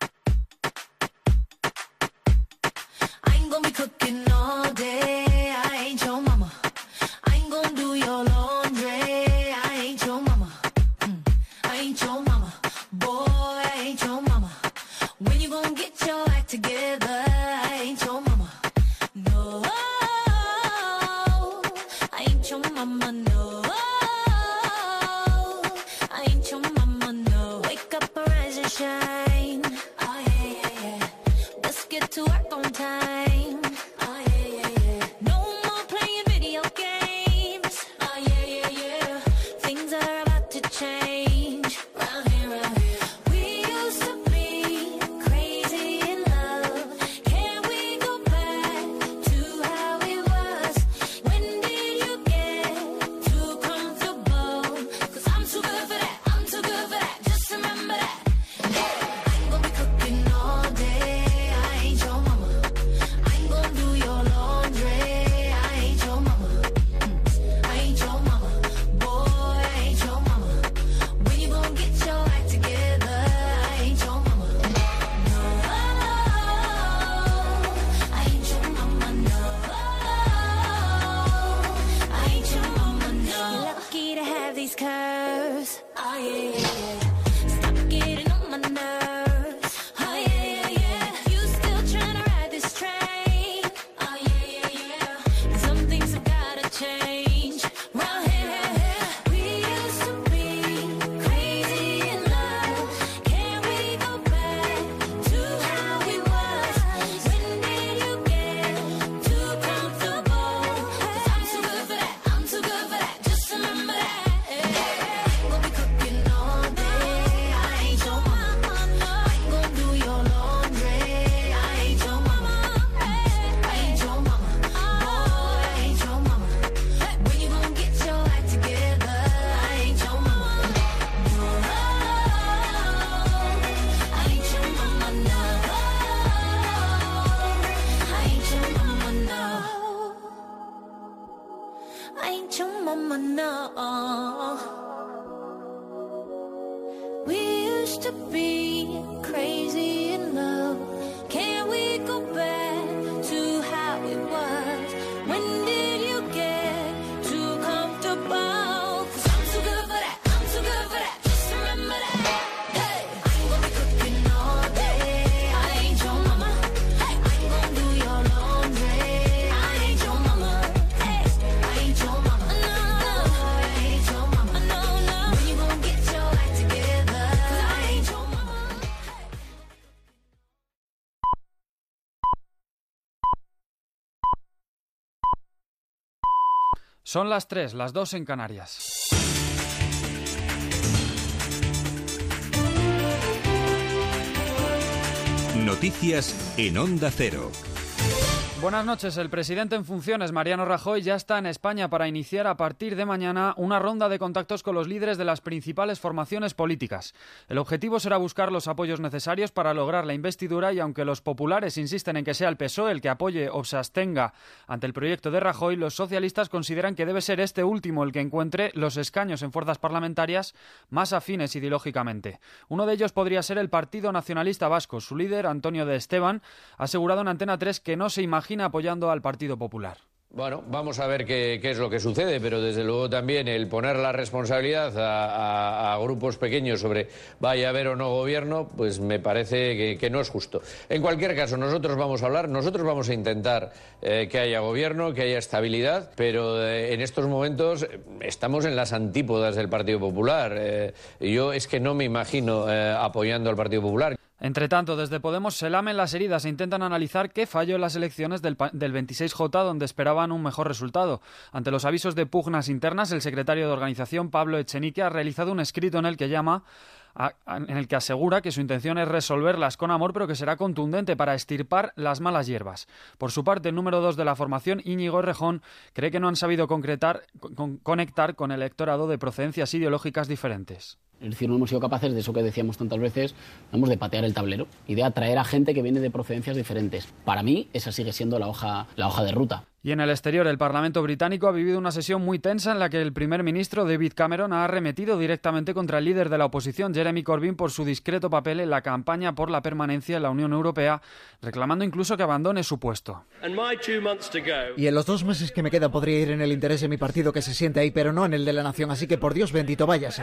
[SPEAKER 11] I ain't gonna be cooking all day. I ain't your mama. I ain't gonna do your laundry. I ain't your mama. I ain't your mama. Boy, I ain't your mama. When you gonna get your act together? I ain't your mama. No, I ain't your mama. No, I ain't your mama. No, wake up, arise and shine. Oh yeah. Let's get to work on time. Oh yeah. No more playing video games. Oh yeah. Things are about to change. Round here. We used to be crazy in love. Can we go back to how it was? When did you get too comfortable? 'Cause I'm too good for that. I'm too good for that. Just remember that. I ain't gonna be cooking all day. I ain't your mama. I ain't gonna do your laundry. I ain't your mama. I ain't your mama. Boy, I ain't your mama. When you gonna get your act together? I ain't your mama. No, I ain't your mama. No, I ain't your mama. No. You're lucky to have these curves. Oh yeah. Stop getting on my nerves. Oh yeah. You still trying to ride this train. Oh yeah. Some things have gotta change. Round here. We used to be crazy in love. Can we go back to how it was? When did you get too comfortable? 'Cause I'm too good for that. I'm too good for that. Just remember that. I ain't gonna be cooking all day. I ain't your mama. I ain't gonna do your laundry. I ain't your mama. I ain't your mama. Boy, I ain't your mama. When you gonna get your act together? I ain't your mama. No, I ain't your mama. No, I ain't your mama. No, I ain't your mama. No. We used to be crazy in love. Can we go back
[SPEAKER 12] Son las 3, las 2 en Canarias.
[SPEAKER 13] Noticias en Onda Cero.
[SPEAKER 12] Buenas noches. El presidente en funciones, Mariano Rajoy, ya está en España para iniciar a partir de mañana una ronda de contactos con los líderes de las principales formaciones políticas. El objetivo será buscar los apoyos necesarios para lograr la investidura y aunque los populares insisten en que sea el PSOE el que apoye o se abstenga ante el proyecto de Rajoy, los socialistas consideran que debe ser este último el que encuentre los escaños en fuerzas parlamentarias más afines ideológicamente. Uno de ellos podría ser el Partido Nacionalista Vasco. Su líder, Antonio de Esteban, ha asegurado en Antena 3 que no se imagina apoyando al Partido Popular.
[SPEAKER 14] Bueno, vamos a ver qué es lo que sucede, pero desde luego también el poner la responsabilidad a grupos pequeños sobre vaya a haber o no gobierno, pues me parece que no es justo. En cualquier caso, nosotros vamos a hablar, nosotros vamos a intentar que haya gobierno, que haya estabilidad, pero en estos momentos estamos en las antípodas del Partido Popular. Yo es que no me imagino apoyando al Partido Popular.
[SPEAKER 12] Entre tanto, desde Podemos se lamen las heridas e intentan analizar qué falló en las elecciones del 26J, donde esperaban un mejor resultado. Ante los avisos de pugnas internas, el secretario de organización, Pablo Echenique, ha realizado un escrito en el que asegura que su intención es resolverlas con amor, pero que será contundente para extirpar las malas hierbas. Por su parte, el número 2 de la formación, Íñigo Errejón, cree que no han sabido conectar con el electorado de procedencias ideológicas diferentes.
[SPEAKER 15] Es decir, no hemos sido capaces de eso que decíamos tantas veces, de patear el tablero y de atraer a gente que viene de procedencias diferentes. Para mí, esa sigue siendo la hoja de ruta.
[SPEAKER 12] Y en el exterior, el Parlamento británico ha vivido una sesión muy tensa en la que el primer ministro David Cameron ha arremetido directamente contra el líder de la oposición, Jeremy Corbyn, por su discreto papel en la campaña por la permanencia en la Unión Europea, reclamando incluso que abandone su puesto.
[SPEAKER 16] Y en los 2 meses que me quedan podría ir en el interés de mi partido que se siente ahí, pero no en el de la nación, así que por Dios bendito, váyase.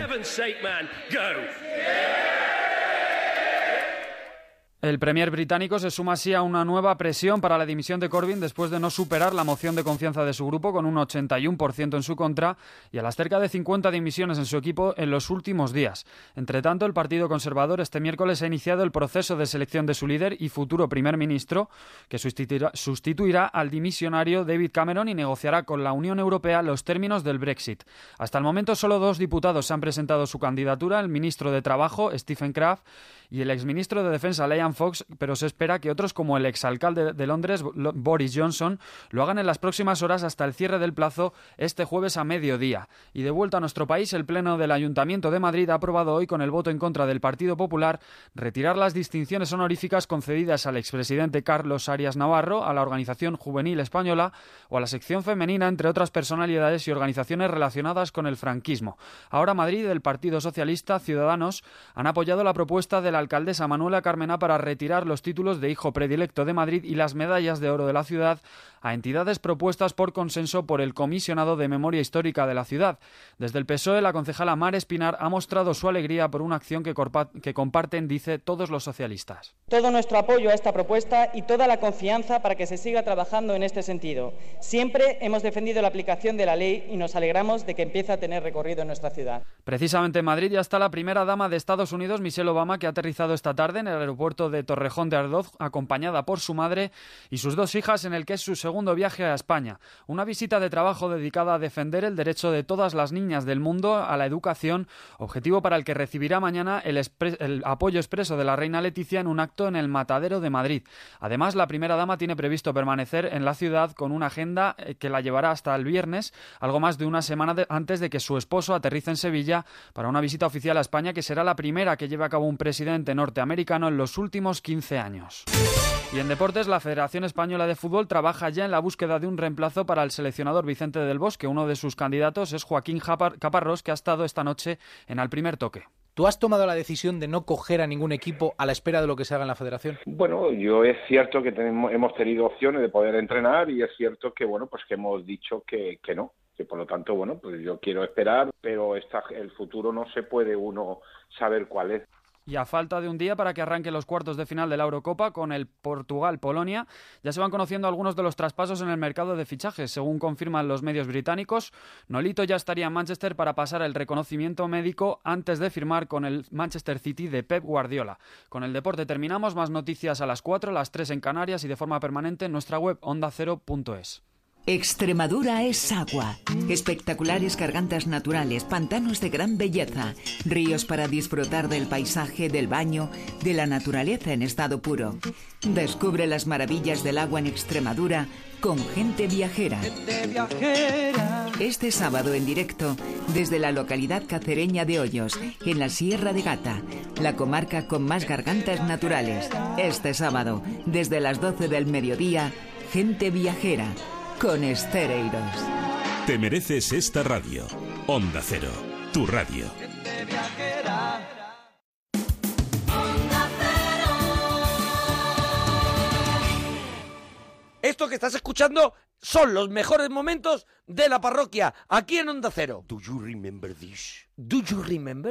[SPEAKER 12] El premier británico se suma así a una nueva presión para la dimisión de Corbyn después de no superar la moción de confianza de su grupo con un 81% en su contra y a las cerca de 50 dimisiones en su equipo en los últimos días. Entre tanto, el Partido Conservador este miércoles ha iniciado el proceso de selección de su líder y futuro primer ministro, que sustituirá al dimisionario David Cameron y negociará con la Unión Europea los términos del Brexit. Hasta el momento solo 2 diputados han presentado su candidatura, el ministro de Trabajo, Stephen Craft, y el exministro de Defensa, Liam Fox, pero se espera que otros como el exalcalde de Londres, Boris Johnson, lo hagan en las próximas horas hasta el cierre del plazo este jueves a mediodía. Y de vuelta a nuestro país, el Pleno del Ayuntamiento de Madrid ha aprobado hoy, con el voto en contra del Partido Popular, retirar las distinciones honoríficas concedidas al expresidente Carlos Arias Navarro, a la Organización Juvenil Española o a la sección femenina, entre otras personalidades y organizaciones relacionadas con el franquismo. Ahora Madrid, el Partido Socialista, Ciudadanos, han apoyado la propuesta de la alcaldesa Manuela Carmena para retirar los títulos de hijo predilecto de Madrid y las medallas de oro de la ciudad a entidades propuestas por consenso por el Comisionado de Memoria Histórica de la ciudad. Desde el PSOE, la concejala Mar Espinar ha mostrado su alegría por una acción que comparten, dice, todos los socialistas.
[SPEAKER 17] Todo nuestro apoyo a esta propuesta y toda la confianza para que se siga trabajando en este sentido. Siempre hemos defendido la aplicación de la ley y nos alegramos de que empiece a tener recorrido en nuestra ciudad.
[SPEAKER 12] Precisamente en Madrid ya está la primera dama de Estados Unidos, Michelle Obama, que ha aterrizado esta tarde en el aeropuerto de Torrejón de Ardoz, acompañada por su madre y sus 2 hijas, en el que es su segundo viaje a España. Una visita de trabajo dedicada a defender el derecho de todas las niñas del mundo a la educación, objetivo para el que recibirá mañana el apoyo expreso de la reina Leticia en un acto en el Matadero de Madrid. Además, la primera dama tiene previsto permanecer en la ciudad con una agenda que la llevará hasta el viernes, algo más de una semana antes de que su esposo aterrice en Sevilla para una visita oficial a España, que será la primera que lleve a cabo un presidente norteamericano en los últimos 15 años. Y en deportes, la Federación Española de Fútbol trabaja ya en la búsqueda de un reemplazo para el seleccionador Vicente del Bosque. Uno de sus candidatos es Joaquín Caparrós, que ha estado esta noche en Al Primer Toque.
[SPEAKER 18] ¿Tú has tomado la decisión de no coger a ningún equipo a la espera de lo que se haga en la Federación?
[SPEAKER 19] Bueno, es cierto que hemos tenido opciones de poder entrenar y es cierto que que hemos dicho que no. Que por lo tanto, pues yo quiero esperar, pero el futuro no se puede uno saber cuál es.
[SPEAKER 12] Y a falta de un día para que arranquen los cuartos de final de la Eurocopa con el Portugal-Polonia, ya se van conociendo algunos de los traspasos en el mercado de fichajes. Según confirman los medios británicos, Nolito ya estaría en Manchester para pasar el reconocimiento médico antes de firmar con el Manchester City de Pep Guardiola. Con el deporte terminamos, más noticias a las 4, las 3 en Canarias y de forma permanente en nuestra web ondacero.es.
[SPEAKER 20] Extremadura es agua. Espectaculares gargantas naturales, pantanos de gran belleza, ríos para disfrutar del paisaje, del baño, de la naturaleza en estado puro. Descubre las maravillas del agua en Extremadura con Gente Viajera. Este sábado en directo desde la localidad cacereña de Hoyos, en la Sierra de Gata, la comarca con más gargantas naturales. Este sábado, desde las 12 del mediodía, Gente Viajera. Con Estereiros.
[SPEAKER 13] Te mereces esta radio. Onda Cero, tu radio.
[SPEAKER 3] Esto que estás escuchando son los mejores momentos de la parroquia, aquí en Onda Cero.
[SPEAKER 8] Do you remember this?
[SPEAKER 3] Do you remember?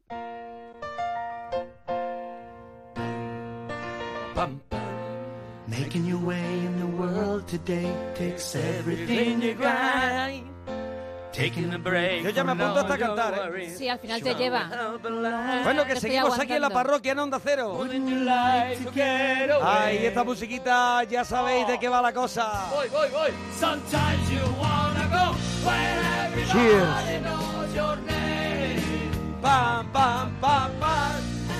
[SPEAKER 3] Pam, pam.
[SPEAKER 21] Making your way in the world today takes everything you got. Taking a break.
[SPEAKER 3] Yo ya me apunto hasta cantar, ¿eh?
[SPEAKER 5] Sí, al final te lleva.
[SPEAKER 3] Bueno, que seguimos aquí en la parroquia en Onda Cero. Ay, esta musiquita, ya sabéis de qué va la cosa.
[SPEAKER 8] Voy. Sometimes you wanna go where
[SPEAKER 3] Cheers.
[SPEAKER 8] knows your name.
[SPEAKER 3] Pam, pam, pam, pam.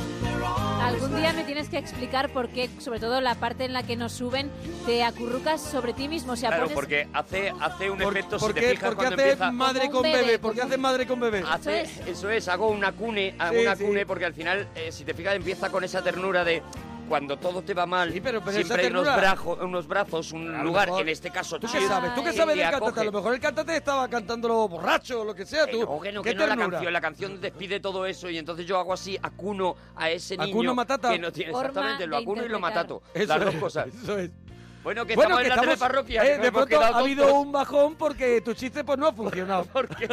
[SPEAKER 5] Algún día me tienes que explicar por qué, sobre todo la parte en la que nos suben, te acurrucas sobre ti mismo. O sea,
[SPEAKER 8] Claro,
[SPEAKER 5] pones...
[SPEAKER 8] porque hace un efecto, si
[SPEAKER 3] ¿Por
[SPEAKER 8] te
[SPEAKER 3] qué
[SPEAKER 8] fijas cuando
[SPEAKER 3] haces
[SPEAKER 8] empieza...
[SPEAKER 3] madre con bebé? ¿Por qué haces madre con bebé?
[SPEAKER 8] Eso es, hago una cune,
[SPEAKER 3] Sí.
[SPEAKER 8] porque al final, si te fijas, empieza con esa ternura de... Cuando todo te va mal,
[SPEAKER 3] pero
[SPEAKER 8] siempre
[SPEAKER 3] esa
[SPEAKER 8] hay
[SPEAKER 3] ternura-
[SPEAKER 8] unos brazos, un
[SPEAKER 3] A lo
[SPEAKER 8] lugar,
[SPEAKER 3] mejor-
[SPEAKER 8] en este caso
[SPEAKER 3] ¿Tú qué sabes? ¿Tú qué sabes del cantante? A lo mejor el cantante estaba cantándolo borracho o lo que sea. ¿Tú? ¿Qué
[SPEAKER 8] que no,
[SPEAKER 3] ternura?
[SPEAKER 8] la canción despide todo eso y entonces yo hago así, acuno a ese niño
[SPEAKER 3] Hakuna Matata.
[SPEAKER 8] que no tiene
[SPEAKER 5] Forma
[SPEAKER 8] exactamente, lo
[SPEAKER 5] de
[SPEAKER 8] acuno y lo
[SPEAKER 5] interpretar.
[SPEAKER 8] matato.
[SPEAKER 3] Eso
[SPEAKER 8] Las
[SPEAKER 3] es,
[SPEAKER 8] dos cosas.
[SPEAKER 3] Eso es.
[SPEAKER 8] Bueno, que estamos en la teleparroquia. que nos
[SPEAKER 3] de
[SPEAKER 8] hemos
[SPEAKER 3] pronto
[SPEAKER 8] quedado
[SPEAKER 3] ha habido
[SPEAKER 8] tontos.
[SPEAKER 3] un bajón porque tu chiste pues no ha funcionado.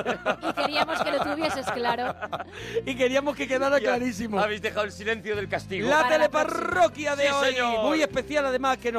[SPEAKER 5] Y queríamos que lo tuvieses claro.
[SPEAKER 3] Y queríamos que quedara clarísimo.
[SPEAKER 8] Habéis dejado el silencio del castigo.
[SPEAKER 3] La teleparroquia de
[SPEAKER 8] Sí,
[SPEAKER 3] hoy,
[SPEAKER 8] señor.
[SPEAKER 3] muy especial además, que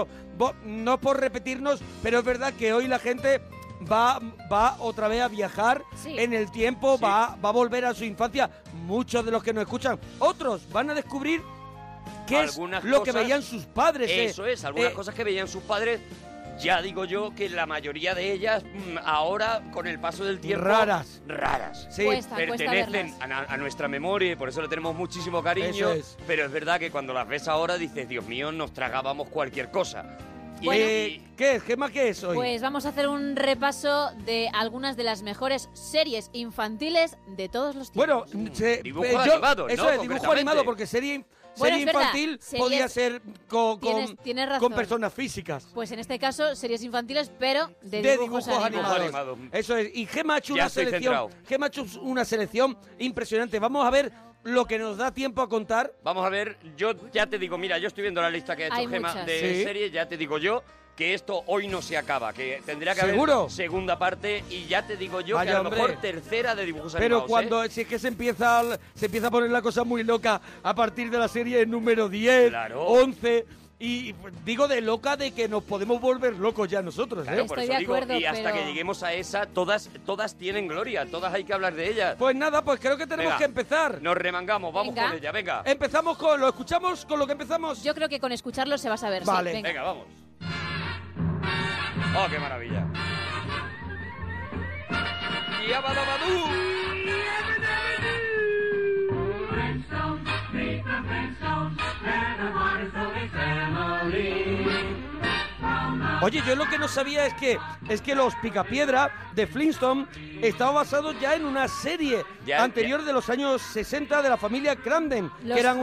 [SPEAKER 3] no por repetirnos, pero es verdad que hoy la gente va otra vez a viajar en el tiempo, va a volver a su infancia. Muchos de los que nos escuchan, otros van a descubrir qué es
[SPEAKER 8] Algunas
[SPEAKER 3] lo que
[SPEAKER 8] cosas-
[SPEAKER 3] veían sus padres.
[SPEAKER 8] Eso es, algunas cosas que veían sus padres. Ya digo yo que la mayoría de ellas ahora, con el paso del tiempo...
[SPEAKER 3] Raras.
[SPEAKER 8] Sí,
[SPEAKER 5] Cuesta
[SPEAKER 8] pertenecen
[SPEAKER 5] verlas.
[SPEAKER 8] a nuestra memoria y por eso le tenemos muchísimo cariño.
[SPEAKER 3] Eso es.
[SPEAKER 8] Pero es verdad que cuando las ves ahora dices, Dios mío, nos tragábamos cualquier cosa. Y-
[SPEAKER 3] ¿Qué es? ¿Qué más que es hoy?
[SPEAKER 5] Pues vamos a hacer un repaso de algunas de las mejores series infantiles de todos los tiempos.
[SPEAKER 3] Bueno,
[SPEAKER 8] Dibujo animado, ¿no?
[SPEAKER 3] Eso es, dibujo
[SPEAKER 8] Concretamente.
[SPEAKER 3] animado, porque serie
[SPEAKER 5] Bueno, es verdad,
[SPEAKER 3] infantil
[SPEAKER 5] series-
[SPEAKER 3] podía ser
[SPEAKER 5] Tienes razón.
[SPEAKER 3] con personas físicas.
[SPEAKER 5] Pues en este caso, series infantiles, pero de
[SPEAKER 3] De
[SPEAKER 5] dibujos,
[SPEAKER 3] dibujos
[SPEAKER 5] animados.
[SPEAKER 3] animados. Eso es. Y Gemma ha hecho
[SPEAKER 8] Ya
[SPEAKER 3] una
[SPEAKER 8] estoy
[SPEAKER 3] selección.
[SPEAKER 8] centrado.
[SPEAKER 3] Gemma ha hecho una selección impresionante. Vamos a ver lo que nos da tiempo a contar.
[SPEAKER 8] Vamos a ver, yo ya te digo, mira, yo estoy viendo la lista que ha hecho
[SPEAKER 5] Hay
[SPEAKER 8] Gemma
[SPEAKER 5] muchas.
[SPEAKER 8] de
[SPEAKER 3] Sí.
[SPEAKER 8] series, ya te digo yo que esto hoy no se acaba, que tendría que
[SPEAKER 3] ¿Seguro?
[SPEAKER 8] haber segunda parte y ya te digo yo
[SPEAKER 3] Vaya,
[SPEAKER 8] que a lo
[SPEAKER 3] hombre.
[SPEAKER 8] mejor tercera de dibujos
[SPEAKER 3] Pero
[SPEAKER 8] animados.
[SPEAKER 3] cuando si es que se empieza a poner la cosa muy loca a partir de la serie número 10,
[SPEAKER 8] Claro.
[SPEAKER 3] 11 y digo de loca de que nos podemos volver locos ya nosotros,
[SPEAKER 8] Claro,
[SPEAKER 3] ¿eh?
[SPEAKER 8] por eso digo, y hasta que lleguemos a esa, todas tienen gloria, todas hay que hablar de ellas.
[SPEAKER 3] Pues nada, pues creo que tenemos
[SPEAKER 8] Venga,
[SPEAKER 3] que empezar.
[SPEAKER 8] Nos remangamos, vamos
[SPEAKER 5] Venga.
[SPEAKER 8] con ella, venga.
[SPEAKER 3] Empezamos ¿lo escuchamos con lo que empezamos?
[SPEAKER 5] Yo creo que con escucharlo se va a saber. sí,
[SPEAKER 3] Vale.
[SPEAKER 5] venga.
[SPEAKER 8] Venga, vamos. ¡Oh, qué maravilla! ¡Yabadabadú!
[SPEAKER 3] Oye, yo lo que no sabía es que los Picapiedra de Flintstone estaba basado ya en una serie
[SPEAKER 8] Ya,
[SPEAKER 3] anterior de los años 60 de la familia Crandon,
[SPEAKER 5] Los-
[SPEAKER 3] que eran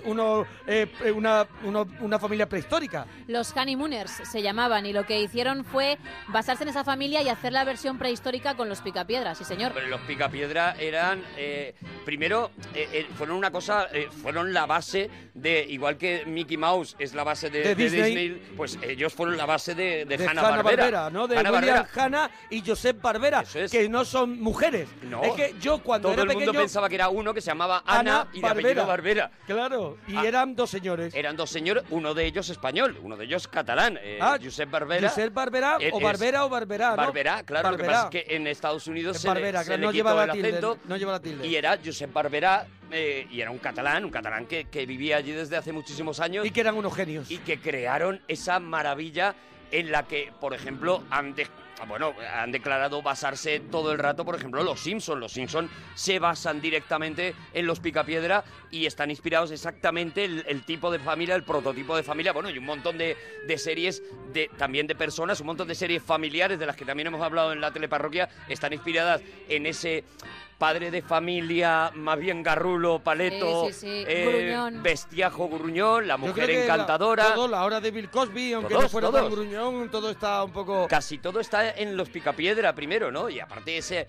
[SPEAKER 3] una familia prehistórica.
[SPEAKER 5] Los Honeymooners se llamaban y lo que hicieron fue basarse en esa familia y hacer la versión prehistórica con los Picapiedras, sí señor.
[SPEAKER 8] Pero los Picapiedra eran, primero, fueron una cosa, fueron la base de, igual que Mickey Mouse es la base de Disney, pues ellos fueron la base de Hanna-Barbera,
[SPEAKER 3] ¿no? De
[SPEAKER 8] Hanna-Barbera.
[SPEAKER 3] William Hanna y Josep Barbera, que no son mujeres.
[SPEAKER 8] No.
[SPEAKER 3] Es que yo cuando
[SPEAKER 8] Todo
[SPEAKER 3] era
[SPEAKER 8] el mundo
[SPEAKER 3] pequeño
[SPEAKER 8] pensaba que era uno que se llamaba Ana y de apellido Barbera.
[SPEAKER 3] Claro, y eran dos señores.
[SPEAKER 8] Eran dos señores, uno de ellos español, uno de ellos catalán, Josep Barbera.
[SPEAKER 3] Josep Barbera o Barbera o Barberá, ¿no?
[SPEAKER 8] Barberá, claro, lo que
[SPEAKER 3] Barberá.
[SPEAKER 8] pasa es que en Estados Unidos
[SPEAKER 3] Es
[SPEAKER 8] se
[SPEAKER 3] Barbera,
[SPEAKER 8] le, se
[SPEAKER 3] claro,
[SPEAKER 8] le
[SPEAKER 3] no
[SPEAKER 8] quitó
[SPEAKER 3] lleva la
[SPEAKER 8] el
[SPEAKER 3] tilde,
[SPEAKER 8] acento
[SPEAKER 3] no lleva la tilde.
[SPEAKER 8] y era Josep Barbera y era un catalán que vivía allí desde hace muchísimos años.
[SPEAKER 3] Y que eran unos genios.
[SPEAKER 8] Y que crearon esa maravilla en la que, por ejemplo, antes
[SPEAKER 2] bueno, han declarado basarse todo el rato, por ejemplo, Los Simpson. Los Simpson se basan directamente en Los Picapiedra y están inspirados exactamente el tipo de familia, el prototipo de familia, bueno, y un montón de series también de personas, un montón de series familiares de las que también hemos hablado en la teleparroquia, están inspiradas en ese padre de familia, más bien garrulo, paleto,
[SPEAKER 5] gruñón.
[SPEAKER 2] bestiajo, gruñón, la
[SPEAKER 3] Yo
[SPEAKER 2] mujer
[SPEAKER 3] creo que
[SPEAKER 2] encantadora.
[SPEAKER 3] La hora de Bill Cosby, aunque
[SPEAKER 2] Todos,
[SPEAKER 3] no fuera
[SPEAKER 2] todos.
[SPEAKER 3] tan gruñón, todo está un poco...
[SPEAKER 2] Casi todo está en Los Picapiedra primero, ¿no? Y aparte ese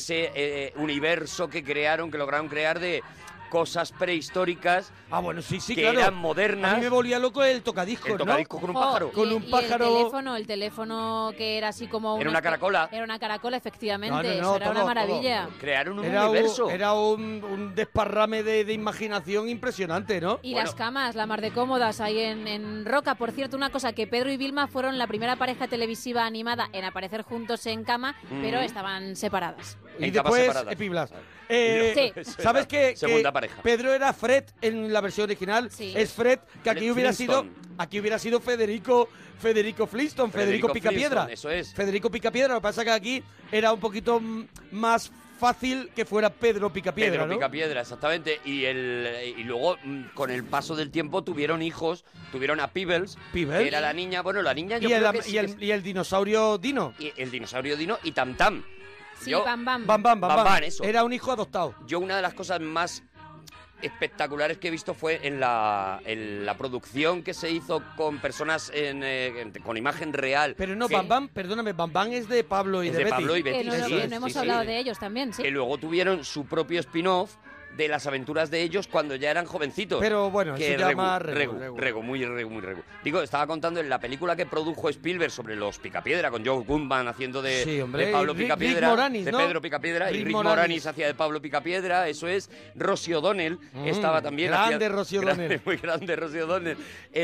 [SPEAKER 2] universo que lograron crear de cosas prehistóricas.
[SPEAKER 3] Ah, bueno, sí,
[SPEAKER 2] que
[SPEAKER 3] claro.
[SPEAKER 2] eran modernas.
[SPEAKER 3] A mí me volvía loco el tocadiscos,
[SPEAKER 2] El tocadiscos con un pájaro.
[SPEAKER 3] Con un pájaro.
[SPEAKER 5] El teléfono que era así como
[SPEAKER 2] Era una caracola.
[SPEAKER 5] Era una caracola, efectivamente.
[SPEAKER 3] No,
[SPEAKER 5] Eso era una maravilla.
[SPEAKER 2] Crearon un
[SPEAKER 3] Era
[SPEAKER 2] universo.
[SPEAKER 3] Era un desparrame de imaginación impresionante, ¿no?
[SPEAKER 5] Y las camas, la mar de cómodas ahí en Roca. Por cierto, una cosa, que Pedro y Vilma fueron la primera pareja televisiva animada en aparecer juntos en cama, pero estaban separadas.
[SPEAKER 3] Y después Epiblas.
[SPEAKER 5] Sí.
[SPEAKER 3] ¿Sabes qué?
[SPEAKER 2] Segunda
[SPEAKER 3] Que
[SPEAKER 2] pareja.
[SPEAKER 3] Pedro era Fred en la versión original.
[SPEAKER 5] Sí.
[SPEAKER 3] Es Fred, que aquí
[SPEAKER 2] Fred
[SPEAKER 3] hubiera
[SPEAKER 2] Flintstone.
[SPEAKER 3] sido Federico Flintstone, Federico Picapiedra.
[SPEAKER 2] Flintstone, eso es.
[SPEAKER 3] Federico Picapiedra. Lo que pasa es que aquí era un poquito más fácil que fuera Pedro Picapiedra,
[SPEAKER 2] Pedro
[SPEAKER 3] ¿no?
[SPEAKER 2] Picapiedra, exactamente. Y luego, con el paso del tiempo, tuvieron hijos. Tuvieron a Peebles, que era la niña. Bueno, la niña yo creo que sí que
[SPEAKER 3] y el dinosaurio Dino.
[SPEAKER 2] y el dinosaurio Dino y Tam Tam.
[SPEAKER 5] Sí, Bam Bam.
[SPEAKER 3] Bam Bam,
[SPEAKER 2] eso.
[SPEAKER 3] Era un hijo adoptado.
[SPEAKER 2] Yo una de las cosas más espectaculares que he visto fue en la producción que se hizo con personas con imagen real.
[SPEAKER 3] Pero no,
[SPEAKER 2] que-
[SPEAKER 3] Bam Bam, perdóname, Bam Bam es de Pablo y
[SPEAKER 2] Es
[SPEAKER 3] de
[SPEAKER 2] de
[SPEAKER 3] Betty.
[SPEAKER 2] Pablo y Betty,
[SPEAKER 5] No,
[SPEAKER 2] sí,
[SPEAKER 5] no hemos
[SPEAKER 2] sí,
[SPEAKER 5] hablado
[SPEAKER 2] sí.
[SPEAKER 5] de ellos también, sí.
[SPEAKER 2] Que luego tuvieron su propio spin-off de las aventuras de ellos cuando ya eran jovencitos.
[SPEAKER 3] Pero bueno,
[SPEAKER 2] que
[SPEAKER 3] eso ya más regu.
[SPEAKER 2] muy regu. Digo, estaba contando en la película que produjo Spielberg sobre los Picapiedra, con Joe Goodman haciendo
[SPEAKER 3] Sí, hombre,
[SPEAKER 2] de Pablo
[SPEAKER 3] y Rick
[SPEAKER 2] Picapiedra,
[SPEAKER 3] Moranis,
[SPEAKER 2] de
[SPEAKER 3] ¿no?
[SPEAKER 2] Pedro Picapiedra, y
[SPEAKER 3] Rick
[SPEAKER 2] Rick
[SPEAKER 3] Moranis.
[SPEAKER 2] Moranis hacía de Pablo Picapiedra, eso es. Rosie O'Donnell estaba también.
[SPEAKER 3] grande Rosie O'Donnell.
[SPEAKER 2] Muy grande Rosie O'Donnell.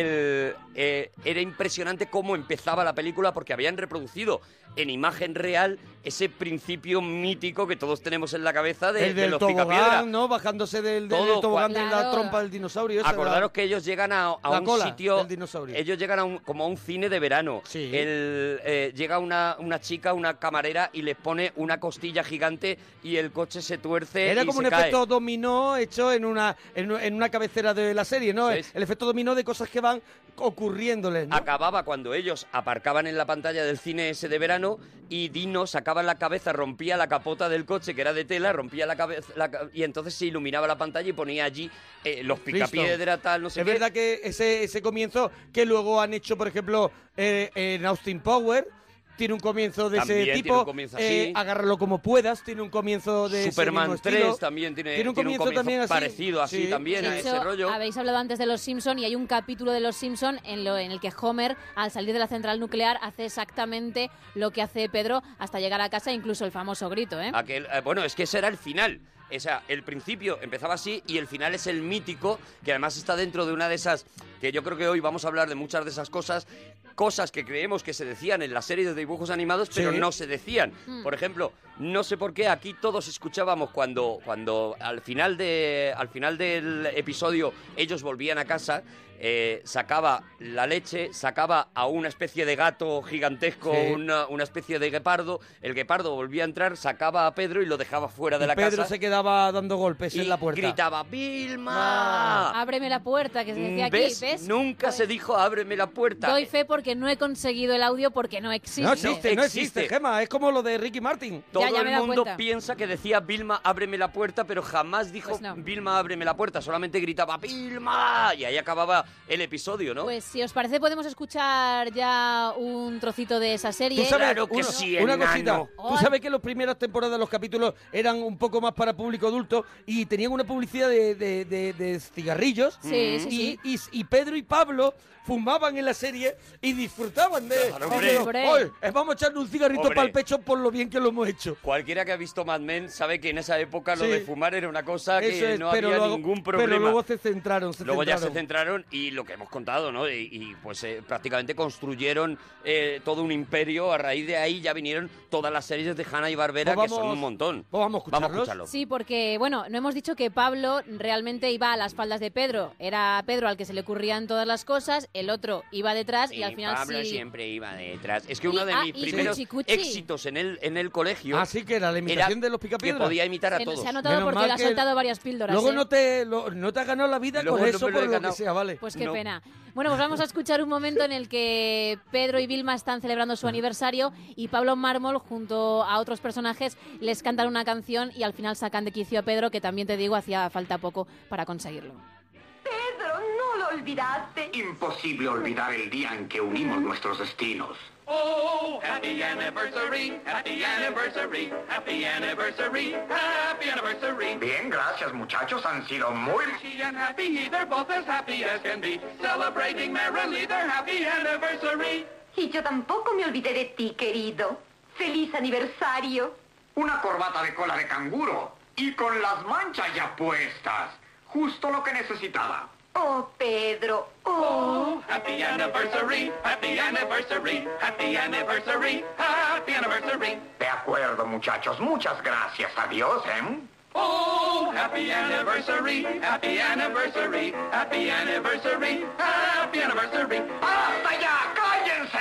[SPEAKER 2] Era impresionante cómo empezaba la película porque habían reproducido en imagen real ese principio mítico que todos tenemos en la cabeza de,
[SPEAKER 3] El
[SPEAKER 2] de
[SPEAKER 3] del
[SPEAKER 2] los
[SPEAKER 3] tobogán,
[SPEAKER 2] Picapiedra.
[SPEAKER 3] ¿no? Bajándose del
[SPEAKER 2] Todo,
[SPEAKER 3] tobogán de la
[SPEAKER 5] Claro.
[SPEAKER 3] trompa del dinosaurio. esa
[SPEAKER 2] Acordaros
[SPEAKER 3] era
[SPEAKER 2] que ellos llegan a
[SPEAKER 3] la
[SPEAKER 2] un
[SPEAKER 3] cola
[SPEAKER 2] sitio.
[SPEAKER 3] del dinosaurio.
[SPEAKER 2] Ellos llegan como a un cine de verano.
[SPEAKER 3] Sí.
[SPEAKER 2] Llega una chica, una camarera, y les pone una costilla gigante y el coche se tuerce.
[SPEAKER 3] Era
[SPEAKER 2] y
[SPEAKER 3] como
[SPEAKER 2] se
[SPEAKER 3] un
[SPEAKER 2] cae.
[SPEAKER 3] efecto dominó hecho en una cabecera de la serie, ¿no?
[SPEAKER 2] Eso es.
[SPEAKER 3] El efecto dominó de cosas que van ocurriéndoles, ¿no?
[SPEAKER 2] Acababa cuando ellos aparcaban en la pantalla del cine ese de verano y Dino sacaba la cabeza, rompía la capota del coche que era de tela, rompía la cabeza y entonces se iluminaba la pantalla y ponía allí los Picapiedra, tal, no sé
[SPEAKER 3] Es
[SPEAKER 2] qué.
[SPEAKER 3] verdad que ese comienzo que luego han hecho, por ejemplo, en Austin Power, tiene un comienzo de
[SPEAKER 2] También
[SPEAKER 3] ese
[SPEAKER 2] tiene
[SPEAKER 3] tipo.
[SPEAKER 2] un comienzo así.
[SPEAKER 3] Agárralo como puedas, tiene un comienzo de
[SPEAKER 2] Superman
[SPEAKER 3] ese mismo
[SPEAKER 2] 3
[SPEAKER 3] estilo.
[SPEAKER 2] también tiene
[SPEAKER 3] un
[SPEAKER 2] un
[SPEAKER 3] comienzo también así.
[SPEAKER 2] parecido así
[SPEAKER 3] Sí,
[SPEAKER 2] también
[SPEAKER 3] sí.
[SPEAKER 2] a
[SPEAKER 5] De
[SPEAKER 2] ese
[SPEAKER 5] hecho,
[SPEAKER 2] rollo.
[SPEAKER 5] habéis hablado antes de Los Simpson y hay un capítulo de Los Simpson en el que Homer, al salir de la central nuclear, hace exactamente lo que hace Pedro hasta llegar a casa, incluso el famoso grito, ¿eh?
[SPEAKER 2] Bueno, es que ese era el final. O sea, el principio empezaba así y el final es el mítico, que además está dentro de una de esas, que yo creo que hoy vamos a hablar de muchas de esas cosas que creemos que se decían en las series de dibujos animados, pero
[SPEAKER 3] Sí.
[SPEAKER 2] no se decían. Por ejemplo, no sé por qué aquí todos escuchábamos cuando al final del episodio ellos volvían a casa, sacaba la leche, sacaba a una especie de gato gigantesco,
[SPEAKER 3] Sí.
[SPEAKER 2] una especie de guepardo, el guepardo volvía a entrar, sacaba a Pedro y lo dejaba fuera de la
[SPEAKER 3] Pedro
[SPEAKER 2] casa.
[SPEAKER 3] se quedaba dando golpes
[SPEAKER 2] y
[SPEAKER 3] en la puerta.
[SPEAKER 2] gritaba, ¡Vilma!
[SPEAKER 5] Ábreme la puerta, que se decía aquí,
[SPEAKER 2] ¿Ves?
[SPEAKER 5] ¿ves?
[SPEAKER 2] Nunca se dijo ábreme la puerta.
[SPEAKER 5] Doy fe porque no he conseguido el audio porque no existe.
[SPEAKER 3] No existe, Gemma. Es como lo de Ricky Martin.
[SPEAKER 2] Todo
[SPEAKER 5] Ya me he
[SPEAKER 2] el
[SPEAKER 5] dado
[SPEAKER 2] mundo
[SPEAKER 5] cuenta.
[SPEAKER 2] piensa que decía Vilma, ábreme la puerta, pero jamás dijo
[SPEAKER 5] Pues no.
[SPEAKER 2] Vilma, ábreme la puerta. Solamente gritaba Vilma y ahí acababa el episodio, ¿no?
[SPEAKER 5] Pues si os parece podemos escuchar ya un trocito de esa serie.
[SPEAKER 3] Tú sabes,
[SPEAKER 2] Claro que sí,
[SPEAKER 3] una
[SPEAKER 2] enano.
[SPEAKER 3] cosita. Tú sabes que las primeras temporadas los capítulos eran un poco más para público adulto y tenían una publicidad de cigarrillos.
[SPEAKER 5] Sí, sí,
[SPEAKER 3] Y Pedro y Pablo fumaban en la serie y disfrutaban de...
[SPEAKER 2] Claro, hombre.
[SPEAKER 3] Oye, vamos a echarle un cigarrito
[SPEAKER 2] Hombre.
[SPEAKER 3] para el pecho por lo bien que lo hemos hecho. mucho.
[SPEAKER 2] Cualquiera que ha visto Mad Men sabe que en esa época lo
[SPEAKER 3] Sí.
[SPEAKER 2] de fumar era una cosa
[SPEAKER 3] Eso
[SPEAKER 2] que
[SPEAKER 3] es,
[SPEAKER 2] no
[SPEAKER 3] pero
[SPEAKER 2] había
[SPEAKER 3] luego-
[SPEAKER 2] ningún problema.
[SPEAKER 3] Pero luego se centraron.
[SPEAKER 2] Luego ya se centraron y lo que hemos contado, ¿no? Y, pues prácticamente construyeron todo un imperio. A raíz de ahí ya vinieron todas las series de Hanna-Barbera,
[SPEAKER 3] Pues
[SPEAKER 2] que son
[SPEAKER 3] vamos-
[SPEAKER 2] un montón.
[SPEAKER 3] pues vamos a
[SPEAKER 2] escucharlo.
[SPEAKER 5] Sí, porque, bueno, no hemos dicho que Pablo realmente iba a las faldas de Pedro. Era Pedro al que se le ocurrían todas las cosas, el otro iba detrás y al final
[SPEAKER 2] Pablo
[SPEAKER 5] sí...
[SPEAKER 2] siempre iba detrás. Es que uno de
[SPEAKER 5] Y-
[SPEAKER 2] mis
[SPEAKER 5] y
[SPEAKER 2] primeros
[SPEAKER 5] Cuchi Cuchi.
[SPEAKER 2] éxitos en el colegio...
[SPEAKER 3] Ah, sí, que era la imitación de los Picapiedra.
[SPEAKER 2] Que podía imitar a todos.
[SPEAKER 5] Se ha notado
[SPEAKER 3] Menos
[SPEAKER 5] porque
[SPEAKER 3] mal
[SPEAKER 5] le ha
[SPEAKER 3] que
[SPEAKER 5] soltado varias píldoras.
[SPEAKER 3] Luego
[SPEAKER 5] ¿eh?
[SPEAKER 3] no te has ganado la vida
[SPEAKER 2] Luego
[SPEAKER 3] con
[SPEAKER 2] no
[SPEAKER 3] eso
[SPEAKER 2] me lo
[SPEAKER 3] por
[SPEAKER 2] he
[SPEAKER 3] lo que
[SPEAKER 2] ganado.
[SPEAKER 3] sea, ¿vale?
[SPEAKER 5] Pues qué pena. Bueno, pues vamos a escuchar un momento en el que Pedro y Vilma están celebrando su aniversario y Pablo Mármol, junto a otros personajes, les cantan una canción y al final sacan de quicio a Pedro, que también te digo, hacía falta poco para conseguirlo.
[SPEAKER 4] Pedro, no lo olvidaste.
[SPEAKER 22] Imposible olvidar el día en que unimos nuestros destinos.
[SPEAKER 21] Oh, happy anniversary, happy anniversary, happy anniversary, happy anniversary.
[SPEAKER 22] Bien, gracias muchachos, han sido muy...
[SPEAKER 21] She and happy, they're both as happy as can be, celebrating merrily their happy anniversary.
[SPEAKER 4] Y yo tampoco me olvidé de ti, querido. ¡Feliz aniversario!
[SPEAKER 22] Una corbata de cola de canguro y con las manchas ya puestas. Justo lo que necesitaba.
[SPEAKER 4] Oh, Pedro, oh.
[SPEAKER 21] Happy anniversary, happy anniversary, happy anniversary, happy anniversary.
[SPEAKER 22] De acuerdo muchachos, muchas gracias. Adiós, ¿eh?
[SPEAKER 21] Oh, happy anniversary, happy anniversary, happy anniversary, happy anniversary.
[SPEAKER 22] ¡Basta ya! ¡Cállense!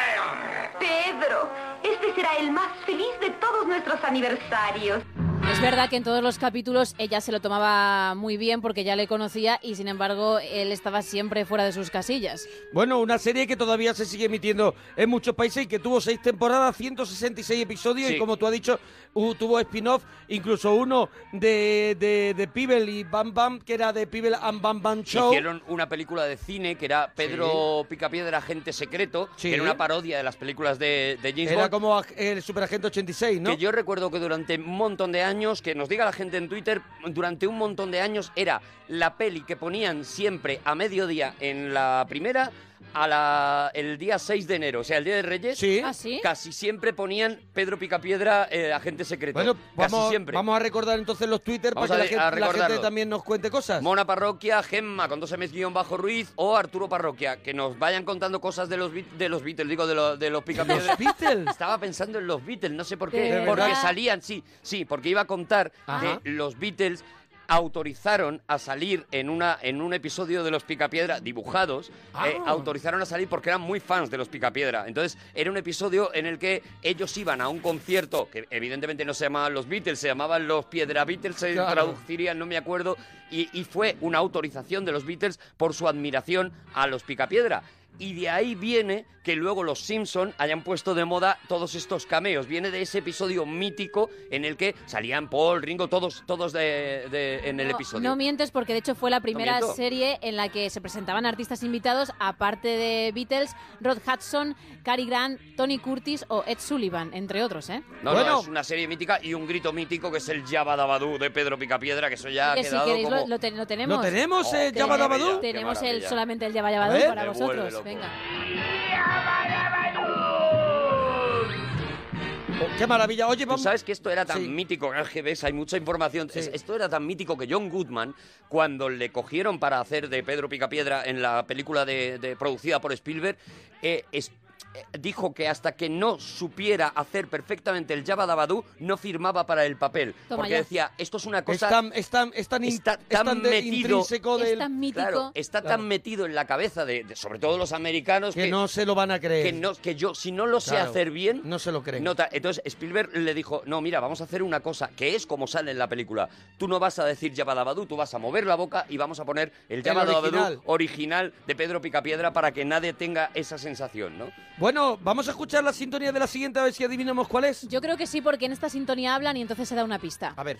[SPEAKER 4] Pedro, este será el más feliz de todos nuestros aniversarios.
[SPEAKER 5] Es verdad que en todos los capítulos ella se lo tomaba muy bien porque ya le conocía y sin embargo él estaba siempre fuera de sus casillas.
[SPEAKER 3] Bueno, una serie que todavía se sigue emitiendo en muchos países y que tuvo 6 temporadas, 166 episodios
[SPEAKER 2] Sí.
[SPEAKER 3] y como tú has dicho, tuvo spin-off, incluso uno de Peeble y Bam Bam, que era de Peeble and Bam Bam Show.
[SPEAKER 2] Hicieron una película de cine que era Pedro Picapiedra, agente secreto,
[SPEAKER 3] Sí.
[SPEAKER 2] que era una parodia de las películas de James
[SPEAKER 3] Era
[SPEAKER 2] Bond.
[SPEAKER 3] como el Superagente 86, ¿no?
[SPEAKER 2] Que yo recuerdo que durante un montón de años, que nos diga la gente en Twitter, durante un montón de años era la peli que ponían siempre a mediodía en la primera, el día 6 de enero, o sea, el día de Reyes.
[SPEAKER 3] Sí.
[SPEAKER 5] ¿Ah, sí?
[SPEAKER 2] Casi siempre ponían Pedro Picapiedra, agente secreto.
[SPEAKER 3] Bueno,
[SPEAKER 2] casi
[SPEAKER 3] vamos,
[SPEAKER 2] siempre.
[SPEAKER 3] vamos a recordar entonces los Twitter
[SPEAKER 2] Vamos
[SPEAKER 3] para que
[SPEAKER 2] a
[SPEAKER 3] la gente
[SPEAKER 2] recordarlos.
[SPEAKER 3] también nos cuente cosas.
[SPEAKER 2] Mona Parroquia, Gemma con 2 M's_Ruiz o Arturo Parroquia, que nos vayan contando cosas de los Beatles, digo, de los Picapiedra.
[SPEAKER 3] ¿Los Beatles?
[SPEAKER 2] Estaba pensando en los Beatles, no sé por
[SPEAKER 5] ¿De
[SPEAKER 2] qué.
[SPEAKER 5] verdad?
[SPEAKER 2] Porque salían, sí, porque iba a contar
[SPEAKER 3] Ajá.
[SPEAKER 2] que los Beatles autorizaron a salir en un episodio de los Picapiedra dibujados, autorizaron a salir porque eran muy fans de los Picapiedra. Entonces era un episodio en el que ellos iban a un concierto que evidentemente no se llamaban los Beatles, se llamaban los Piedra Beatles, se
[SPEAKER 3] Claro.
[SPEAKER 2] traducirían, no me acuerdo, y fue una autorización de los Beatles por su admiración a los Picapiedra. Y de ahí viene que luego los Simpson hayan puesto de moda todos estos cameos. Viene de ese episodio mítico en el que salían Paul, Ringo, todos en el episodio.
[SPEAKER 5] No mientes porque de hecho fue la primera
[SPEAKER 2] miento.
[SPEAKER 5] serie en la que se presentaban artistas invitados, aparte de Beatles, Rod Hudson, Cary Grant, Tony Curtis o Ed Sullivan, entre otros, ¿eh?
[SPEAKER 2] No, es una serie mítica y un grito mítico que es el Yabba Dabba Doo de Pedro Picapiedra, que eso ya ha
[SPEAKER 5] Que si
[SPEAKER 2] quedado
[SPEAKER 5] queréis
[SPEAKER 2] como...
[SPEAKER 5] lo tenemos.
[SPEAKER 3] ¿Lo tenemos,
[SPEAKER 2] qué
[SPEAKER 3] Yabba Dabba Doo?
[SPEAKER 2] maravilla, qué
[SPEAKER 5] Tenemos
[SPEAKER 2] maravilla.
[SPEAKER 5] solamente el Yabba Dabba
[SPEAKER 3] A
[SPEAKER 5] Doo
[SPEAKER 3] ver.
[SPEAKER 5] para
[SPEAKER 2] Me
[SPEAKER 5] vosotros.
[SPEAKER 2] vuelve loco.
[SPEAKER 5] Venga.
[SPEAKER 3] Oh, ¡Qué maravilla! Oye,
[SPEAKER 2] Tú
[SPEAKER 3] vamos...
[SPEAKER 2] sabes que esto era tan
[SPEAKER 3] Sí.
[SPEAKER 2] mítico, que ves, hay mucha información. Esto era tan mítico que John Goodman, cuando le cogieron para hacer de Pedro Picapiedra en la película producida por Spielberg, dijo que hasta que no supiera hacer perfectamente el Yabba Dabba Doo, no firmaba para el papel.
[SPEAKER 5] Toma
[SPEAKER 2] porque
[SPEAKER 5] ya.
[SPEAKER 2] decía, esto es una cosa...
[SPEAKER 3] Es tan
[SPEAKER 2] metido,
[SPEAKER 3] intrínseco
[SPEAKER 5] Es
[SPEAKER 3] del...
[SPEAKER 5] tan mítico.
[SPEAKER 2] Claro, está
[SPEAKER 3] Claro.
[SPEAKER 2] tan metido en la cabeza de sobre todo los americanos
[SPEAKER 3] que no se lo van a creer.
[SPEAKER 2] que yo, si no lo sé
[SPEAKER 3] Claro,
[SPEAKER 2] hacer bien,
[SPEAKER 3] no se lo creen.
[SPEAKER 2] Entonces Spielberg le dijo, no, mira, vamos a hacer una cosa que es como sale en la película. Tú no vas a decir Yabba Dabba Doo, tú vas a mover la boca y vamos a poner el Yabba Dabba
[SPEAKER 3] original.
[SPEAKER 2] Doo original de Pedro Picapiedra para que nadie tenga esa sensación, ¿no?
[SPEAKER 3] Bueno, vamos a escuchar la sintonía de la siguiente a ver si adivinamos cuál es.
[SPEAKER 5] Yo creo que sí, porque en esta sintonía hablan y entonces se da una pista.
[SPEAKER 3] A ver.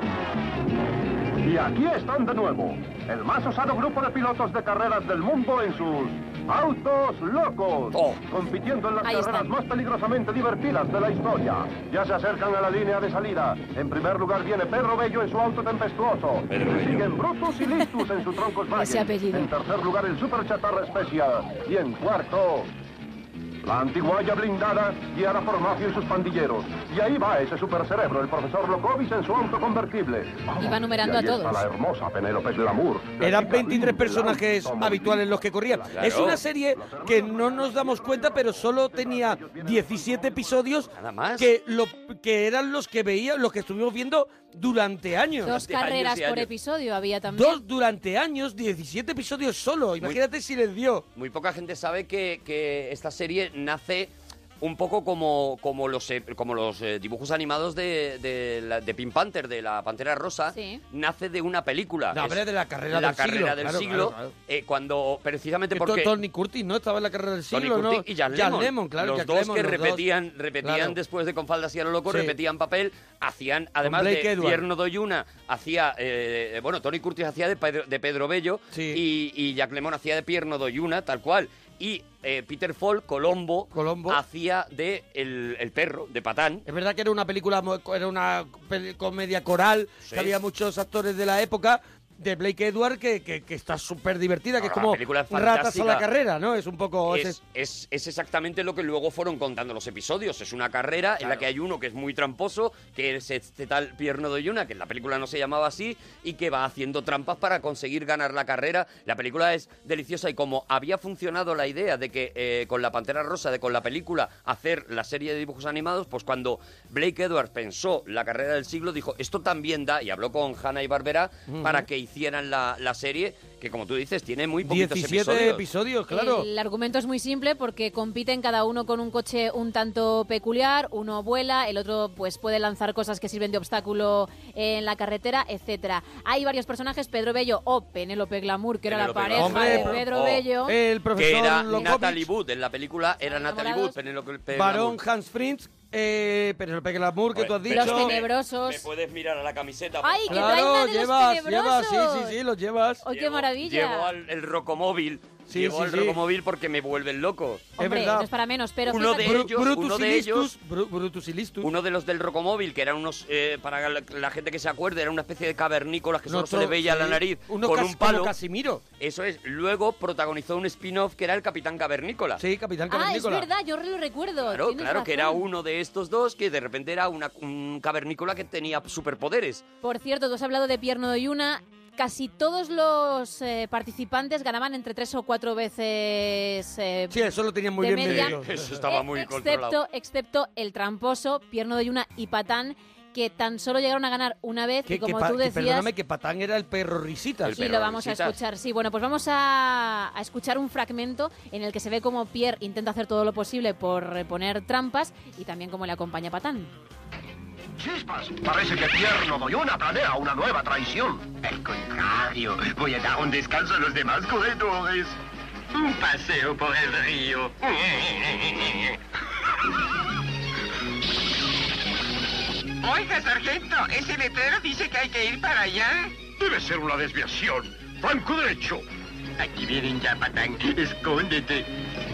[SPEAKER 1] Y aquí están de nuevo, el más osado grupo de pilotos de carreras del mundo en sus autos locos, compitiendo en las
[SPEAKER 5] Ahí
[SPEAKER 1] carreras
[SPEAKER 5] están.
[SPEAKER 1] más peligrosamente divertidas de la historia. Ya se acercan a la línea de salida. En primer lugar viene Pedro Bello en su auto tempestuoso. Le siguen Brutus y Listus en su Troncos
[SPEAKER 5] Ese apellido.
[SPEAKER 1] En tercer lugar el Super Chatarra Special. Y en cuarto...
[SPEAKER 6] La antiguaya blindada guiada por mafia y sus pandilleros. Y ahí va ese supercerebro, el profesor Lokovic en su auto convertible.
[SPEAKER 5] Y va numerando
[SPEAKER 6] y ahí
[SPEAKER 5] a todos.
[SPEAKER 6] Está la hermosa Penélope Glamour.
[SPEAKER 3] Eran 23 personajes habituales los que corrían.
[SPEAKER 6] Claro.
[SPEAKER 3] Es una serie que no nos damos cuenta, pero solo tenía 17 episodios que eran los que veía, los que estuvimos viendo durante años.
[SPEAKER 5] 2 carreras por episodio había también.
[SPEAKER 3] 2 durante años, 17 episodios solo. Imagínate si les dio.
[SPEAKER 2] Muy poca gente sabe que esta serie nace un poco como los dibujos animados de Pink Panther, de la Pantera Rosa, nace de una película.
[SPEAKER 3] No, de la carrera del siglo.
[SPEAKER 2] Claro. Cuando, precisamente
[SPEAKER 3] Que
[SPEAKER 2] porque...
[SPEAKER 3] Tony Curtis, ¿no? Estaba en la carrera del siglo,
[SPEAKER 2] Tony
[SPEAKER 3] ¿no?
[SPEAKER 2] Curtis y Jan Lemmon,
[SPEAKER 3] claro.
[SPEAKER 2] los
[SPEAKER 3] Jack
[SPEAKER 2] dos
[SPEAKER 3] Lemmon,
[SPEAKER 2] que
[SPEAKER 3] los
[SPEAKER 2] repetían
[SPEAKER 3] Claro.
[SPEAKER 2] después de Con faldas y a lo loco,
[SPEAKER 3] Sí.
[SPEAKER 2] repetían papel, hacían, además
[SPEAKER 3] Blake
[SPEAKER 2] de
[SPEAKER 3] Edwards.
[SPEAKER 2] Pierno Doyuna, hacía, Tony Curtis hacía de Pedro Bello y Jack Lemmon hacía de Pierno Doyuna, tal cual. Y Peter Falk, Colombo, hacía de el perro, de Patán.
[SPEAKER 3] Es verdad que era una película, era una comedia coral,
[SPEAKER 2] Sí.
[SPEAKER 3] que había muchos actores de la época, de Blake Edwards, que está súper divertida, que es
[SPEAKER 2] La
[SPEAKER 3] como
[SPEAKER 2] película es
[SPEAKER 3] Ratas a
[SPEAKER 2] fantástica.
[SPEAKER 3] la carrera, ¿no? Es un poco...
[SPEAKER 2] Es exactamente lo que luego fueron contando los episodios. Es una carrera en la que hay uno que es muy tramposo, que es este tal Pierno Doyuna, que en la película no se llamaba así, y que va haciendo trampas para conseguir ganar la carrera. La película es deliciosa y como había funcionado la idea de que con la Pantera Rosa, con la película, hacer la serie de dibujos animados, pues cuando Blake Edwards pensó la carrera del siglo, dijo, esto también da, y habló con Hanna-Barbera para que hicieran la serie, que como tú dices, tiene muy poquitos
[SPEAKER 3] 17 episodios, claro.
[SPEAKER 5] El argumento es muy simple porque compiten cada uno con un coche un tanto peculiar, uno vuela, el otro pues puede lanzar cosas que sirven de obstáculo en la carretera, etcétera. Hay varios personajes, Pedro Bello o Penélope Glamour, que era la pareja de Pedro Bello.
[SPEAKER 3] El profesor
[SPEAKER 2] que era
[SPEAKER 3] Lokovic.
[SPEAKER 2] Natalie Wood, en la película era Natalie Wood, Penélope
[SPEAKER 3] Barón
[SPEAKER 2] Glamour.
[SPEAKER 3] Hans Fritz, Penélope Glamour, que tú has dicho.
[SPEAKER 5] Los tenebrosos.
[SPEAKER 2] Me puedes mirar a la camiseta.
[SPEAKER 5] ¡Ay, que
[SPEAKER 3] Claro,
[SPEAKER 5] trae una de
[SPEAKER 3] llevas,
[SPEAKER 5] los tenebrosos!
[SPEAKER 3] sí, los llevas.
[SPEAKER 5] ¡Oh, qué maravilla!
[SPEAKER 2] Llevo el rocomóvil.
[SPEAKER 3] Sí,
[SPEAKER 2] Llevo
[SPEAKER 3] sí,
[SPEAKER 2] el
[SPEAKER 3] sí.
[SPEAKER 2] rocomóvil porque me vuelven loco.
[SPEAKER 5] Hombre, no es para menos, pero
[SPEAKER 2] Uno
[SPEAKER 5] fíjate-
[SPEAKER 2] de ellos,
[SPEAKER 3] Brutus y Listus.
[SPEAKER 2] uno de los del rocomóvil, que eran unos, para la gente que se acuerde, era una especie de cavernícolas que solo se le veía la nariz
[SPEAKER 3] Uno
[SPEAKER 2] con un palo.
[SPEAKER 3] como Casimiro.
[SPEAKER 2] Eso es. Luego protagonizó un spin-off que era el Capitán Cavernícola.
[SPEAKER 3] Sí, Capitán
[SPEAKER 5] Ah, es
[SPEAKER 3] Cavernícola.
[SPEAKER 5] verdad, yo lo recuerdo.
[SPEAKER 2] Claro,
[SPEAKER 5] tienes
[SPEAKER 2] claro, que era
[SPEAKER 5] razón.
[SPEAKER 2] uno de estos dos que de repente era un cavernícola que tenía superpoderes.
[SPEAKER 5] Por cierto, tú has hablado de Pierno Doyuna. Casi todos los participantes ganaban entre 3 o 4 veces
[SPEAKER 3] Sí, eso lo tenían muy
[SPEAKER 5] de
[SPEAKER 3] bien
[SPEAKER 5] media.
[SPEAKER 3] medido.
[SPEAKER 2] Eso estaba muy controlado.
[SPEAKER 5] Excepto el tramposo, Pierno Doyuna y Patán, que tan solo llegaron a ganar una vez y como tú decías...
[SPEAKER 3] Perdóname, que Patán era el perro risitas.
[SPEAKER 5] Y lo vamos a escuchar, sí. Bueno, pues vamos a escuchar un fragmento en el que se ve cómo Pierre intenta hacer todo lo posible por poner trampas y también cómo le acompaña Patán.
[SPEAKER 7] ¡Chispas! Parece que Pierno Doyuna planea una nueva traición. Al contrario, voy a dar un descanso a los demás corredores. Un paseo por el río.
[SPEAKER 23] Oiga, sargento, ese letrero dice que hay que ir para allá.
[SPEAKER 7] Debe ser una desviación. Flanco derecho.
[SPEAKER 23] Aquí vienen ya, Patán. Escóndete.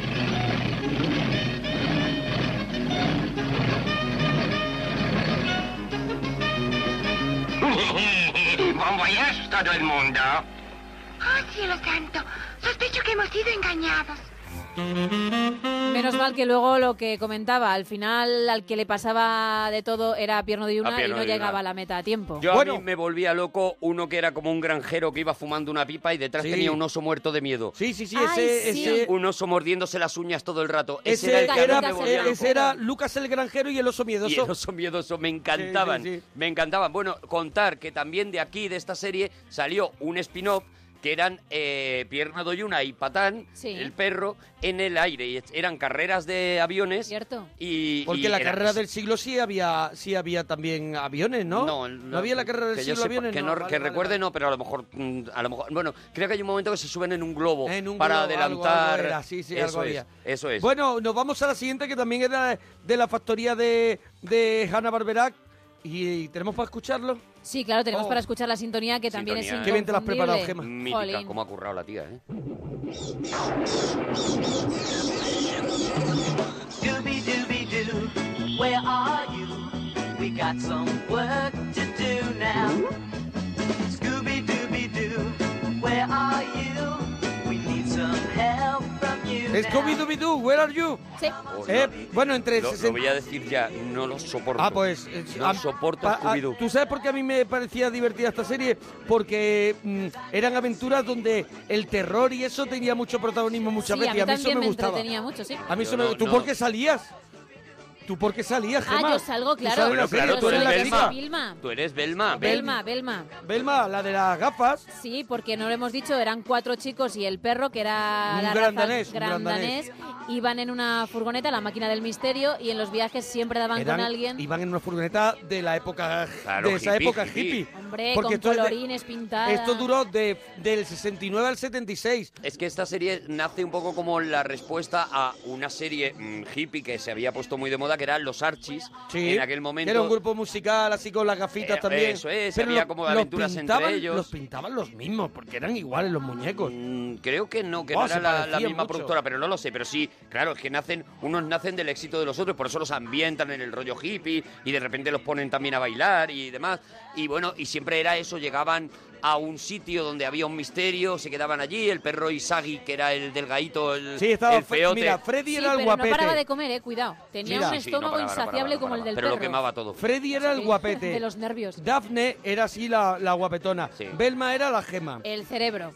[SPEAKER 7] Bon voyage, todo el mundo.
[SPEAKER 11] ¡Oh, cielo santo! Sospecho que hemos sido engañados.
[SPEAKER 5] Menos mal que luego lo que comentaba, al final al que le pasaba de todo era Pierno Doyuna y
[SPEAKER 2] Pierno
[SPEAKER 5] no
[SPEAKER 2] Doyuna.
[SPEAKER 5] llegaba a la meta a tiempo.
[SPEAKER 2] Yo a mí me volvía loco uno que era como un granjero que iba fumando una pipa y detrás
[SPEAKER 3] Sí.
[SPEAKER 2] tenía un oso muerto de miedo.
[SPEAKER 3] Sí, sí, sí,
[SPEAKER 5] Ay,
[SPEAKER 3] ese,
[SPEAKER 5] sí.
[SPEAKER 3] ese,
[SPEAKER 2] Un oso mordiéndose las uñas todo el rato.
[SPEAKER 3] ese
[SPEAKER 2] Ese era el que a mí me volvía loco.
[SPEAKER 3] ese era Lucas el granjero y el oso miedoso.
[SPEAKER 2] Y el oso miedoso, me encantaban,
[SPEAKER 3] Sí, sí, sí.
[SPEAKER 2] me encantaban. Bueno, contar que también de aquí, de esta serie, salió un spin-off que eran Pierno Doyuna y Patán,
[SPEAKER 5] Sí.
[SPEAKER 2] el perro, en el aire. Y eran carreras de aviones.
[SPEAKER 5] ¿Cierto?
[SPEAKER 3] Porque la carrera del siglo sí había también aviones, ¿no? No había la carrera del
[SPEAKER 2] que yo
[SPEAKER 3] siglo
[SPEAKER 2] sepa-
[SPEAKER 3] aviones,
[SPEAKER 2] que
[SPEAKER 3] no.
[SPEAKER 2] no,
[SPEAKER 3] Vale,
[SPEAKER 2] que
[SPEAKER 3] vale,
[SPEAKER 2] recuerde
[SPEAKER 3] vale.
[SPEAKER 2] no, pero a lo mejor, bueno, creo que hay un momento que se suben en un globo
[SPEAKER 3] En un
[SPEAKER 2] para
[SPEAKER 3] globo, algo
[SPEAKER 2] adelantar.
[SPEAKER 3] era, sí, sí,
[SPEAKER 2] eso
[SPEAKER 3] algo
[SPEAKER 2] es,
[SPEAKER 3] había.
[SPEAKER 2] eso es.
[SPEAKER 3] Bueno, nos vamos a la siguiente, que también era de la factoría de Hanna-Barbera. ¿Y tenemos para escucharlo?
[SPEAKER 5] Sí, claro, tenemos
[SPEAKER 3] Oh.
[SPEAKER 5] para escuchar la sintonía que también
[SPEAKER 2] Sintonía,
[SPEAKER 5] es
[SPEAKER 3] Qué bien te la has preparado,
[SPEAKER 5] inconfundible.
[SPEAKER 3] Gemma.
[SPEAKER 2] Mítica,
[SPEAKER 5] Jolín.
[SPEAKER 2] cómo ha currado la tía, ¿eh?
[SPEAKER 21] Scooby-Dooby-Doo, where are you? We got some work to do now. Scooby-Dooby-Doo, where are you? We need some help from you.
[SPEAKER 3] Scooby-Doo, where are you?
[SPEAKER 5] Sí.
[SPEAKER 3] Bueno, entre
[SPEAKER 2] Lo voy a decir ya, no lo soporto.
[SPEAKER 3] Pues...
[SPEAKER 2] no soporto Scooby-Doo.
[SPEAKER 3] ¿Tú sabes por qué a mí me parecía divertida esta serie? Porque eran aventuras donde el terror y eso tenía mucho protagonismo muchas veces.
[SPEAKER 5] Sí, a mí
[SPEAKER 3] eso
[SPEAKER 5] también
[SPEAKER 3] me gustaba.
[SPEAKER 5] entretenía mucho, sí.
[SPEAKER 3] A mí eso ¿Tú por qué salías? ¿Tú por qué salías, Gemma?
[SPEAKER 5] Yo salgo, claro.
[SPEAKER 2] Bueno, claro, tú eres Belma.
[SPEAKER 5] Tú
[SPEAKER 2] eres Belma.
[SPEAKER 5] Belma.
[SPEAKER 3] Belma, la de las gafas.
[SPEAKER 5] Sí, porque no lo hemos dicho, eran 4 chicos y el perro, que era
[SPEAKER 3] Un
[SPEAKER 5] la
[SPEAKER 3] gran
[SPEAKER 5] raza
[SPEAKER 3] danés, un gran
[SPEAKER 5] danés, iban en una furgoneta, la máquina del misterio, y en los viajes siempre daban con alguien.
[SPEAKER 3] Iban en una furgoneta de la época,
[SPEAKER 2] claro,
[SPEAKER 3] de esa época hippie.
[SPEAKER 5] Hombre,
[SPEAKER 3] porque
[SPEAKER 5] con colorines pintadas.
[SPEAKER 3] Esto duró del 69 al 76.
[SPEAKER 2] Es que esta serie nace un poco como la respuesta a una serie hippie que se había puesto muy de moda, que eran los Archies.
[SPEAKER 3] Sí,
[SPEAKER 2] en aquel momento.
[SPEAKER 3] Era un grupo musical así con las gafitas también.
[SPEAKER 2] Eso es,
[SPEAKER 3] pero
[SPEAKER 2] había como aventuras entre ellos.
[SPEAKER 3] Los pintaban los mismos, porque eran iguales los muñecos.
[SPEAKER 2] Creo que no era la misma productora, pero no lo sé. Pero sí, claro, es que unos nacen del éxito de los otros, por eso los ambientan en el rollo hippie y de repente los ponen también a bailar y demás. Y bueno, y siempre era eso, llegaban a un sitio donde había un misterio, se quedaban allí, el perro Isagi, que era el delgadito, el feote.
[SPEAKER 3] Mira, Freddy era el
[SPEAKER 5] pero
[SPEAKER 3] guapete.
[SPEAKER 5] no paraba de comer, cuidado. Tenía un estómago insaciable como el del
[SPEAKER 2] pero
[SPEAKER 5] perro.
[SPEAKER 2] lo quemaba todo.
[SPEAKER 3] Freddy era el guapete.
[SPEAKER 5] De los nervios.
[SPEAKER 3] Daphne era así la guapetona.
[SPEAKER 2] Sí.
[SPEAKER 3] Belma era la Gema.
[SPEAKER 5] El cerebro.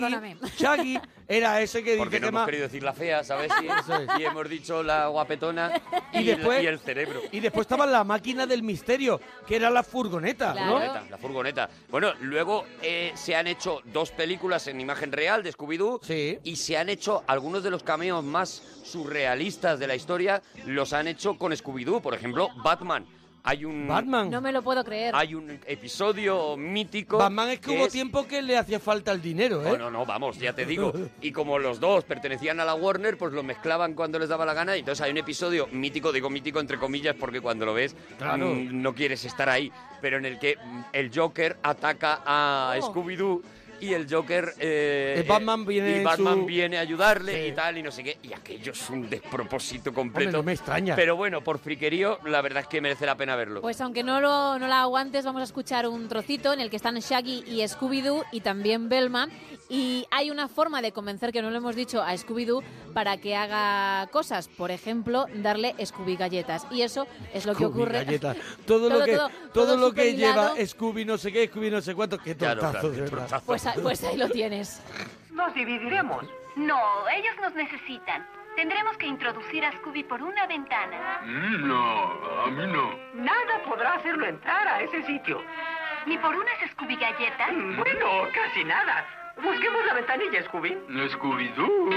[SPEAKER 3] Shaggy era ese que
[SPEAKER 2] porque
[SPEAKER 3] dice
[SPEAKER 2] no
[SPEAKER 3] Gema.
[SPEAKER 2] hemos querido decir la fea, ¿sabes? Y hemos dicho la guapetona
[SPEAKER 3] y
[SPEAKER 2] el cerebro.
[SPEAKER 3] Y después estaba la máquina del misterio, que era la furgoneta, ¿no?
[SPEAKER 2] La furgoneta. Bueno, luego se han hecho 2 películas en imagen real de Scooby-Doo y se han hecho algunos de los cameos más surrealistas de la historia, los han hecho con Scooby-Doo. Por ejemplo, Batman.
[SPEAKER 3] Batman.
[SPEAKER 5] No me lo puedo creer.
[SPEAKER 2] Hay un episodio mítico.
[SPEAKER 3] Batman es que hubo tiempo que le hacía falta el dinero, ¿eh?
[SPEAKER 2] No, vamos, ya te digo. Y como los dos pertenecían a la Warner, pues lo mezclaban cuando les daba la gana. Y entonces hay un episodio mítico, digo mítico entre comillas, porque cuando lo ves no quieres estar ahí. Pero en el que el Joker ataca a Scooby-Doo. Y el Joker
[SPEAKER 3] Batman
[SPEAKER 2] viene a ayudarle y tal, y no sé qué. Y aquello es un despropósito completo.
[SPEAKER 3] Hombre, no me extraña.
[SPEAKER 2] Pero bueno, por friquerío, la verdad es que merece la pena verlo.
[SPEAKER 5] Pues aunque no la aguantes, vamos a escuchar un trocito en el que están Shaggy y Scooby-Doo y también Velma. Y hay una forma de convencer, que no lo hemos dicho, a Scooby-Doo para que haga cosas. Por ejemplo, darle Scooby galletas. Y eso es lo que ocurre.
[SPEAKER 3] Galletas. Todo lo que lleva
[SPEAKER 5] hilado.
[SPEAKER 3] Scooby no sé qué, Scooby no sé cuánto. Qué tortazo, de verdad.
[SPEAKER 5] Pues ahí lo tienes.
[SPEAKER 23] Nos dividiremos.
[SPEAKER 4] No, ellos nos necesitan. Tendremos que introducir a Scooby por una ventana.
[SPEAKER 23] No, a mí no. Nada podrá hacerlo entrar a ese sitio.
[SPEAKER 4] ¿Ni por unas Scooby galletas?
[SPEAKER 23] Bueno, casi nada. Busquemos la ventanilla, Scooby. Scooby-Doo.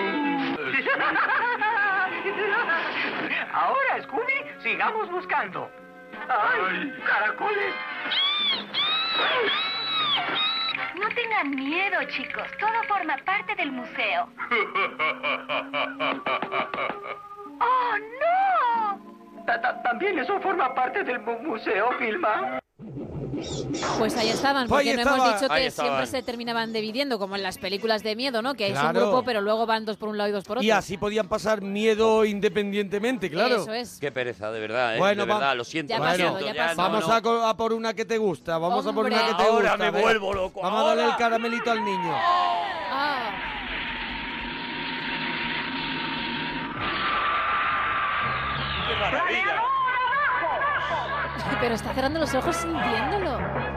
[SPEAKER 23] Ahora, Scooby, sigamos buscando. ¡Ay, caracoles!
[SPEAKER 4] No tengan miedo, chicos. Todo forma parte del museo. ¡Oh, no!
[SPEAKER 23] ¿También eso forma parte del museo, Vilma?
[SPEAKER 5] Pues ahí estaban, porque no hemos dicho que
[SPEAKER 3] Ahí estaban.
[SPEAKER 5] siempre se terminaban dividiendo, como en las películas de miedo, ¿no? Que es un
[SPEAKER 3] Claro.
[SPEAKER 5] grupo, pero luego van 2 por un lado y 2 por otro.
[SPEAKER 3] Y así podían pasar miedo independientemente, claro.
[SPEAKER 5] Eso es.
[SPEAKER 2] Qué pereza, de verdad,
[SPEAKER 3] Bueno,
[SPEAKER 2] de verdad, lo siento.
[SPEAKER 5] Ya
[SPEAKER 2] lo
[SPEAKER 5] pasado,
[SPEAKER 2] siento,
[SPEAKER 5] ya pasado.
[SPEAKER 3] Vamos a por una que te gusta, vamos a por
[SPEAKER 5] Hombre.
[SPEAKER 3] una que te
[SPEAKER 2] Ahora
[SPEAKER 3] gusta.
[SPEAKER 2] me
[SPEAKER 3] venga.
[SPEAKER 2] vuelvo loco,
[SPEAKER 3] Vamos a darle
[SPEAKER 2] ahora.
[SPEAKER 3] el caramelito al niño.
[SPEAKER 5] Ah.
[SPEAKER 2] ¡Qué maravilla!
[SPEAKER 5] Pero está cerrando los ojos sintiéndolo.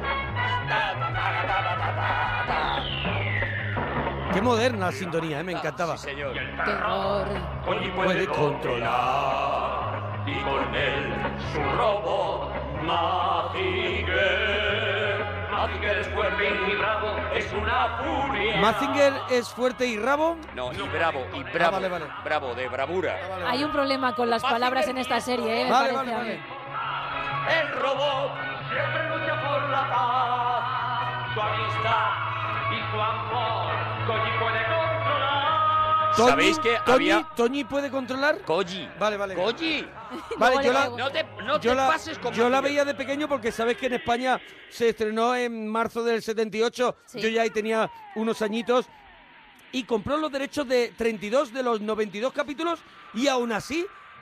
[SPEAKER 3] Qué moderna la sintonía, me encantaba.
[SPEAKER 2] Sí, señor.
[SPEAKER 5] Qué horror.
[SPEAKER 2] Oye,
[SPEAKER 3] Puede controlar.
[SPEAKER 2] y con él su robot Mazinger. Mazinger es fuerte y bravo, es una furia.
[SPEAKER 3] ¿Mazinger es fuerte y rabo?
[SPEAKER 2] No, y bravo,
[SPEAKER 3] vale, vale.
[SPEAKER 2] bravo, de bravura.
[SPEAKER 5] Hay un problema con las palabras en esta serie, ¿eh? Me
[SPEAKER 3] Vale,
[SPEAKER 5] parece
[SPEAKER 3] vale,
[SPEAKER 5] a mí.
[SPEAKER 3] vale.
[SPEAKER 2] El robot siempre lucha por la paz, tu amistad y tu amor. Koji puede controlar. ¿Sabéis que había
[SPEAKER 3] ¿Toñi puede controlar?
[SPEAKER 2] Koji?
[SPEAKER 3] Vale, vale.
[SPEAKER 2] Koji.
[SPEAKER 3] Vale,
[SPEAKER 2] No te pases como
[SPEAKER 3] yo la
[SPEAKER 2] Mazinger.
[SPEAKER 3] veía de pequeño porque sabes que en España se estrenó en marzo del 78.
[SPEAKER 5] Sí.
[SPEAKER 3] Yo ya ahí tenía unos añitos y compró los derechos de 32 de los 92 capítulos y aún así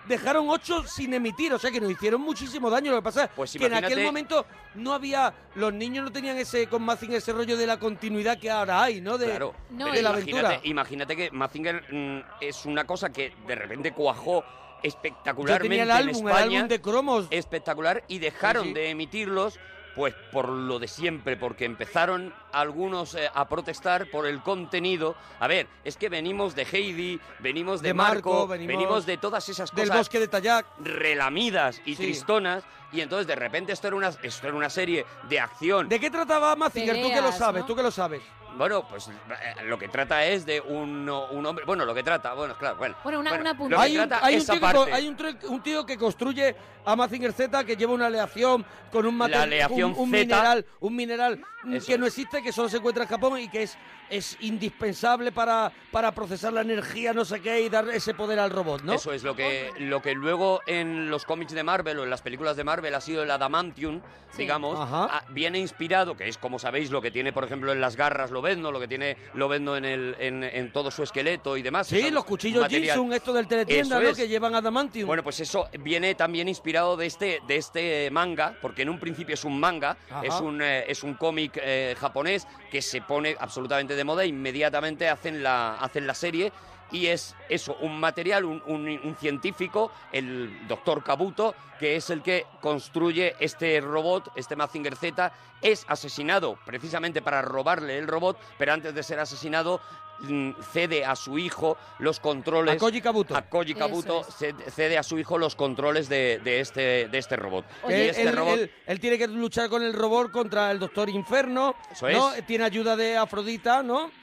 [SPEAKER 3] dejaron 8 sin emitir, o sea que nos hicieron muchísimo daño. Lo que pasa
[SPEAKER 2] Pues
[SPEAKER 3] es que en aquel
[SPEAKER 2] imagínate-
[SPEAKER 3] momento no había, los niños no tenían con Mazinger ese rollo de la continuidad que ahora hay, ¿no?
[SPEAKER 2] Claro,
[SPEAKER 3] de
[SPEAKER 2] pero
[SPEAKER 3] la aventura.
[SPEAKER 2] imagínate que Mazinger es una cosa que de repente cuajó
[SPEAKER 3] Yo
[SPEAKER 2] espectacularmente
[SPEAKER 3] tenía el
[SPEAKER 2] en
[SPEAKER 3] álbum
[SPEAKER 2] España,
[SPEAKER 3] de cromos.
[SPEAKER 2] espectacular, y dejaron
[SPEAKER 3] Sí, sí.
[SPEAKER 2] de emitirlos pues por lo de siempre, porque empezaron algunos a protestar por el contenido. A ver, es que venimos de Heidi, venimos de,
[SPEAKER 3] De Marco, venimos
[SPEAKER 2] de todas esas
[SPEAKER 3] del
[SPEAKER 2] cosas
[SPEAKER 3] Bosque de Tayac,
[SPEAKER 2] relamidas y
[SPEAKER 3] Sí.
[SPEAKER 2] tristonas, y entonces de repente esto era una serie de acción.
[SPEAKER 3] ¿De qué trataba Mazinger? Tú que lo
[SPEAKER 2] Peleas,
[SPEAKER 3] sabes,
[SPEAKER 2] ¿no?
[SPEAKER 3] tú que lo sabes.
[SPEAKER 2] Bueno, pues lo que trata es de un hombre... Bueno, lo que trata... Bueno, claro, bueno.
[SPEAKER 5] Bueno, una
[SPEAKER 2] lo
[SPEAKER 5] punta.
[SPEAKER 2] que trata esa
[SPEAKER 3] tío
[SPEAKER 2] parte.
[SPEAKER 3] un tío que construye a Mazinger Z, que lleva una aleación con un
[SPEAKER 2] La aleación
[SPEAKER 3] un
[SPEAKER 2] Z.
[SPEAKER 3] mineral
[SPEAKER 2] Eso
[SPEAKER 3] que no
[SPEAKER 2] es.
[SPEAKER 3] existe, que solo se encuentra en Japón y que es indispensable para procesar la energía, no sé qué, y dar ese poder al robot, ¿no?
[SPEAKER 2] Eso es lo que luego en los cómics de Marvel o en las películas de Marvel ha sido el adamantium, digamos. Viene inspirado, que es, como sabéis, lo que tiene, por ejemplo, en las garras Lobezno, lo que tiene Lobezno en todo su esqueleto y demás.
[SPEAKER 3] Sí,
[SPEAKER 2] Es
[SPEAKER 3] los
[SPEAKER 2] un
[SPEAKER 3] cuchillos
[SPEAKER 2] material-
[SPEAKER 3] Jitsun, esto del teletienda,
[SPEAKER 2] Eso
[SPEAKER 3] ¿no?
[SPEAKER 2] es.
[SPEAKER 3] Que llevan adamantium.
[SPEAKER 2] Bueno, pues eso viene también inspirado de este manga, porque en un principio es un manga,
[SPEAKER 3] Ajá.
[SPEAKER 2] es un cómic japonés que se pone absolutamente de moda, inmediatamente hacen la serie, y es eso, un material, un científico, el doctor Kabuto, que es el que construye este robot, este Mazinger Z, es asesinado precisamente para robarle el robot, pero antes de ser asesinado cede a su hijo los controles.
[SPEAKER 3] A Koji Kabuto.
[SPEAKER 2] A Koji Kabuto cede a su hijo los controles de este robot. Y este robot
[SPEAKER 3] Él tiene que luchar con el robot contra el Doctor Inferno,
[SPEAKER 2] Eso
[SPEAKER 3] ¿no?
[SPEAKER 2] es.
[SPEAKER 3] Tiene ayuda de Afrodita, ¿no?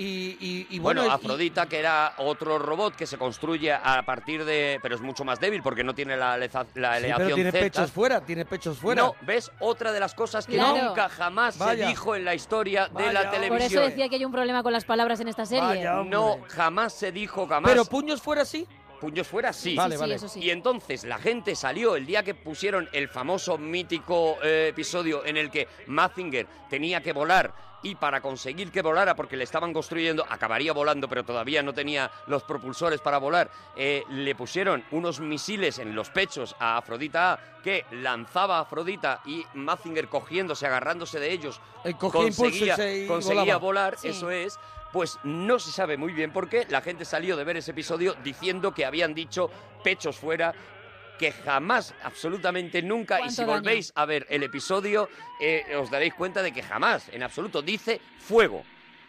[SPEAKER 3] Y
[SPEAKER 2] bueno,
[SPEAKER 3] bueno,
[SPEAKER 2] Afrodita, que era otro robot que se construye a partir de... Pero es mucho más débil porque no tiene la
[SPEAKER 3] Sí,
[SPEAKER 2] aleación
[SPEAKER 3] pero tiene
[SPEAKER 2] Z.
[SPEAKER 3] pechos fuera.
[SPEAKER 2] No, ¿ves? Otra de las cosas que
[SPEAKER 5] Claro.
[SPEAKER 2] nunca jamás
[SPEAKER 3] Vaya.
[SPEAKER 2] se dijo en la historia de
[SPEAKER 3] Vaya.
[SPEAKER 2] la
[SPEAKER 5] Por
[SPEAKER 2] televisión.
[SPEAKER 5] eso decía que hay un problema con las palabras en esta serie.
[SPEAKER 2] No, jamás se dijo, jamás.
[SPEAKER 3] Pero puños fuera sí.
[SPEAKER 2] Puños fuera, sí.
[SPEAKER 3] Vale, vale. eso
[SPEAKER 2] Y entonces la gente salió el día que pusieron el famoso mítico episodio en el que Mazinger tenía que volar, y para conseguir que volara, porque le estaban construyendo, acabaría volando, pero todavía no tenía los propulsores para volar, le pusieron unos misiles en los pechos a Afrodita A, que lanzaba a Afrodita, y Mazinger cogiéndose, agarrándose de ellos,
[SPEAKER 3] cogía impulso y
[SPEAKER 2] conseguía
[SPEAKER 3] volaba.
[SPEAKER 2] volar,
[SPEAKER 3] Sí.
[SPEAKER 2] eso es. Pues no se sabe muy bien por qué. La gente salió de ver ese episodio diciendo que habían dicho pechos fuera, que jamás, absolutamente nunca, y
[SPEAKER 5] ¿Cuánto
[SPEAKER 2] si
[SPEAKER 5] daño?
[SPEAKER 2] volvéis a ver el episodio, os daréis cuenta de que jamás, en absoluto, dice fuego.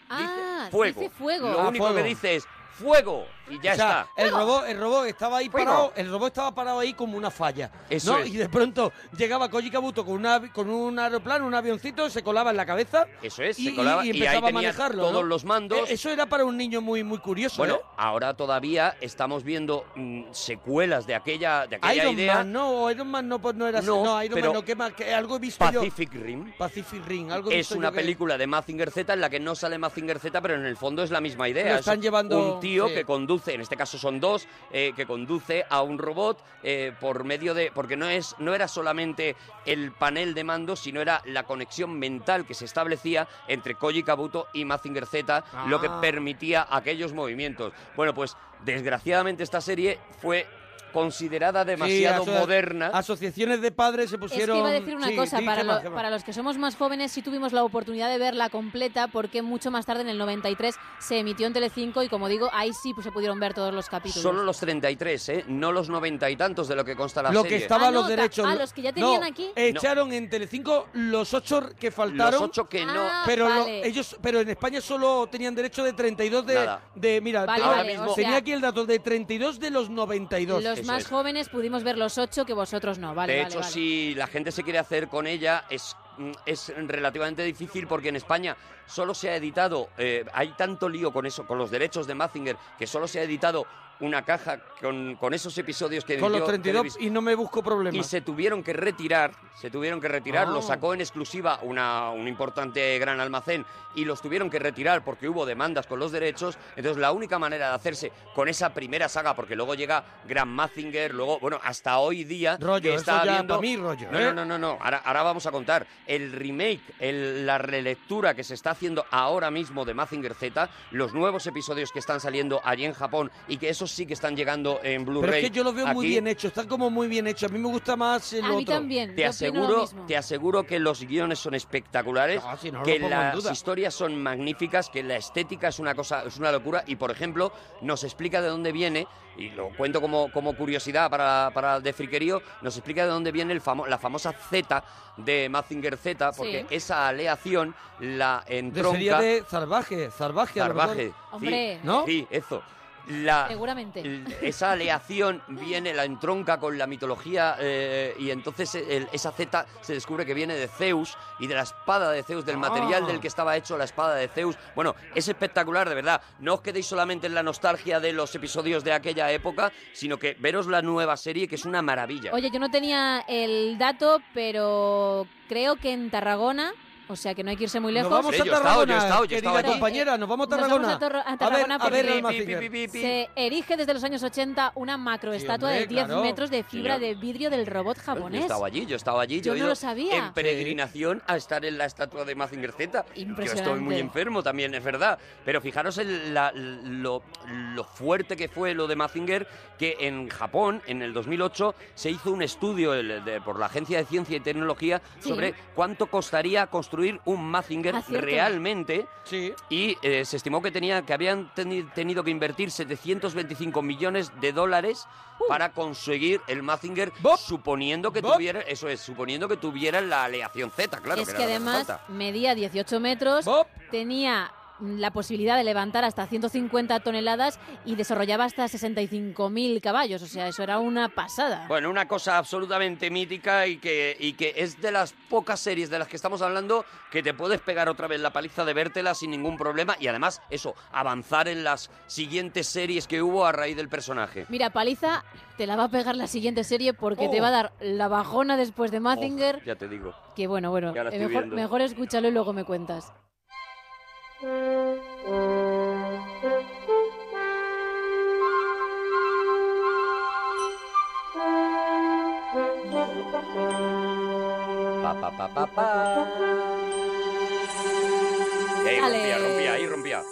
[SPEAKER 2] Fuego.
[SPEAKER 5] Dice fuego.
[SPEAKER 2] Lo único
[SPEAKER 3] fuego.
[SPEAKER 2] que dice es fuego, y ya
[SPEAKER 3] O sea,
[SPEAKER 2] está.
[SPEAKER 3] el robot estaba ahí
[SPEAKER 2] Fuego.
[SPEAKER 3] parado, el robot estaba parado ahí como una falla.
[SPEAKER 2] Eso
[SPEAKER 3] ¿no?
[SPEAKER 2] es.
[SPEAKER 3] Y de pronto llegaba Koji Kabuto con un aeroplano, un avioncito, se colaba en la cabeza.
[SPEAKER 2] Eso es,
[SPEAKER 3] y,
[SPEAKER 2] se colaba,
[SPEAKER 3] y
[SPEAKER 2] y ahí
[SPEAKER 3] empezaba a
[SPEAKER 2] tenía
[SPEAKER 3] manejarlo.
[SPEAKER 2] todos
[SPEAKER 3] ¿no?
[SPEAKER 2] los mandos.
[SPEAKER 3] Eso era para un niño muy, muy curioso.
[SPEAKER 2] Bueno,
[SPEAKER 3] ¿eh?
[SPEAKER 2] ahora todavía estamos viendo secuelas de aquella
[SPEAKER 3] Iron
[SPEAKER 2] idea.
[SPEAKER 3] Man, no, Iron Man no, pues no era así.
[SPEAKER 2] No,
[SPEAKER 3] No, Iron
[SPEAKER 2] pero
[SPEAKER 3] Man no, ¿qué más? Que algo he visto
[SPEAKER 2] Pacific Rim.
[SPEAKER 3] Pacific Rim, algo he
[SPEAKER 2] Es
[SPEAKER 3] visto
[SPEAKER 2] una
[SPEAKER 3] yo que-
[SPEAKER 2] película de Mazinger Z en la que no sale Mazinger Z, pero en el fondo es la misma idea.
[SPEAKER 3] Lo
[SPEAKER 2] Es
[SPEAKER 3] están llevando-
[SPEAKER 2] un tío
[SPEAKER 3] sí.
[SPEAKER 2] que conduce, en este caso son dos, que conduce a un robot por medio de... Porque no era solamente el panel de mando, sino era la conexión mental que se establecía entre Koji Kabuto y Mazinger Z, lo que permitía aquellos movimientos. Bueno, pues desgraciadamente esta serie fue considerada demasiado
[SPEAKER 3] Sí,
[SPEAKER 2] moderna.
[SPEAKER 3] Asociaciones de padres se
[SPEAKER 5] Es
[SPEAKER 3] pusieron...
[SPEAKER 5] que iba a decir una
[SPEAKER 3] Sí,
[SPEAKER 5] cosa,
[SPEAKER 3] sí,
[SPEAKER 5] para,
[SPEAKER 3] ¿qué más, qué más?
[SPEAKER 5] para los que somos más jóvenes sí tuvimos la oportunidad de verla completa, porque mucho más tarde, en el 93, se emitió en Telecinco y, como digo, ahí sí pues, se pudieron ver todos los capítulos.
[SPEAKER 2] Solo los 33, no los 90 y tantos de lo que consta la
[SPEAKER 3] Lo
[SPEAKER 2] serie.
[SPEAKER 3] que estaba los derechos.
[SPEAKER 5] los que ya tenían
[SPEAKER 3] no,
[SPEAKER 5] aquí.
[SPEAKER 3] Echaron en Telecinco los 8 que faltaron.
[SPEAKER 2] Los 8 que no.
[SPEAKER 5] Ah,
[SPEAKER 3] Pero
[SPEAKER 5] vale.
[SPEAKER 3] pero en España solo tenían derecho de 32
[SPEAKER 2] Nada.
[SPEAKER 3] mira,
[SPEAKER 5] Vale,
[SPEAKER 3] ahora
[SPEAKER 5] vale,
[SPEAKER 3] mismo
[SPEAKER 5] o sea-
[SPEAKER 3] tenía aquí el dato de 32 de los 92.
[SPEAKER 5] Los más jóvenes pudimos ver los 8 que vosotros no, vale.
[SPEAKER 2] de
[SPEAKER 5] vale,
[SPEAKER 2] hecho,
[SPEAKER 5] vale.
[SPEAKER 2] si la gente se quiere hacer con ella, es relativamente difícil porque en España solo se ha editado, hay tanto lío con eso, con los derechos de Mazinger, que solo se ha editado una caja con esos episodios que
[SPEAKER 3] Con los
[SPEAKER 2] emitió
[SPEAKER 3] 32 y no me busco problemas.
[SPEAKER 2] y se tuvieron que retirar, lo sacó en exclusiva un importante gran almacén y los tuvieron que retirar porque hubo demandas con los derechos. Entonces la única manera de hacerse con esa primera saga, porque luego llega Gran Mazinger, luego, bueno, hasta hoy día
[SPEAKER 3] Rollo,
[SPEAKER 2] que
[SPEAKER 3] eso
[SPEAKER 2] está
[SPEAKER 3] ya
[SPEAKER 2] habiendo...
[SPEAKER 3] pa' mí rollo,
[SPEAKER 2] No,
[SPEAKER 3] ¿eh?
[SPEAKER 2] no, ahora vamos a contar. el remake, la relectura que se está haciendo ahora mismo de Mazinger Z, los nuevos episodios que están saliendo allí en Japón y que esos sí que están llegando en Blu-ray.
[SPEAKER 3] Pero es que yo los veo muy
[SPEAKER 2] aquí,
[SPEAKER 3] bien hechos, están como muy bien hechos. A mí me gusta más el
[SPEAKER 5] A
[SPEAKER 3] otro.
[SPEAKER 5] mí también.
[SPEAKER 2] Te aseguro que los guiones son espectaculares,
[SPEAKER 3] No, si no lo
[SPEAKER 2] que
[SPEAKER 3] pongo en
[SPEAKER 2] las
[SPEAKER 3] duda.
[SPEAKER 2] historias son magníficas, que la estética es una locura y, por ejemplo, nos explica de dónde viene, y lo cuento como curiosidad para el de friquerío, nos explica de dónde viene la famosa Z de Mazinger Z, porque
[SPEAKER 5] Sí.
[SPEAKER 2] esa aleación la entronca...
[SPEAKER 3] Sería de salvaje a lo mejor.
[SPEAKER 2] Salvaje,
[SPEAKER 5] Hombre.
[SPEAKER 2] sí,
[SPEAKER 3] ¿no?
[SPEAKER 2] Sí, eso.
[SPEAKER 5] Seguramente.
[SPEAKER 2] Esa aleación la entronca con la mitología y entonces esa Z se descubre que viene de Zeus y de la espada de Zeus, del material del que estaba hecho la espada de Zeus. Bueno, es espectacular, de verdad. No os quedéis solamente en la nostalgia de los episodios de aquella época, sino que veros la nueva serie, que es una maravilla.
[SPEAKER 5] Oye, yo no tenía el dato, pero creo que en Tarragona, o sea que no hay que irse muy lejos.
[SPEAKER 3] Nos vamos a Tarragona, querida compañera, nos vamos a Tarragona.
[SPEAKER 5] Nos vamos a Tarragona
[SPEAKER 3] a ver el
[SPEAKER 5] porque
[SPEAKER 3] Mazinger.
[SPEAKER 5] se erige desde los años 80 una macroestatua
[SPEAKER 3] hombre,
[SPEAKER 5] de 10
[SPEAKER 3] claro.
[SPEAKER 5] metros de fibra
[SPEAKER 2] Sí,
[SPEAKER 5] de vidrio del robot
[SPEAKER 2] Yo
[SPEAKER 5] japonés.
[SPEAKER 2] estaba allí.
[SPEAKER 5] Yo
[SPEAKER 2] he
[SPEAKER 5] no
[SPEAKER 2] ido
[SPEAKER 5] lo sabía.
[SPEAKER 2] en peregrinación a estar en la estatua de Mazinger Z. Yo
[SPEAKER 5] Impresionante.
[SPEAKER 2] estoy muy enfermo también, es verdad. Pero fijaros lo fuerte que fue lo de Mazinger, que en Japón, en el 2008, se hizo un estudio por la Agencia de Ciencia y Tecnología
[SPEAKER 5] Sí.
[SPEAKER 2] sobre cuánto costaría construir un Mazinger
[SPEAKER 5] cierto.
[SPEAKER 2] realmente.
[SPEAKER 3] Sí.
[SPEAKER 2] Y se estimó que habían tenido que invertir 725 millones de dólares para conseguir el Mazinger, suponiendo que tuviera la aleación Z, claro.
[SPEAKER 5] Es
[SPEAKER 2] era
[SPEAKER 5] que
[SPEAKER 2] lo hace
[SPEAKER 5] además
[SPEAKER 2] falta.
[SPEAKER 5] medía 18 metros, tenía la posibilidad de levantar hasta 150 toneladas y desarrollaba hasta 65.000 caballos. O sea, eso era una pasada.
[SPEAKER 2] Bueno, una cosa absolutamente mítica y que es de las pocas series de las que estamos hablando que te puedes pegar otra vez la paliza de vértela sin ningún problema y además, eso, avanzar en las siguientes series que hubo a raíz del personaje.
[SPEAKER 5] Mira, paliza te la va a pegar la siguiente serie porque te va a dar la bajona después de Mazinger.
[SPEAKER 2] Ya te digo.
[SPEAKER 5] Que bueno,
[SPEAKER 2] Ya la estoy viendo.
[SPEAKER 5] mejor escúchalo y luego me cuentas.
[SPEAKER 2] Ahí rompía.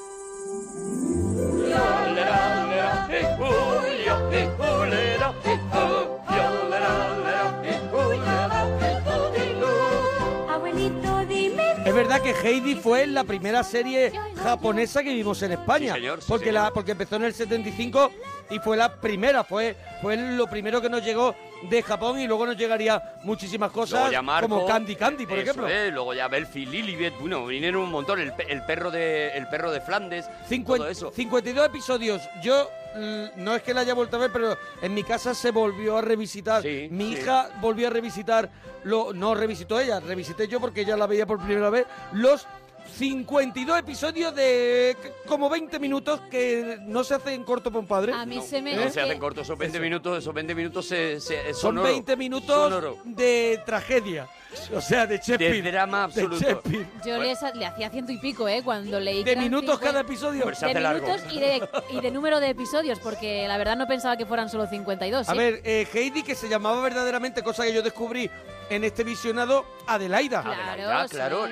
[SPEAKER 11] Abuelito, dime.
[SPEAKER 3] Es verdad que Heidi fue la primera serie japonesa que vimos en España.
[SPEAKER 2] Sí, señor, sí,
[SPEAKER 3] porque,
[SPEAKER 2] señor.
[SPEAKER 3] porque empezó en el 75 y fue la primera, fue lo primero que nos llegó de Japón y luego nos llegaría muchísimas cosas
[SPEAKER 2] Luego ya Marco,
[SPEAKER 3] como Candy, por
[SPEAKER 2] eso
[SPEAKER 3] ejemplo.
[SPEAKER 2] es, luego ya Belfi, Lilibet, bueno, vinieron un montón, el perro de Flandes, todo eso.
[SPEAKER 3] 52 episodios. Yo no es que la haya vuelto a ver, pero en mi casa se volvió a revisitar. Mi hija volvió a revisitar, no revisitó ella, revisité yo porque ella la veía por primera vez, los 52 episodios de como 20 minutos que no se hacen corto para un padre.
[SPEAKER 5] A mí se me...
[SPEAKER 2] No
[SPEAKER 5] es
[SPEAKER 2] se
[SPEAKER 5] que-
[SPEAKER 2] hacen cortos, esos 20 minutos,
[SPEAKER 3] Son
[SPEAKER 2] sonoro,
[SPEAKER 3] 20 minutos
[SPEAKER 2] sonoro.
[SPEAKER 3] de tragedia. O sea, de Shakespeare.
[SPEAKER 2] De drama absoluto.
[SPEAKER 3] De Shakespeare.
[SPEAKER 5] Yo le hacía 100 y pico, cuando leí...
[SPEAKER 3] De
[SPEAKER 5] que eran
[SPEAKER 3] minutos
[SPEAKER 5] 50
[SPEAKER 3] cada episodio.
[SPEAKER 2] Pues se
[SPEAKER 5] De
[SPEAKER 2] hace largo.
[SPEAKER 5] minutos y de número de episodios, porque la verdad no pensaba que fueran solo 52.
[SPEAKER 3] A
[SPEAKER 5] ¿sí?
[SPEAKER 3] ver, Heidi, que se llamaba verdaderamente, cosa que yo descubrí en este visionado, Adelaida.
[SPEAKER 2] Adelaida, claro,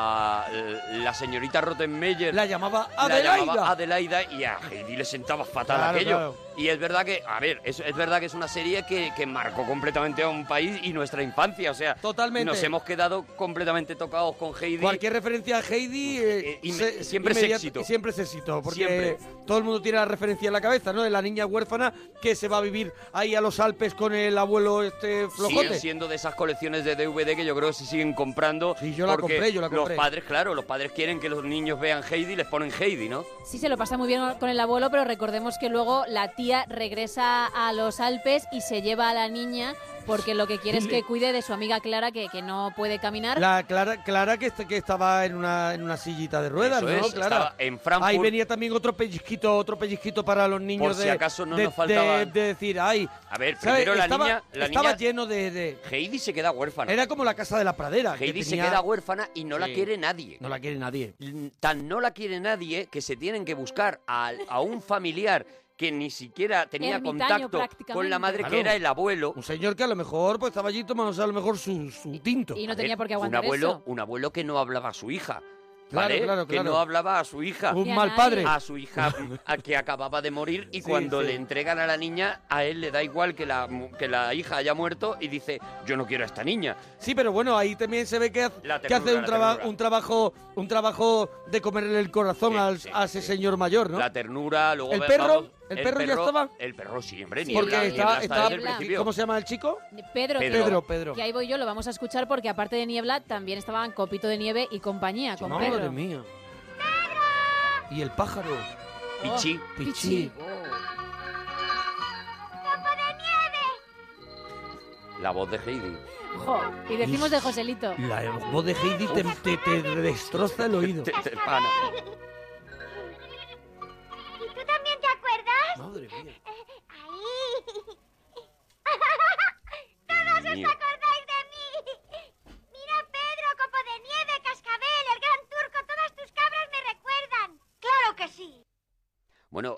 [SPEAKER 2] la señorita Rottenmeier
[SPEAKER 3] la llamaba
[SPEAKER 2] la
[SPEAKER 3] Adelaida.
[SPEAKER 2] llamaba Adelaida y a Heidi le sentaba fatal
[SPEAKER 3] Claro,
[SPEAKER 2] aquello.
[SPEAKER 3] claro.
[SPEAKER 2] Y es verdad que, a ver, es verdad que es una serie que marcó completamente a un país y nuestra infancia, o sea,
[SPEAKER 3] Totalmente.
[SPEAKER 2] nos hemos quedado completamente tocados con Heidi.
[SPEAKER 3] Cualquier referencia a Heidi
[SPEAKER 2] siempre es éxito.
[SPEAKER 3] Siempre es éxito, porque
[SPEAKER 2] Siempre.
[SPEAKER 3] todo el mundo tiene la referencia en la cabeza, ¿no? De la niña huérfana que se va a vivir ahí a los Alpes con el abuelo flojote.
[SPEAKER 2] Siguen siendo de esas colecciones de DVD que yo creo que se siguen comprando.
[SPEAKER 3] Sí, yo la
[SPEAKER 2] porque
[SPEAKER 3] compré, yo la compré.
[SPEAKER 2] los padres quieren que los niños vean Heidi y les ponen Heidi, ¿no?
[SPEAKER 5] Sí, se lo pasa muy bien con el abuelo, pero recordemos que luego la tía regresa a los Alpes y se lleva a la niña porque lo que quiere es que cuide de su amiga Clara, que no puede caminar.
[SPEAKER 3] La Clara que estaba en una sillita de ruedas,
[SPEAKER 2] Eso
[SPEAKER 3] ¿no?
[SPEAKER 2] es,
[SPEAKER 3] Clara.
[SPEAKER 2] estaba en Frankfurt.
[SPEAKER 3] Ahí venía también otro pellizquito para los niños
[SPEAKER 2] Por si acaso no nos
[SPEAKER 3] de
[SPEAKER 2] faltaban.
[SPEAKER 3] decir, ay.
[SPEAKER 2] A ver,
[SPEAKER 3] ¿sabes?
[SPEAKER 2] primero la
[SPEAKER 3] estaba
[SPEAKER 2] niña
[SPEAKER 3] lleno de...
[SPEAKER 2] Heidi se queda huérfana.
[SPEAKER 3] Era como la casa de la pradera. que
[SPEAKER 2] Heidi se
[SPEAKER 3] tenía-
[SPEAKER 2] queda huérfana y no la
[SPEAKER 3] Sí.
[SPEAKER 2] quiere nadie.
[SPEAKER 3] No la quiere nadie.
[SPEAKER 2] Tan no la quiere nadie que se tienen que buscar a un familiar que ni siquiera tenía
[SPEAKER 5] Ermitaño,
[SPEAKER 2] contacto
[SPEAKER 5] prácticamente.
[SPEAKER 2] con la madre,
[SPEAKER 3] Claro.
[SPEAKER 2] que era el abuelo.
[SPEAKER 3] Un señor que a lo mejor pues estaba allí tomándose a lo mejor su tinto.
[SPEAKER 5] Y no tenía por qué
[SPEAKER 2] un
[SPEAKER 5] aguantar
[SPEAKER 2] abuelo,
[SPEAKER 5] eso.
[SPEAKER 2] un abuelo que no hablaba a su hija.
[SPEAKER 3] Claro,
[SPEAKER 2] ¿Vale?
[SPEAKER 3] claro,
[SPEAKER 2] Que
[SPEAKER 3] claro.
[SPEAKER 2] no hablaba a su hija.
[SPEAKER 3] Un mal padre.
[SPEAKER 2] A su hija a que acababa de morir y
[SPEAKER 3] Sí,
[SPEAKER 2] cuando
[SPEAKER 3] sí.
[SPEAKER 2] le entregan a la niña, a él le da igual que la hija haya muerto y dice, yo no quiero a esta niña.
[SPEAKER 3] Sí, pero bueno, ahí también se ve que,
[SPEAKER 2] La
[SPEAKER 3] que
[SPEAKER 2] ternura,
[SPEAKER 3] hace
[SPEAKER 2] la ternura.
[SPEAKER 3] un trabajo de comerle el corazón a ese señor mayor, ¿no?
[SPEAKER 2] La ternura, luego
[SPEAKER 3] ¿El perro?
[SPEAKER 2] vamos,
[SPEAKER 3] ¿El perro ya estaba?
[SPEAKER 2] El perro siempre,
[SPEAKER 3] Porque
[SPEAKER 2] Niebla
[SPEAKER 3] estaba
[SPEAKER 2] está desde el principio.
[SPEAKER 3] ¿Cómo se llama el chico?
[SPEAKER 5] Pedro. Y ahí voy yo, lo vamos a escuchar porque aparte de Niebla también estaban Copito de Nieve y compañía con
[SPEAKER 3] Madre
[SPEAKER 5] Pedro.
[SPEAKER 3] mía. Y el pájaro.
[SPEAKER 2] Pichi.
[SPEAKER 3] Pichi.
[SPEAKER 2] La voz de Heidi.
[SPEAKER 5] Jo, y decimos de Joselito.
[SPEAKER 3] La voz de Heidi te destroza el oído.
[SPEAKER 2] Te pana.
[SPEAKER 11] ¿Y tú también te acuerdas?
[SPEAKER 3] Madre mía.
[SPEAKER 11] ¡Ahí! ¡Todos os
[SPEAKER 2] Mío.
[SPEAKER 11] acordáis de mí! Mira, Pedro, Copo de Nieve, Cascabel, el Gran Turco, todas tus cabras me recuerdan. ¡Claro que sí!
[SPEAKER 2] Bueno,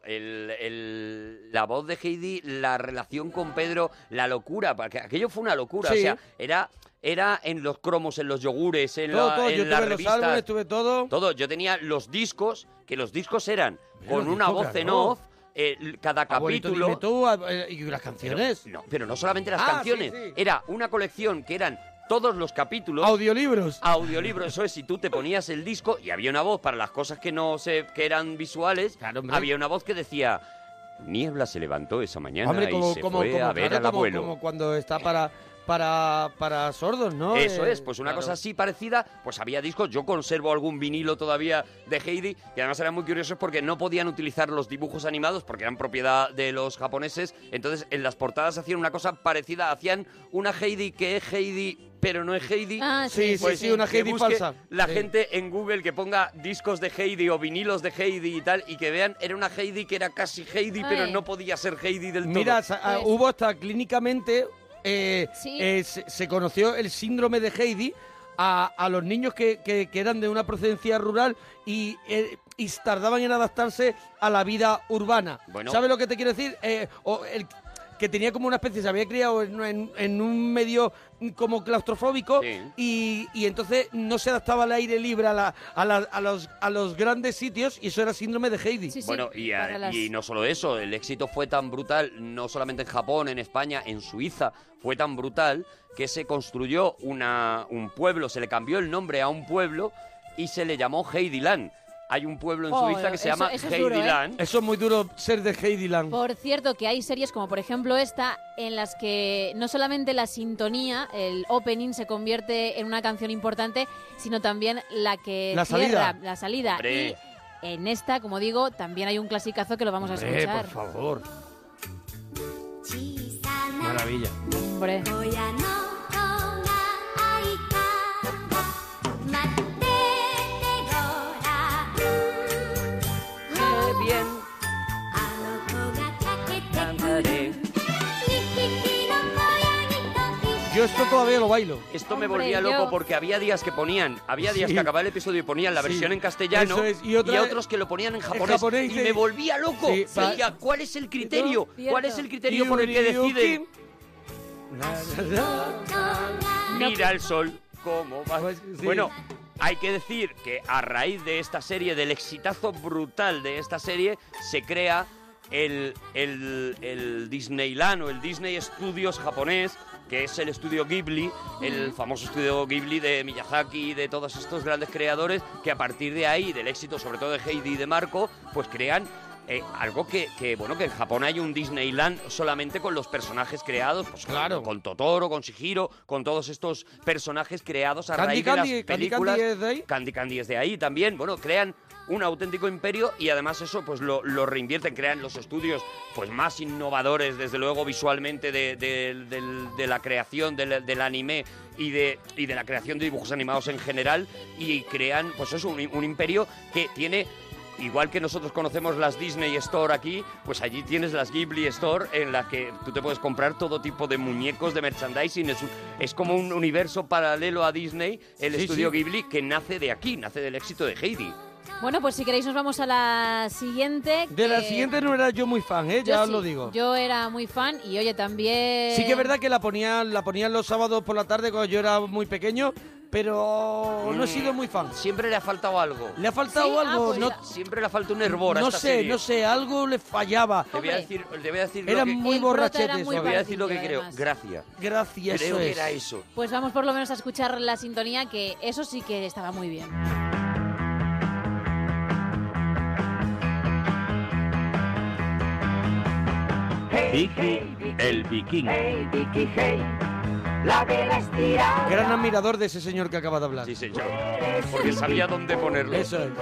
[SPEAKER 2] la voz de Heidi, la relación con Pedro, la locura, porque aquello fue una locura,
[SPEAKER 3] Sí.
[SPEAKER 2] o sea, era en los cromos, en los yogures, en,
[SPEAKER 3] Todo,
[SPEAKER 2] en
[SPEAKER 3] yo
[SPEAKER 2] las
[SPEAKER 3] tuve los
[SPEAKER 2] revistas.
[SPEAKER 3] álbumes, tuve todo.
[SPEAKER 2] Todo, yo tenía los discos, que los discos eran con
[SPEAKER 3] los
[SPEAKER 2] una
[SPEAKER 3] discos,
[SPEAKER 2] voz en
[SPEAKER 3] claro.
[SPEAKER 2] off, cada
[SPEAKER 3] Abuelito,
[SPEAKER 2] capítulo.
[SPEAKER 3] dime tú, y las canciones.
[SPEAKER 2] Pero no solamente las
[SPEAKER 3] Ah,
[SPEAKER 2] canciones,
[SPEAKER 3] sí, sí.
[SPEAKER 2] era una colección que eran todos los capítulos.
[SPEAKER 3] Audiolibros.
[SPEAKER 2] Audiolibros, eso es, si tú te ponías el disco y había una voz para las cosas que que eran visuales,
[SPEAKER 3] hombre.
[SPEAKER 2] había una voz que decía, Niebla se levantó esa mañana
[SPEAKER 3] Hombre,
[SPEAKER 2] y se fue a ver
[SPEAKER 3] claro,
[SPEAKER 2] al abuelo.
[SPEAKER 3] como cuando está para sordos, ¿no?
[SPEAKER 2] Eso es, pues una
[SPEAKER 3] claro.
[SPEAKER 2] cosa así parecida, pues había discos, yo conservo algún vinilo todavía de Heidi, y además eran muy curiosos porque no podían utilizar los dibujos animados porque eran propiedad de los japoneses, entonces en las portadas hacían una cosa parecida, hacían una Heidi que es Heidi, pero no es Heidi.
[SPEAKER 5] Ah,
[SPEAKER 3] Sí,
[SPEAKER 2] Pues
[SPEAKER 3] sí, una
[SPEAKER 2] que
[SPEAKER 3] Heidi
[SPEAKER 2] busque
[SPEAKER 3] falsa.
[SPEAKER 2] La
[SPEAKER 3] Sí.
[SPEAKER 2] gente en Google que ponga discos de Heidi o vinilos de Heidi y tal, y que vean, era una Heidi que era casi Heidi, pero
[SPEAKER 5] Ay.
[SPEAKER 2] no podía ser Heidi del todo.
[SPEAKER 3] Mira,
[SPEAKER 5] Pues
[SPEAKER 3] hubo hasta clínicamente,
[SPEAKER 5] Sí.
[SPEAKER 3] se conoció el síndrome de Heidi a los niños que eran de una procedencia rural y tardaban en adaptarse a la vida urbana.
[SPEAKER 2] Bueno.
[SPEAKER 3] ¿Sabes lo que te quiero decir? Que tenía como una especie, se había criado en un medio como claustrofóbico y entonces no se adaptaba al aire libre a los grandes sitios y eso era síndrome de Heidi.
[SPEAKER 2] Bueno, y no solo eso, el éxito fue tan brutal, no solamente en Japón, en España, en Suiza, fue tan brutal que se construyó un pueblo, se le cambió el nombre a un pueblo y se le llamó Heidiland. Hay un pueblo en Suiza que se llama
[SPEAKER 5] eso es duro, ¿eh?
[SPEAKER 2] Heidiland.
[SPEAKER 3] Eso es muy duro ser de Heidiland.
[SPEAKER 5] Por cierto, que hay series como por ejemplo esta, en las que no solamente la sintonía, el opening, se convierte en una canción importante, sino también la que
[SPEAKER 3] La
[SPEAKER 5] cierra
[SPEAKER 3] salida.
[SPEAKER 5] la salida.
[SPEAKER 2] Hombre.
[SPEAKER 5] Y en esta, como digo, también hay un clasicazo que lo vamos a escuchar.
[SPEAKER 3] Por favor. Maravilla.
[SPEAKER 5] Hombre.
[SPEAKER 2] Bien. Cantaré.
[SPEAKER 3] Yo esto todavía lo bailo.
[SPEAKER 2] Esto me
[SPEAKER 5] Hombre,
[SPEAKER 2] volvía
[SPEAKER 5] yo-
[SPEAKER 2] loco porque había días que
[SPEAKER 3] Sí.
[SPEAKER 2] que acababa el episodio y ponían la
[SPEAKER 3] Sí.
[SPEAKER 2] versión en castellano
[SPEAKER 3] Eso es, y
[SPEAKER 2] y,
[SPEAKER 3] otra-
[SPEAKER 2] otros que lo ponían en japonés,
[SPEAKER 3] japonés,
[SPEAKER 2] y
[SPEAKER 3] sí.
[SPEAKER 2] me volvía loco.
[SPEAKER 3] Sí,
[SPEAKER 2] Decía, ¿cuál es el criterio?
[SPEAKER 5] Cierto.
[SPEAKER 2] ¿Cuál es el criterio por el que deciden? Mira el sol, cómo va.
[SPEAKER 3] Pues, sí.
[SPEAKER 2] Bueno, hay que decir que a raíz de esta serie, del exitazo brutal de esta serie, se crea el Disneyland o el Disney Studios japonés, que es el estudio Ghibli, el famoso estudio Ghibli de Miyazaki y de todos estos grandes creadores, que a partir de ahí, del éxito sobre todo de Heidi y de Marco, pues crean algo que en Japón hay un Disneyland solamente con los personajes creados, pues
[SPEAKER 3] Claro.
[SPEAKER 2] con Totoro, con Chihiro, con todos estos personajes creados a raíz de
[SPEAKER 3] Candy
[SPEAKER 2] las películas.
[SPEAKER 3] Candy es de ahí.
[SPEAKER 2] Candy es de ahí también. Bueno, crean un auténtico imperio y además eso pues lo reinvierten, crean los estudios pues más innovadores, desde luego visualmente de la creación del anime y de la creación de dibujos animados en general, y crean pues eso, un imperio que tiene... Igual que nosotros conocemos las Disney Store aquí, pues allí tienes las Ghibli Store en la que tú te puedes comprar todo tipo de muñecos, de merchandising. Es como un universo paralelo a Disney, el
[SPEAKER 3] Sí,
[SPEAKER 2] estudio
[SPEAKER 3] sí.
[SPEAKER 2] Ghibli, que nace de aquí, nace del éxito de Heidi.
[SPEAKER 5] Bueno, pues si queréis nos vamos a la siguiente.
[SPEAKER 3] De la
[SPEAKER 5] que-
[SPEAKER 3] siguiente no era yo muy fan,
[SPEAKER 5] Yo
[SPEAKER 3] ya os
[SPEAKER 5] sí,
[SPEAKER 3] lo digo.
[SPEAKER 5] Yo era muy fan y oye, también...
[SPEAKER 3] Sí que es verdad que la ponían los sábados por la tarde cuando yo era muy pequeño, pero no he sido muy fan.
[SPEAKER 2] Siempre le ha faltado algo.
[SPEAKER 3] ¿Le ha faltado
[SPEAKER 5] ¿Sí?
[SPEAKER 3] algo?
[SPEAKER 5] Pues
[SPEAKER 3] no,
[SPEAKER 2] Siempre le falta un hervor a
[SPEAKER 3] no
[SPEAKER 2] esta
[SPEAKER 3] sé,
[SPEAKER 2] serie.
[SPEAKER 3] no sé, algo le fallaba.
[SPEAKER 2] Te voy a decir
[SPEAKER 3] Eran
[SPEAKER 2] lo que...
[SPEAKER 3] muy
[SPEAKER 5] El prota
[SPEAKER 3] borrachetes.
[SPEAKER 5] era muy
[SPEAKER 2] Te voy a decir lo que
[SPEAKER 5] parecido,
[SPEAKER 2] creo.
[SPEAKER 5] además.
[SPEAKER 2] Gracias.
[SPEAKER 3] Gracias,
[SPEAKER 2] Creo
[SPEAKER 3] eso
[SPEAKER 2] que
[SPEAKER 3] es.
[SPEAKER 2] era eso.
[SPEAKER 5] Pues vamos por lo menos a escuchar la sintonía, que eso sí que estaba muy bien.
[SPEAKER 9] Vicky, el vikingo.
[SPEAKER 21] La vela estirada.
[SPEAKER 3] Gran admirador de ese señor que acaba de hablar.
[SPEAKER 2] Sí, señor. Porque sabía dónde ponerlo.
[SPEAKER 3] Eso es.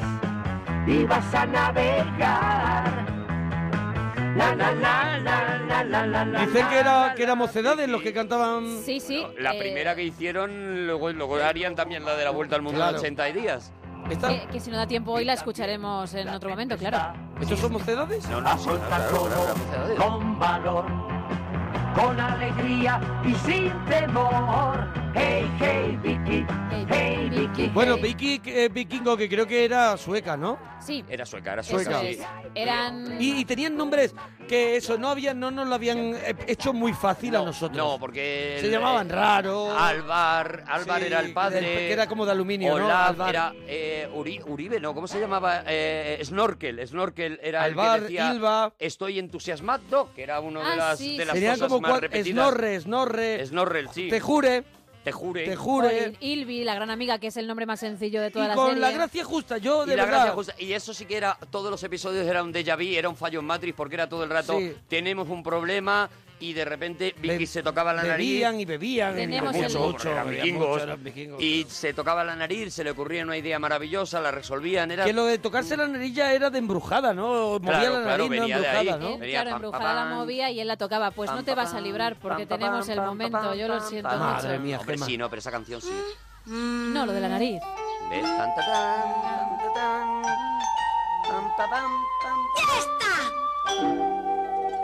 [SPEAKER 21] Y vas a navegar. La, la, la, la, la, la, la, la,
[SPEAKER 3] Dicen que era Mocedades los que cantaban.
[SPEAKER 5] Sí, sí.
[SPEAKER 2] La primera que hicieron, luego harían también la de la Vuelta al Mundo
[SPEAKER 3] Claro.
[SPEAKER 2] en 80 días.
[SPEAKER 5] Que si no da tiempo hoy la escucharemos en otro momento, claro.
[SPEAKER 3] ¿Estos son Mocedades?
[SPEAKER 2] No, sí, claro, Mocedades.
[SPEAKER 21] con valor, con alegría y sin temor. Hey, hey, Vicky, hey, Vicky.
[SPEAKER 3] Bueno, Vicky Vikingo, que creo que era sueca, ¿no?
[SPEAKER 5] Sí.
[SPEAKER 2] Era sueca,
[SPEAKER 5] Eso
[SPEAKER 3] sueca.
[SPEAKER 5] es. Eran...
[SPEAKER 3] Y tenían nombres que eso, no nos lo habían hecho muy fácil a nosotros.
[SPEAKER 2] No, porque...
[SPEAKER 3] Se llamaban raro.
[SPEAKER 2] Álvar
[SPEAKER 3] Sí,
[SPEAKER 2] era el padre.
[SPEAKER 3] que era como de aluminio, ¿no?
[SPEAKER 2] Olaf
[SPEAKER 3] Álvar.
[SPEAKER 2] era Uribe, ¿no? ¿Cómo se llamaba? Snorkel era
[SPEAKER 3] Álvar,
[SPEAKER 2] el que decía
[SPEAKER 3] Ilva.
[SPEAKER 2] estoy entusiasmado, que era uno de las,
[SPEAKER 5] sí,
[SPEAKER 2] de las
[SPEAKER 3] Tenían
[SPEAKER 2] cosas
[SPEAKER 3] como
[SPEAKER 2] más
[SPEAKER 3] cual,
[SPEAKER 2] repetidas.
[SPEAKER 3] Snorre.
[SPEAKER 2] Snorrel, sí.
[SPEAKER 3] Te jure.
[SPEAKER 2] Te jure.
[SPEAKER 3] Te jure.
[SPEAKER 5] O Ilvi, la gran amiga, que es el nombre más sencillo de toda
[SPEAKER 3] Y
[SPEAKER 5] la
[SPEAKER 3] con
[SPEAKER 5] serie.
[SPEAKER 3] la gracia justa, yo
[SPEAKER 2] Y
[SPEAKER 3] de
[SPEAKER 2] la
[SPEAKER 3] verdad.
[SPEAKER 2] gracia justa. Y eso sí que era, todos los episodios era un déjà vu, era un fallo en Matrix, porque era todo el rato,
[SPEAKER 3] Sí.
[SPEAKER 2] tenemos un problema, y de repente Vicky se tocaba la nariz.
[SPEAKER 3] Bebían y bebían.
[SPEAKER 5] Tenemos
[SPEAKER 2] mucho,
[SPEAKER 5] el-
[SPEAKER 2] porque eran
[SPEAKER 3] bebían
[SPEAKER 2] vikingos,
[SPEAKER 3] mucho, eran vikingos.
[SPEAKER 2] y se tocaba la nariz, se le ocurría una idea maravillosa, la resolvían, era...
[SPEAKER 3] Que lo de tocarse la nariz ya era de embrujada, ¿no? Movía
[SPEAKER 2] Claro,
[SPEAKER 3] la
[SPEAKER 2] claro,
[SPEAKER 3] nariz, no
[SPEAKER 2] venía de
[SPEAKER 3] embrujada,
[SPEAKER 2] ahí.
[SPEAKER 3] ¿no?
[SPEAKER 2] Venía
[SPEAKER 5] Claro,
[SPEAKER 2] pam,
[SPEAKER 5] embrujada la
[SPEAKER 2] pam,
[SPEAKER 5] movía y él la tocaba. Pues
[SPEAKER 2] pam,
[SPEAKER 5] no te vas a
[SPEAKER 2] pam,
[SPEAKER 5] librar porque
[SPEAKER 2] pam,
[SPEAKER 5] tenemos
[SPEAKER 2] pam,
[SPEAKER 5] el
[SPEAKER 2] pam,
[SPEAKER 5] momento.
[SPEAKER 2] pam,
[SPEAKER 5] Yo lo
[SPEAKER 2] pam,
[SPEAKER 5] siento
[SPEAKER 2] pam.
[SPEAKER 5] mucho.
[SPEAKER 3] Madre mía,
[SPEAKER 2] Hombre,
[SPEAKER 3] Gemma.
[SPEAKER 2] sí, no, pero esa canción sí.
[SPEAKER 5] No, lo de la nariz.
[SPEAKER 2] ¿Ves? Tan, ta, tan, ta, tan, pam, pa, pam, pam.
[SPEAKER 11] ¡Ya está!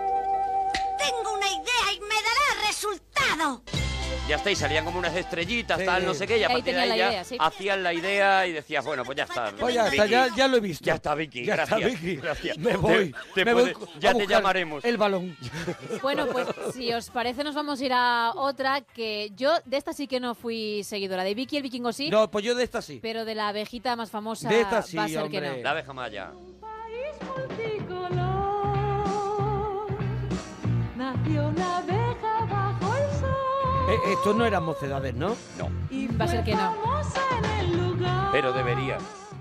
[SPEAKER 11] Tengo una idea y me dará resultado.
[SPEAKER 2] Ya está, y salían como unas estrellitas,
[SPEAKER 3] Sí.
[SPEAKER 2] tal, no sé qué, y a
[SPEAKER 5] Ahí
[SPEAKER 2] partir de
[SPEAKER 5] tenían
[SPEAKER 2] ahí
[SPEAKER 5] la
[SPEAKER 2] ya
[SPEAKER 5] idea, sí.
[SPEAKER 2] hacían la idea y decías, bueno, pues ya está.
[SPEAKER 3] Pues ya está,
[SPEAKER 2] Vicky.
[SPEAKER 3] ya lo he visto.
[SPEAKER 2] Ya está, Vicky,
[SPEAKER 3] Ya está,
[SPEAKER 2] gracias.
[SPEAKER 3] Vicky.
[SPEAKER 2] Gracias.
[SPEAKER 3] Me voy.
[SPEAKER 2] Te
[SPEAKER 3] me
[SPEAKER 2] puedes-
[SPEAKER 3] voy
[SPEAKER 2] ya
[SPEAKER 3] a
[SPEAKER 2] te
[SPEAKER 3] buscar
[SPEAKER 2] llamaremos.
[SPEAKER 3] El balón.
[SPEAKER 5] Bueno, pues si os parece nos vamos a ir a otra que yo de esta sí que no fui seguidora. De Vicky el vikingo sí,
[SPEAKER 3] No, pues yo de esta sí.
[SPEAKER 5] pero de la abejita más famosa
[SPEAKER 3] De esta sí,
[SPEAKER 5] va a ser que
[SPEAKER 3] hombre.
[SPEAKER 5] no.
[SPEAKER 2] La abeja maya.
[SPEAKER 21] Nació una abeja bajo el sol.
[SPEAKER 3] Estos no eran Mocedades, ¿no?
[SPEAKER 2] No,
[SPEAKER 5] Va a ser que no.
[SPEAKER 21] Famosa en el lugar.
[SPEAKER 2] pero debería.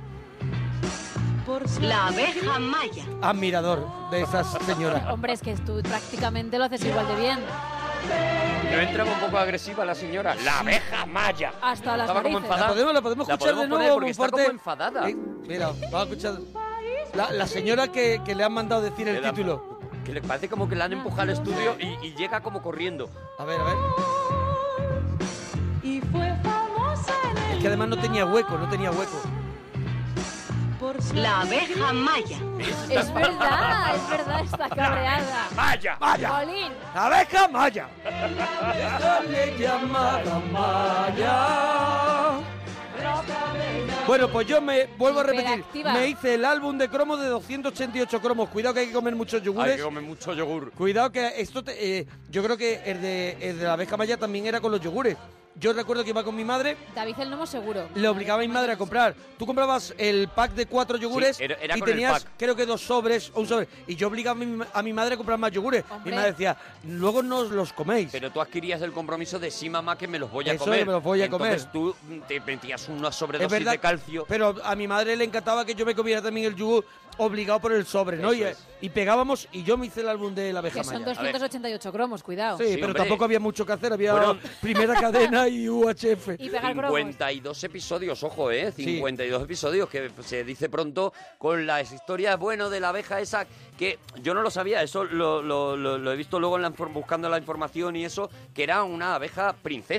[SPEAKER 21] Por su
[SPEAKER 4] La abeja maya.
[SPEAKER 3] Admirador de esas señoras.
[SPEAKER 5] Hombre, es que tú prácticamente lo haces igual de bien.
[SPEAKER 2] ¿No entraba un poco agresiva la señora? La abeja maya.
[SPEAKER 5] Hasta las
[SPEAKER 2] Estaba como
[SPEAKER 5] narices.
[SPEAKER 2] enfadada.
[SPEAKER 3] La podemos
[SPEAKER 2] La
[SPEAKER 3] escuchar de
[SPEAKER 2] podemos
[SPEAKER 3] nuevo,
[SPEAKER 2] poner porque está
[SPEAKER 3] Monforte?
[SPEAKER 2] como enfadada.
[SPEAKER 3] Mira, vamos a escuchar. La señora que le han mandado decir el
[SPEAKER 2] Le da-
[SPEAKER 3] título.
[SPEAKER 2] Que le parece como que la han empujado al estudio y llega como corriendo.
[SPEAKER 3] A ver, a ver.
[SPEAKER 21] y fue famosa en el
[SPEAKER 3] Es que además no tenía hueco, no tenía hueco.
[SPEAKER 21] por su
[SPEAKER 4] La abeja maya.
[SPEAKER 5] Es verdad, está cabreada.
[SPEAKER 2] ¡Maya!
[SPEAKER 3] ¡Maya!
[SPEAKER 5] Jolín.
[SPEAKER 3] ¡Abeja Maya! Déjale llamada Maya. Bueno, pues yo me vuelvo a repetir.
[SPEAKER 5] Hiperactiva.
[SPEAKER 3] Me hice el álbum de cromos de 288 cromos. Cuidado que hay que comer muchos
[SPEAKER 2] Hay
[SPEAKER 3] yogures.
[SPEAKER 2] que comer mucho yogur.
[SPEAKER 3] Cuidado que esto yo creo que el de la abeja maya también era con los yogures. Yo recuerdo que iba con mi madre,
[SPEAKER 5] David el Nomo seguro.
[SPEAKER 3] le obligaba a mi madre a comprar. Tú comprabas el pack de 4 yogures
[SPEAKER 2] Sí, era
[SPEAKER 3] y
[SPEAKER 2] con el
[SPEAKER 3] tenías,
[SPEAKER 2] pack.
[SPEAKER 3] creo que 2 sobres o un sobre. Y yo obligaba a mi madre a comprar más yogures.
[SPEAKER 5] Hombre.
[SPEAKER 3] Mi madre decía, luego no os los coméis.
[SPEAKER 2] Pero tú adquirías el compromiso de sí, mamá, que me los voy a
[SPEAKER 3] Eso,
[SPEAKER 2] comer.
[SPEAKER 3] que me los voy a
[SPEAKER 2] Entonces
[SPEAKER 3] comer.
[SPEAKER 2] tú te metías una
[SPEAKER 3] Es
[SPEAKER 2] sobredosis
[SPEAKER 3] verdad,
[SPEAKER 2] de calcio.
[SPEAKER 3] pero a mi madre le encantaba que yo me comiera también el yogur obligado por el sobre, ¿no?
[SPEAKER 2] Eso es.
[SPEAKER 3] Y pegábamos y yo me hice el álbum de la abeja
[SPEAKER 5] Que son
[SPEAKER 3] maya.
[SPEAKER 5] 288 cromos, cuidado.
[SPEAKER 3] Sí, pero
[SPEAKER 2] hombre.
[SPEAKER 3] tampoco había mucho que hacer, había
[SPEAKER 2] Fueron-
[SPEAKER 3] primera cadena y UHF.
[SPEAKER 5] Y pegar cromos.
[SPEAKER 2] 52 episodios, ojo, 52 episodios, que se dice pronto, con las historias, bueno, de la abeja esa, que yo no lo sabía, eso lo he visto luego buscando la información y eso, que era una abeja princesa.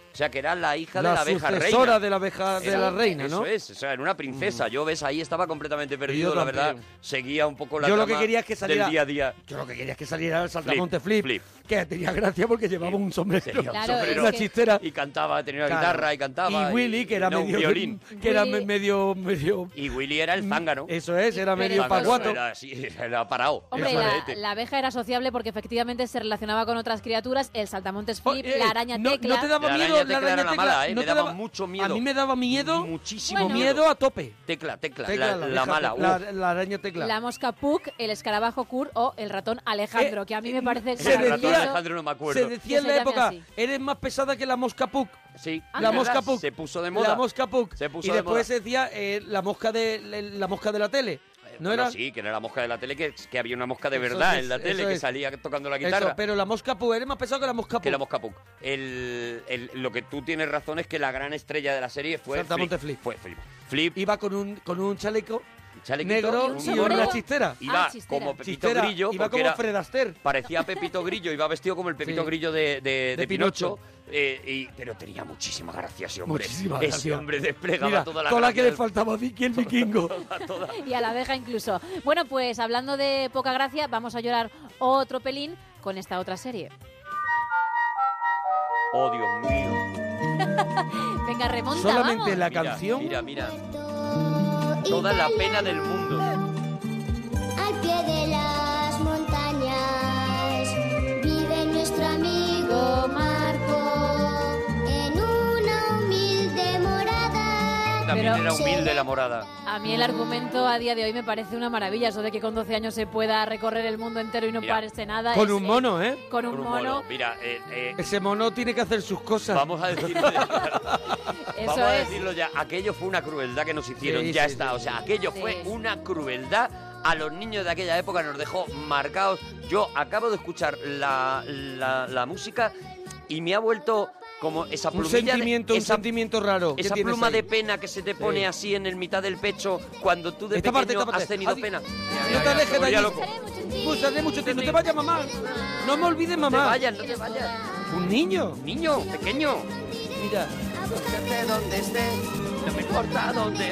[SPEAKER 2] O sea, que era la hija
[SPEAKER 3] La
[SPEAKER 2] de la abeja reina.
[SPEAKER 3] sucesora de la abeja de la reina, ¿no?
[SPEAKER 2] Eso es, o sea, era una princesa. Yo, ves, ahí estaba completamente perdido,
[SPEAKER 3] yo
[SPEAKER 2] la
[SPEAKER 3] también.
[SPEAKER 2] verdad. Seguía un poco la
[SPEAKER 3] Yo lo que
[SPEAKER 2] trama
[SPEAKER 3] quería es que saliera
[SPEAKER 2] del día a día.
[SPEAKER 3] Yo lo que quería es que saliera el saltamonte Flip, que tenía gracia porque llevaba un sombrero,
[SPEAKER 2] Tenía un
[SPEAKER 5] Claro,
[SPEAKER 2] sombrero
[SPEAKER 3] una chistera.
[SPEAKER 2] y cantaba, tenía una
[SPEAKER 3] Claro.
[SPEAKER 2] guitarra y cantaba.
[SPEAKER 3] Y Willy, que era
[SPEAKER 2] no, un
[SPEAKER 3] medio
[SPEAKER 2] violín.
[SPEAKER 3] que era
[SPEAKER 5] Willy-
[SPEAKER 3] medio
[SPEAKER 2] Y Willy era el zángano.
[SPEAKER 3] Eso es, era
[SPEAKER 5] Pero
[SPEAKER 3] medio
[SPEAKER 5] incluso-
[SPEAKER 3] paguato.
[SPEAKER 2] Era así, era parado.
[SPEAKER 5] Hombre,
[SPEAKER 2] Era
[SPEAKER 5] la,
[SPEAKER 2] parete.
[SPEAKER 5] la abeja era sociable porque efectivamente se relacionaba con otras criaturas, el saltamontes Flip,
[SPEAKER 3] Oh,
[SPEAKER 5] la araña
[SPEAKER 3] no,
[SPEAKER 5] Tecla.
[SPEAKER 3] ¿No te daba
[SPEAKER 2] La
[SPEAKER 3] miedo
[SPEAKER 2] araña Tecla era la mala,
[SPEAKER 3] ¿No
[SPEAKER 2] me
[SPEAKER 3] te
[SPEAKER 2] daba mucho miedo.
[SPEAKER 3] A mí me daba miedo,
[SPEAKER 2] Muchísimo
[SPEAKER 5] Bueno.
[SPEAKER 3] miedo a tope.
[SPEAKER 2] Tecla,
[SPEAKER 3] Tecla,
[SPEAKER 2] la
[SPEAKER 3] abeja
[SPEAKER 2] mala.
[SPEAKER 3] Tecla,
[SPEAKER 2] uf.
[SPEAKER 3] la araña Tecla.
[SPEAKER 5] La mosca Puck, el escarabajo Kurt o el ratón Alejandro, que a mí me parece
[SPEAKER 3] se
[SPEAKER 2] El ratón
[SPEAKER 5] maravilloso.
[SPEAKER 2] Alejandro no me acuerdo.
[SPEAKER 3] Se decía en
[SPEAKER 5] Que
[SPEAKER 3] la
[SPEAKER 5] se llame
[SPEAKER 3] época,
[SPEAKER 5] así.
[SPEAKER 3] eres más pesada que la mosca Puck.
[SPEAKER 2] Sí,
[SPEAKER 3] La mosca Puck.
[SPEAKER 2] se puso de moda.
[SPEAKER 3] La mosca Puck.
[SPEAKER 2] Se puso
[SPEAKER 3] y
[SPEAKER 2] de
[SPEAKER 3] después
[SPEAKER 2] moda.
[SPEAKER 3] se decía la mosca de la tele. ¿No
[SPEAKER 2] Bueno,
[SPEAKER 3] era?
[SPEAKER 2] sí, que no era la mosca de la tele, que había una mosca de
[SPEAKER 3] Eso
[SPEAKER 2] verdad
[SPEAKER 3] es,
[SPEAKER 2] en la tele
[SPEAKER 3] eso
[SPEAKER 2] que
[SPEAKER 3] es.
[SPEAKER 2] salía tocando la
[SPEAKER 3] Eso,
[SPEAKER 2] guitarra.
[SPEAKER 3] pero la mosca Puck, eres más pesado que la mosca Puck.
[SPEAKER 2] Que la mosca Puck. Lo que tú tienes razón es que la gran estrella de la serie fue
[SPEAKER 3] Saltamonte Flip.
[SPEAKER 2] Fue Flip. Flip
[SPEAKER 3] Iba con un chaleco
[SPEAKER 2] chalequito,
[SPEAKER 3] negro
[SPEAKER 2] un
[SPEAKER 3] y
[SPEAKER 2] sombrero.
[SPEAKER 3] una chistera.
[SPEAKER 2] Iba
[SPEAKER 5] chistera.
[SPEAKER 2] como Pepito
[SPEAKER 3] Chistera,
[SPEAKER 2] Grillo.
[SPEAKER 3] iba
[SPEAKER 2] porque
[SPEAKER 3] como
[SPEAKER 2] era-
[SPEAKER 3] Fred Astaire.
[SPEAKER 2] Parecía Pepito Grillo, iba vestido como el Pepito
[SPEAKER 3] Sí.
[SPEAKER 2] Grillo de
[SPEAKER 3] De
[SPEAKER 2] Pinocho. Pero tenía muchísima gracia ese hombre.
[SPEAKER 3] Muchísima
[SPEAKER 2] Ese
[SPEAKER 3] gracia.
[SPEAKER 2] hombre desplegaba
[SPEAKER 3] Mira,
[SPEAKER 2] toda la
[SPEAKER 3] toda la que
[SPEAKER 2] gracia
[SPEAKER 3] le
[SPEAKER 2] del-
[SPEAKER 3] faltaba a Vicky el vikingo.
[SPEAKER 5] Y a la abeja incluso. Bueno, pues hablando de poca gracia, vamos a llorar otro pelín con esta otra serie.
[SPEAKER 2] Oh, Dios mío.
[SPEAKER 5] Venga, remonta,
[SPEAKER 3] Solamente
[SPEAKER 5] vamos.
[SPEAKER 3] la
[SPEAKER 2] Mira,
[SPEAKER 3] canción.
[SPEAKER 2] Mira. Toda la pena del mundo.
[SPEAKER 11] Al pie de las montañas vive nuestro amigo Marco en una humilde morada.
[SPEAKER 2] También
[SPEAKER 5] Pero-
[SPEAKER 2] era humilde la morada.
[SPEAKER 5] A mí el argumento a día de hoy me parece una maravilla, eso de que con 12 años se pueda recorrer el mundo entero y no
[SPEAKER 2] Mira,
[SPEAKER 5] parece nada.
[SPEAKER 3] Con
[SPEAKER 5] es-
[SPEAKER 3] un mono, ¿eh?
[SPEAKER 5] Con un mono.
[SPEAKER 2] Mira,
[SPEAKER 3] Ese mono tiene que hacer sus cosas.
[SPEAKER 2] vamos a decirlo ya.
[SPEAKER 5] Eso
[SPEAKER 2] Vamos a
[SPEAKER 5] es.
[SPEAKER 2] decirlo ya. Aquello fue una crueldad que nos hicieron.
[SPEAKER 3] Sí,
[SPEAKER 2] Ya
[SPEAKER 3] sí,
[SPEAKER 2] está.
[SPEAKER 3] sí.
[SPEAKER 2] O sea, aquello
[SPEAKER 5] Sí.
[SPEAKER 2] fue una crueldad. A los niños de aquella época nos dejó marcados. Yo acabo de escuchar la música y me ha vuelto como esa
[SPEAKER 3] Un
[SPEAKER 2] plumilla
[SPEAKER 3] sentimiento,
[SPEAKER 2] de,
[SPEAKER 3] un
[SPEAKER 2] esa,
[SPEAKER 3] sentimiento raro. ¿Qué
[SPEAKER 2] esa
[SPEAKER 3] tienes
[SPEAKER 2] pluma
[SPEAKER 3] ahí?
[SPEAKER 2] de pena que se te pone
[SPEAKER 3] Sí.
[SPEAKER 2] así en el mitad del pecho cuando tú de
[SPEAKER 3] Esta parte,
[SPEAKER 2] pequeño
[SPEAKER 3] esta parte.
[SPEAKER 2] has tenido
[SPEAKER 3] Adi-
[SPEAKER 2] pena.
[SPEAKER 3] No te alejes de allí.
[SPEAKER 2] loco.
[SPEAKER 3] Pues hace mucho tiempo. No te vayas, mamá. No me olvides,
[SPEAKER 2] No te
[SPEAKER 3] mamá.
[SPEAKER 2] vayas, no te vayas.
[SPEAKER 3] Un niño.
[SPEAKER 2] Niño, pequeño.
[SPEAKER 3] Mira.
[SPEAKER 2] Búscate donde estés, no me importa dónde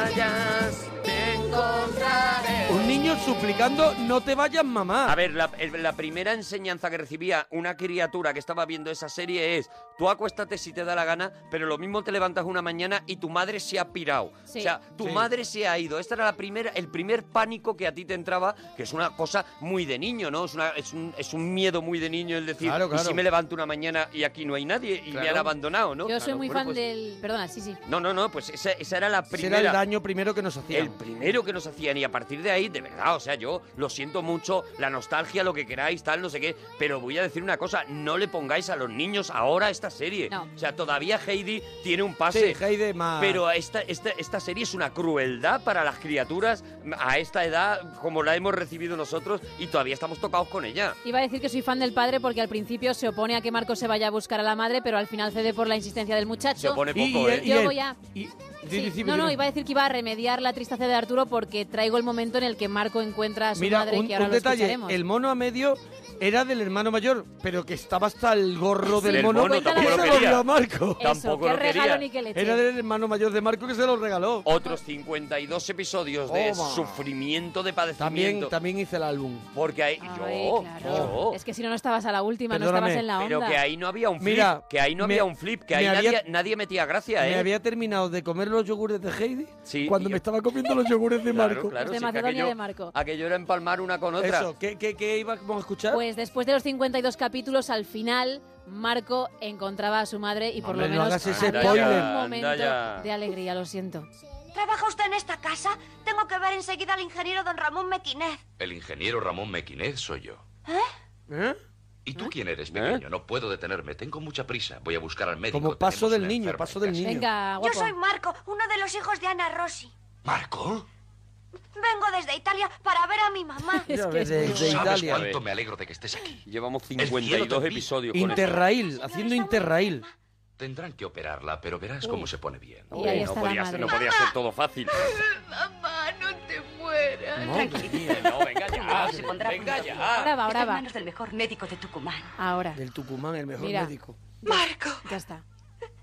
[SPEAKER 2] vayas, te encontraré.
[SPEAKER 3] Un niño suplicando, no te vayas, mamá.
[SPEAKER 2] A ver, la primera enseñanza que recibía una criatura que estaba viendo esa serie es: tú acuéstate si te da la gana, pero lo mismo te levantas una mañana y tu madre se ha pirado.
[SPEAKER 5] Sí.
[SPEAKER 2] O sea, tu
[SPEAKER 3] Sí.
[SPEAKER 2] madre se ha ido. Esta era el primer pánico que a ti te entraba, que es una cosa muy de niño, ¿no? Es un miedo muy de niño el decir,
[SPEAKER 3] Claro, claro.
[SPEAKER 2] ¿y si me levanto una mañana y aquí no hay nadie y me
[SPEAKER 3] Claro.
[SPEAKER 2] han abandonado, ¿no?
[SPEAKER 5] Yo soy
[SPEAKER 2] Claro,
[SPEAKER 5] muy
[SPEAKER 2] bueno,
[SPEAKER 5] fan
[SPEAKER 2] pues-
[SPEAKER 5] del... Perdona, sí, sí.
[SPEAKER 2] No, pues esa era la
[SPEAKER 3] Ese
[SPEAKER 2] primera.
[SPEAKER 3] era el daño primero que nos
[SPEAKER 2] El
[SPEAKER 3] hacían.
[SPEAKER 2] primero que nos hacían, y a partir de ahí, de verdad, o sea, yo lo siento mucho, la nostalgia, lo que queráis, tal, no sé qué, pero voy a decir una cosa: no le pongáis a los niños ahora esta serie.
[SPEAKER 5] No.
[SPEAKER 2] O sea, todavía Heidi tiene un pase.
[SPEAKER 3] Sí, Heidi más.
[SPEAKER 2] Pero esta serie es una crueldad para las criaturas a esta edad, como la hemos recibido nosotros, y todavía estamos tocados con ella.
[SPEAKER 5] Iba a decir que soy fan del padre porque al principio se opone a que Marco se vaya a buscar a la madre, pero al final cede por la insistencia del muchacho.
[SPEAKER 2] Se opone poco,
[SPEAKER 3] Y
[SPEAKER 2] ¿eh?
[SPEAKER 5] Yo voy a...
[SPEAKER 3] y-
[SPEAKER 5] Sí,
[SPEAKER 3] dime,
[SPEAKER 5] no,
[SPEAKER 3] dime.
[SPEAKER 5] iba a decir que iba a remediar la tristeza de Arturo porque traigo el momento en el que Marco encuentra a su
[SPEAKER 3] Mira,
[SPEAKER 5] madre,
[SPEAKER 3] un,
[SPEAKER 5] que ahora
[SPEAKER 3] un
[SPEAKER 5] lo
[SPEAKER 3] detalle,
[SPEAKER 5] escucharemos.
[SPEAKER 3] el mono a medio era del hermano mayor, pero que estaba hasta el gorro
[SPEAKER 5] Sí.
[SPEAKER 3] del
[SPEAKER 2] Del
[SPEAKER 3] mono,
[SPEAKER 2] mono,
[SPEAKER 3] que
[SPEAKER 2] tampoco
[SPEAKER 3] se
[SPEAKER 2] lo
[SPEAKER 3] lo
[SPEAKER 2] quería.
[SPEAKER 3] dio a Marco.
[SPEAKER 5] Eso,
[SPEAKER 2] tampoco
[SPEAKER 5] qué
[SPEAKER 2] lo quería.
[SPEAKER 5] regalo ni qué leche.
[SPEAKER 3] Era del hermano mayor de Marco que se lo regaló.
[SPEAKER 2] Otros 52 episodios de
[SPEAKER 3] Toma.
[SPEAKER 2] sufrimiento, de
[SPEAKER 3] También,
[SPEAKER 2] padecimiento.
[SPEAKER 3] también hice el álbum.
[SPEAKER 2] Porque hay...
[SPEAKER 5] Ay,
[SPEAKER 2] yo,
[SPEAKER 5] claro. Es que si no, no estabas a la última, no
[SPEAKER 3] Perdóname,
[SPEAKER 5] estabas en la onda.
[SPEAKER 2] Pero que ahí no había un flip,
[SPEAKER 3] Mira,
[SPEAKER 2] que ahí no
[SPEAKER 3] me-
[SPEAKER 2] había un flip, que
[SPEAKER 3] me
[SPEAKER 2] ahí
[SPEAKER 3] había-
[SPEAKER 2] nadie metía gracia, ¿eh?
[SPEAKER 3] Me había terminado de comer los yogures de Heidi
[SPEAKER 2] Sí,
[SPEAKER 3] cuando
[SPEAKER 2] y
[SPEAKER 3] me
[SPEAKER 2] yo-
[SPEAKER 3] estaba comiendo los yogures de
[SPEAKER 2] Claro,
[SPEAKER 3] Marco.
[SPEAKER 2] claro,
[SPEAKER 5] De
[SPEAKER 2] sí, que
[SPEAKER 5] Macedonia de Marco.
[SPEAKER 2] Aquello era empalmar una con otra.
[SPEAKER 3] Eso, ¿qué íbamos a escuchar?
[SPEAKER 5] Pues después de los 52 capítulos, al final, Marco encontraba a su madre y por
[SPEAKER 3] Hombre,
[SPEAKER 5] lo
[SPEAKER 3] no
[SPEAKER 5] menos
[SPEAKER 3] hagas ese
[SPEAKER 5] había
[SPEAKER 3] spoiler.
[SPEAKER 5] un
[SPEAKER 2] Anda
[SPEAKER 5] momento
[SPEAKER 2] ya.
[SPEAKER 5] de alegría, lo siento.
[SPEAKER 11] ¿Trabaja usted en esta casa? Tengo que ver enseguida al ingeniero don Ramón Mequinez.
[SPEAKER 10] El ingeniero Ramón Mequinez soy yo.
[SPEAKER 3] ¿Eh?
[SPEAKER 10] ¿Y tú quién eres, pequeño? No puedo detenerme, tengo mucha prisa. Voy a buscar al médico.
[SPEAKER 3] Como paso
[SPEAKER 10] Tenemos
[SPEAKER 3] del
[SPEAKER 10] una
[SPEAKER 3] niño,
[SPEAKER 10] enferma
[SPEAKER 3] paso
[SPEAKER 10] en
[SPEAKER 3] del
[SPEAKER 10] casa.
[SPEAKER 3] niño.
[SPEAKER 5] Venga,
[SPEAKER 11] Yo
[SPEAKER 5] guapo.
[SPEAKER 11] soy Marco, uno de los hijos de Ana Rossi.
[SPEAKER 10] ¿Marco?
[SPEAKER 11] Vengo desde Italia para ver a mi mamá.
[SPEAKER 3] Ya ves, de
[SPEAKER 10] ¿Sabes
[SPEAKER 3] Italia.
[SPEAKER 10] cuánto me alegro de que estés aquí?
[SPEAKER 2] Llevamos
[SPEAKER 10] El cielo te
[SPEAKER 2] 52
[SPEAKER 10] envía.
[SPEAKER 2] episodios con esto.
[SPEAKER 3] Interrail, haciendo Interrail.
[SPEAKER 10] Tendrán que operarla, pero verás cómo se pone bien.
[SPEAKER 5] Y ahí
[SPEAKER 2] no,
[SPEAKER 5] está la
[SPEAKER 2] podía
[SPEAKER 5] madre.
[SPEAKER 2] ser, no podía ser todo fácil.
[SPEAKER 11] Mamá, no te mueras.
[SPEAKER 5] Tranquilita.
[SPEAKER 2] No, venga ya.
[SPEAKER 11] Se pondrá
[SPEAKER 2] Venga
[SPEAKER 11] pronto.
[SPEAKER 2] ya.
[SPEAKER 5] Ahora va, ahora
[SPEAKER 11] Está en
[SPEAKER 5] va.
[SPEAKER 11] manos del mejor médico de Tucumán.
[SPEAKER 5] Ahora.
[SPEAKER 3] Del Tucumán, el mejor
[SPEAKER 5] Mira.
[SPEAKER 3] médico.
[SPEAKER 11] Marco,
[SPEAKER 5] Ya está.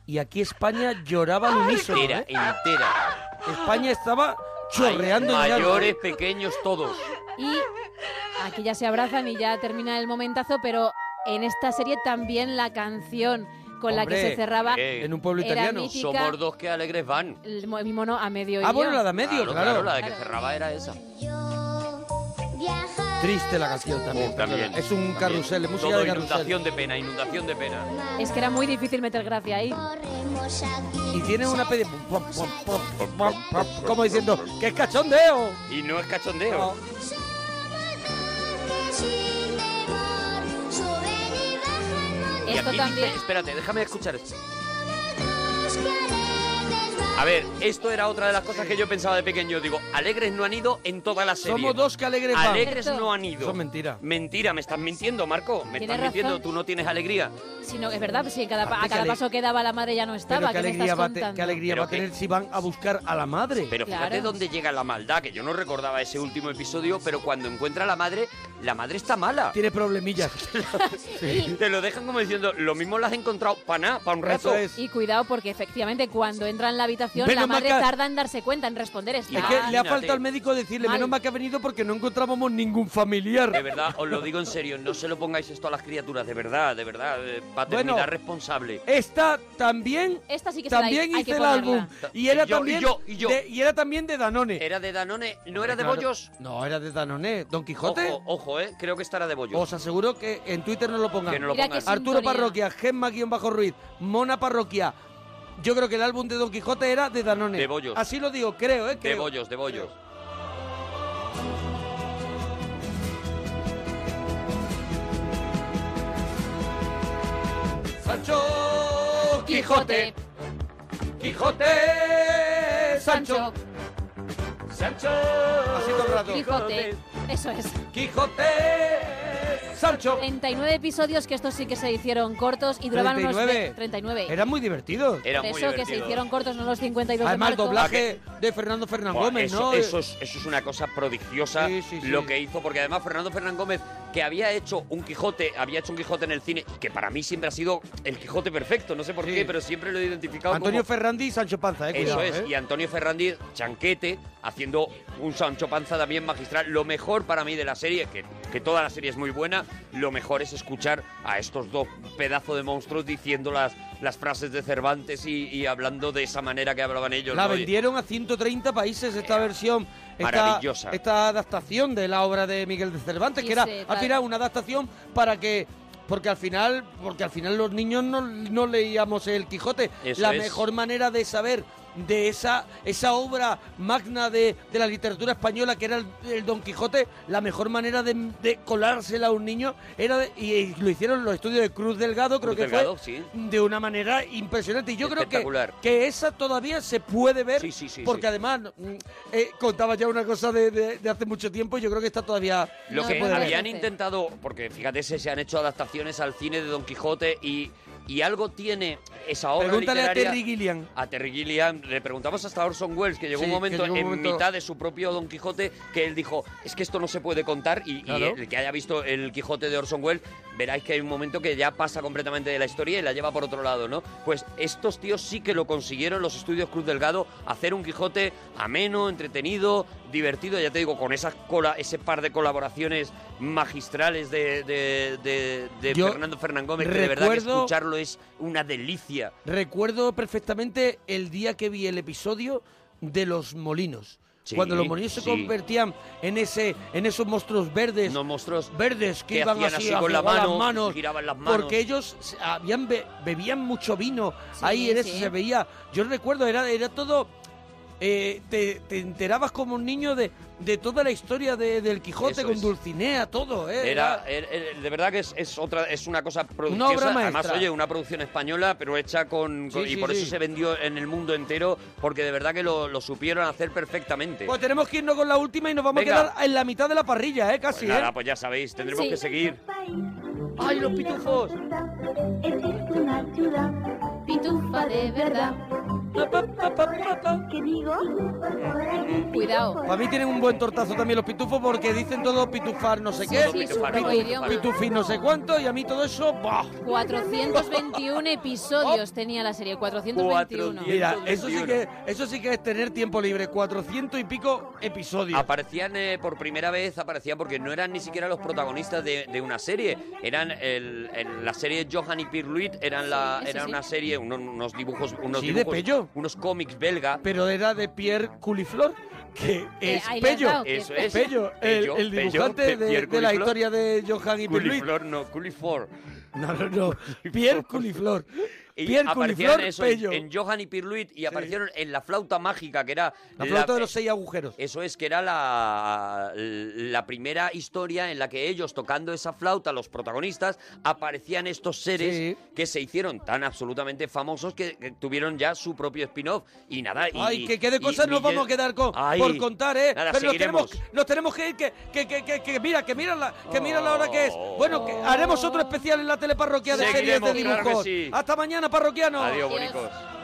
[SPEAKER 3] y aquí España lloraba al unísono.
[SPEAKER 2] Entera.
[SPEAKER 3] España estaba chorreando en llanto.
[SPEAKER 2] Mayores, pequeños, todos.
[SPEAKER 5] Y aquí ya se abrazan y ya termina el momentazo, pero en esta serie también la canción con la que se cerraba
[SPEAKER 3] en un pueblo
[SPEAKER 5] era
[SPEAKER 3] italiano.
[SPEAKER 5] mítica.
[SPEAKER 2] Somos dos que alegres van.
[SPEAKER 5] Mi mono a medio y yo.
[SPEAKER 3] Bueno, la de a medio, claro.
[SPEAKER 2] La de que cerraba era esa.
[SPEAKER 3] Triste la canción también. Es un carrusel, de música
[SPEAKER 2] Todo
[SPEAKER 3] de carrusel.
[SPEAKER 2] inundación de pena.
[SPEAKER 5] Es que era muy difícil meter gracia ahí.
[SPEAKER 3] Y tiene una como diciendo, ¡que es cachondeo!
[SPEAKER 2] Y no es cachondeo. Y
[SPEAKER 5] Esto
[SPEAKER 2] aquí
[SPEAKER 5] también.
[SPEAKER 2] dice, espérate, déjame escuchar esto. A ver, esto era otra de las cosas que yo pensaba de pequeño. Digo, alegres no han ido en toda la serie.
[SPEAKER 3] Somos dos que alegres van.
[SPEAKER 2] Alegres
[SPEAKER 5] Cierto.
[SPEAKER 2] no han ido.
[SPEAKER 3] Eso es mentira.
[SPEAKER 2] Mentira, me estás mintiendo, Marco. Me
[SPEAKER 5] Tienes
[SPEAKER 2] estás mintiendo,
[SPEAKER 5] razón.
[SPEAKER 2] tú no tienes alegría.
[SPEAKER 5] Si no, es verdad, si a cada
[SPEAKER 3] Fíjate,
[SPEAKER 5] paso que daba la madre ya no estaba.
[SPEAKER 3] Pero
[SPEAKER 5] ¿Qué me estás contando?
[SPEAKER 3] qué alegría
[SPEAKER 2] Pero
[SPEAKER 3] va a tener si van a buscar a la madre.
[SPEAKER 2] Pero fíjate
[SPEAKER 5] Claro.
[SPEAKER 2] dónde llega la maldad, que yo no recordaba ese último episodio, pero cuando encuentra a la madre está mala.
[SPEAKER 3] Tiene problemillas.
[SPEAKER 2] Te lo dejan como diciendo, lo mismo lo has encontrado para nada, para un rato.
[SPEAKER 5] Y cuidado porque efectivamente cuando entra en la habitación
[SPEAKER 3] Menos
[SPEAKER 5] la
[SPEAKER 3] mal
[SPEAKER 5] madre
[SPEAKER 3] que-
[SPEAKER 5] tarda en darse cuenta, en responder.
[SPEAKER 3] Es que le ha faltado al médico decirle, menos mal que ha venido porque no encontrábamos ningún familiar.
[SPEAKER 2] De verdad, os lo digo en serio, no se lo pongáis esto a las criaturas, de verdad, paternidad
[SPEAKER 3] Bueno,
[SPEAKER 2] responsable.
[SPEAKER 3] Esta también,
[SPEAKER 5] Esta sí que se la
[SPEAKER 3] también
[SPEAKER 5] hay que
[SPEAKER 3] hice el
[SPEAKER 5] ponerla.
[SPEAKER 3] álbum. Y era
[SPEAKER 2] Y yo,
[SPEAKER 3] también
[SPEAKER 2] y yo.
[SPEAKER 3] y era también de Danone.
[SPEAKER 2] ¿Era de Danone? ¿No era de
[SPEAKER 3] Claro.
[SPEAKER 2] Bollos?
[SPEAKER 3] No, era de Danone. Don Quijote.
[SPEAKER 2] Ojo, creo que esta era de Bollos.
[SPEAKER 3] Os aseguro que en Twitter no lo pongan.
[SPEAKER 2] Que no lo Mira pongan. qué
[SPEAKER 3] Arturo
[SPEAKER 5] sintonía.
[SPEAKER 3] Parroquia, Gemma-Ruiz, Mona Parroquia. Yo creo que el álbum de Don Quijote era de Danone.
[SPEAKER 2] De Bollos.
[SPEAKER 3] Así lo digo, creo,
[SPEAKER 2] De
[SPEAKER 3] creo.
[SPEAKER 2] Bollos, de Bollos.
[SPEAKER 3] Sancho Quijote. Quijote. Sancho. Sancho. Así todo el rato.
[SPEAKER 5] Quijote. Eso es.
[SPEAKER 3] Quijote. Sancho.
[SPEAKER 5] 39 episodios que estos sí que se hicieron cortos y duraban
[SPEAKER 3] 39.
[SPEAKER 5] unos 39.
[SPEAKER 3] Era muy divertido.
[SPEAKER 2] Era
[SPEAKER 5] Por
[SPEAKER 2] muy
[SPEAKER 5] eso que se
[SPEAKER 2] divertido.
[SPEAKER 5] hicieron cortos, no los 52
[SPEAKER 3] Además, el
[SPEAKER 5] de Marco.
[SPEAKER 3] doblaje de Fernando Fernán
[SPEAKER 2] Buah,
[SPEAKER 3] Gómez,
[SPEAKER 2] eso,
[SPEAKER 3] ¿no?
[SPEAKER 2] eso es una cosa prodigiosa
[SPEAKER 3] Sí, sí, sí.
[SPEAKER 2] lo que hizo, porque además Fernando Fernán Gómez, que había hecho un Quijote en el cine, que para mí siempre ha sido el Quijote perfecto, no sé por
[SPEAKER 3] Sí.
[SPEAKER 2] qué, pero siempre lo he identificado
[SPEAKER 3] Antonio
[SPEAKER 2] como...
[SPEAKER 3] Ferrandi y Sancho Panza,
[SPEAKER 2] Eso
[SPEAKER 3] cuidado,
[SPEAKER 2] es, y Antonio Fernández Chanquete haciendo un Sancho Panza también magistral. Lo mejor para mí de la serie, que toda la serie es muy buena, lo mejor es escuchar a estos dos pedazos de monstruos diciendo las frases de Cervantes y hablando de esa manera que hablaban ellos.
[SPEAKER 3] La
[SPEAKER 2] ¿no?
[SPEAKER 3] vendieron a 130 países esta versión,
[SPEAKER 2] maravillosa.
[SPEAKER 3] esta adaptación de la obra de Miguel de Cervantes,
[SPEAKER 5] Y
[SPEAKER 3] que era
[SPEAKER 5] se
[SPEAKER 3] al final una adaptación para que... Porque al final los niños no leíamos el Quijote.
[SPEAKER 2] Eso
[SPEAKER 3] La
[SPEAKER 2] es.
[SPEAKER 3] mejor manera de saber de esa obra magna de la literatura española que era el Don Quijote, la mejor manera de colársela a un niño era y lo hicieron los estudios de Cruz Delgado, creo
[SPEAKER 2] Cruz
[SPEAKER 3] que
[SPEAKER 2] Delgado,
[SPEAKER 3] fue
[SPEAKER 2] sí.
[SPEAKER 3] de una manera impresionante. Y yo creo
[SPEAKER 2] Espectacular.
[SPEAKER 3] que esa todavía se puede ver, porque
[SPEAKER 2] sí.
[SPEAKER 3] además contaba ya una cosa de hace mucho tiempo y yo creo que esta todavía
[SPEAKER 2] Lo
[SPEAKER 3] se
[SPEAKER 2] que
[SPEAKER 3] puede ver.
[SPEAKER 2] habían intentado, porque fíjate, se han hecho adaptaciones al cine de Don Quijote y algo tiene esa obra
[SPEAKER 3] Pregúntale
[SPEAKER 2] literaria.
[SPEAKER 3] a Terry Gilliam.
[SPEAKER 2] A Terry Gilliam, le preguntamos hasta a Orson Welles, que llegó
[SPEAKER 3] Sí,
[SPEAKER 2] un momento
[SPEAKER 3] que llegó un
[SPEAKER 2] en
[SPEAKER 3] momento-
[SPEAKER 2] mitad de su propio Don Quijote que él dijo, es que esto no se puede contar, y
[SPEAKER 3] Claro.
[SPEAKER 2] el que haya visto el Quijote de Orson Welles, veráis que hay un momento que ya pasa completamente de la historia y la lleva por otro lado, ¿no? Pues estos tíos sí que lo consiguieron, los estudios Cruz Delgado, hacer un Quijote ameno, entretenido, divertido, ya te digo, con ese par de colaboraciones magistrales de
[SPEAKER 3] Yo
[SPEAKER 2] Fernando Fernán Gómez, que de verdad que
[SPEAKER 3] recuerdo-
[SPEAKER 2] escucharlo es una delicia.
[SPEAKER 3] Recuerdo perfectamente el día que vi el episodio de los molinos.
[SPEAKER 2] Sí,
[SPEAKER 3] Cuando los molinos se
[SPEAKER 2] sí.
[SPEAKER 3] convertían en esos monstruos verdes, verdes que iban
[SPEAKER 2] hacían
[SPEAKER 3] así,
[SPEAKER 2] así con la
[SPEAKER 3] las
[SPEAKER 2] mano,
[SPEAKER 3] manos,
[SPEAKER 2] giraban las manos.
[SPEAKER 3] porque ellos bebían mucho vino.
[SPEAKER 5] Sí,
[SPEAKER 3] Ahí en eso
[SPEAKER 5] sí.
[SPEAKER 3] se veía. Yo recuerdo, era todo. Te enterabas como un niño de toda la historia del Quijote
[SPEAKER 2] Eso
[SPEAKER 3] con
[SPEAKER 2] es.
[SPEAKER 3] Dulcinea, todo.
[SPEAKER 2] Era de verdad que es una cosa prodigiosa.
[SPEAKER 3] obra maestra.
[SPEAKER 2] Además, oye, una producción española, pero hecha con
[SPEAKER 3] Sí,
[SPEAKER 2] y
[SPEAKER 3] sí,
[SPEAKER 2] por
[SPEAKER 3] sí.
[SPEAKER 2] eso se vendió en el mundo entero, porque de verdad que lo supieron hacer perfectamente.
[SPEAKER 3] Pues tenemos que irnos con la última y nos vamos
[SPEAKER 2] Venga.
[SPEAKER 3] a quedar en la mitad de la parrilla, casi,
[SPEAKER 2] Pues nada, pues ya sabéis, tendremos
[SPEAKER 5] Sí.
[SPEAKER 2] que seguir.
[SPEAKER 3] ¡Ay, los pitufos!
[SPEAKER 5] Pitufa de verdad.
[SPEAKER 4] ¿Qué digo?
[SPEAKER 5] Cuidado.
[SPEAKER 3] Para mí tienen un buen tortazo también los pitufos porque dicen todo pitufar no sé qué,
[SPEAKER 5] sí, su propio idioma.
[SPEAKER 3] pitufín no sé cuánto y a mí todo eso, ¡bah!
[SPEAKER 5] 421 episodios tenía la serie, 421.
[SPEAKER 3] Mira, eso sí que es tener tiempo libre, 400 y pico episodios.
[SPEAKER 2] Aparecían por primera vez, porque no eran ni siquiera los protagonistas de una serie, eran la serie Johan y Pierre-Louis, era una serie, unos dibujos,
[SPEAKER 3] de Pello.
[SPEAKER 2] unos cómics belga.
[SPEAKER 3] Pero era de Pierre Culiflor, que es
[SPEAKER 5] ahí le has
[SPEAKER 3] Pello.
[SPEAKER 5] dado, que
[SPEAKER 2] Eso
[SPEAKER 5] es
[SPEAKER 2] es.
[SPEAKER 3] Pello, el dibujante de la historia de Johan y Pierre-Louis.
[SPEAKER 2] Culiflor, no, Culifor.
[SPEAKER 3] No. Pierre Culiflor.
[SPEAKER 2] Y
[SPEAKER 3] Pierre
[SPEAKER 2] aparecieron
[SPEAKER 3] Culiflor,
[SPEAKER 2] eso
[SPEAKER 3] Pello.
[SPEAKER 2] en Johan y Pierre-Louis y aparecieron en la flauta mágica, que era...
[SPEAKER 3] La flauta de los 6 agujeros.
[SPEAKER 2] Eso es, que era la primera historia en la que ellos, tocando esa flauta, los protagonistas, aparecían estos seres que se hicieron tan absolutamente famosos que tuvieron ya su propio spin-off. Y nada...
[SPEAKER 3] Ay, que de cosas nos vamos a quedar por contar, ¿eh?
[SPEAKER 2] Nada,
[SPEAKER 3] pero
[SPEAKER 2] seguiremos.
[SPEAKER 3] nos tenemos que ir, que mira la hora que es. Bueno, que haremos otro especial en la teleparroquia de series de
[SPEAKER 2] Seguiremos,
[SPEAKER 3] dibujos.
[SPEAKER 2] claro que sí.
[SPEAKER 3] Hasta mañana, parroquianos.
[SPEAKER 2] Adiós, bonicos.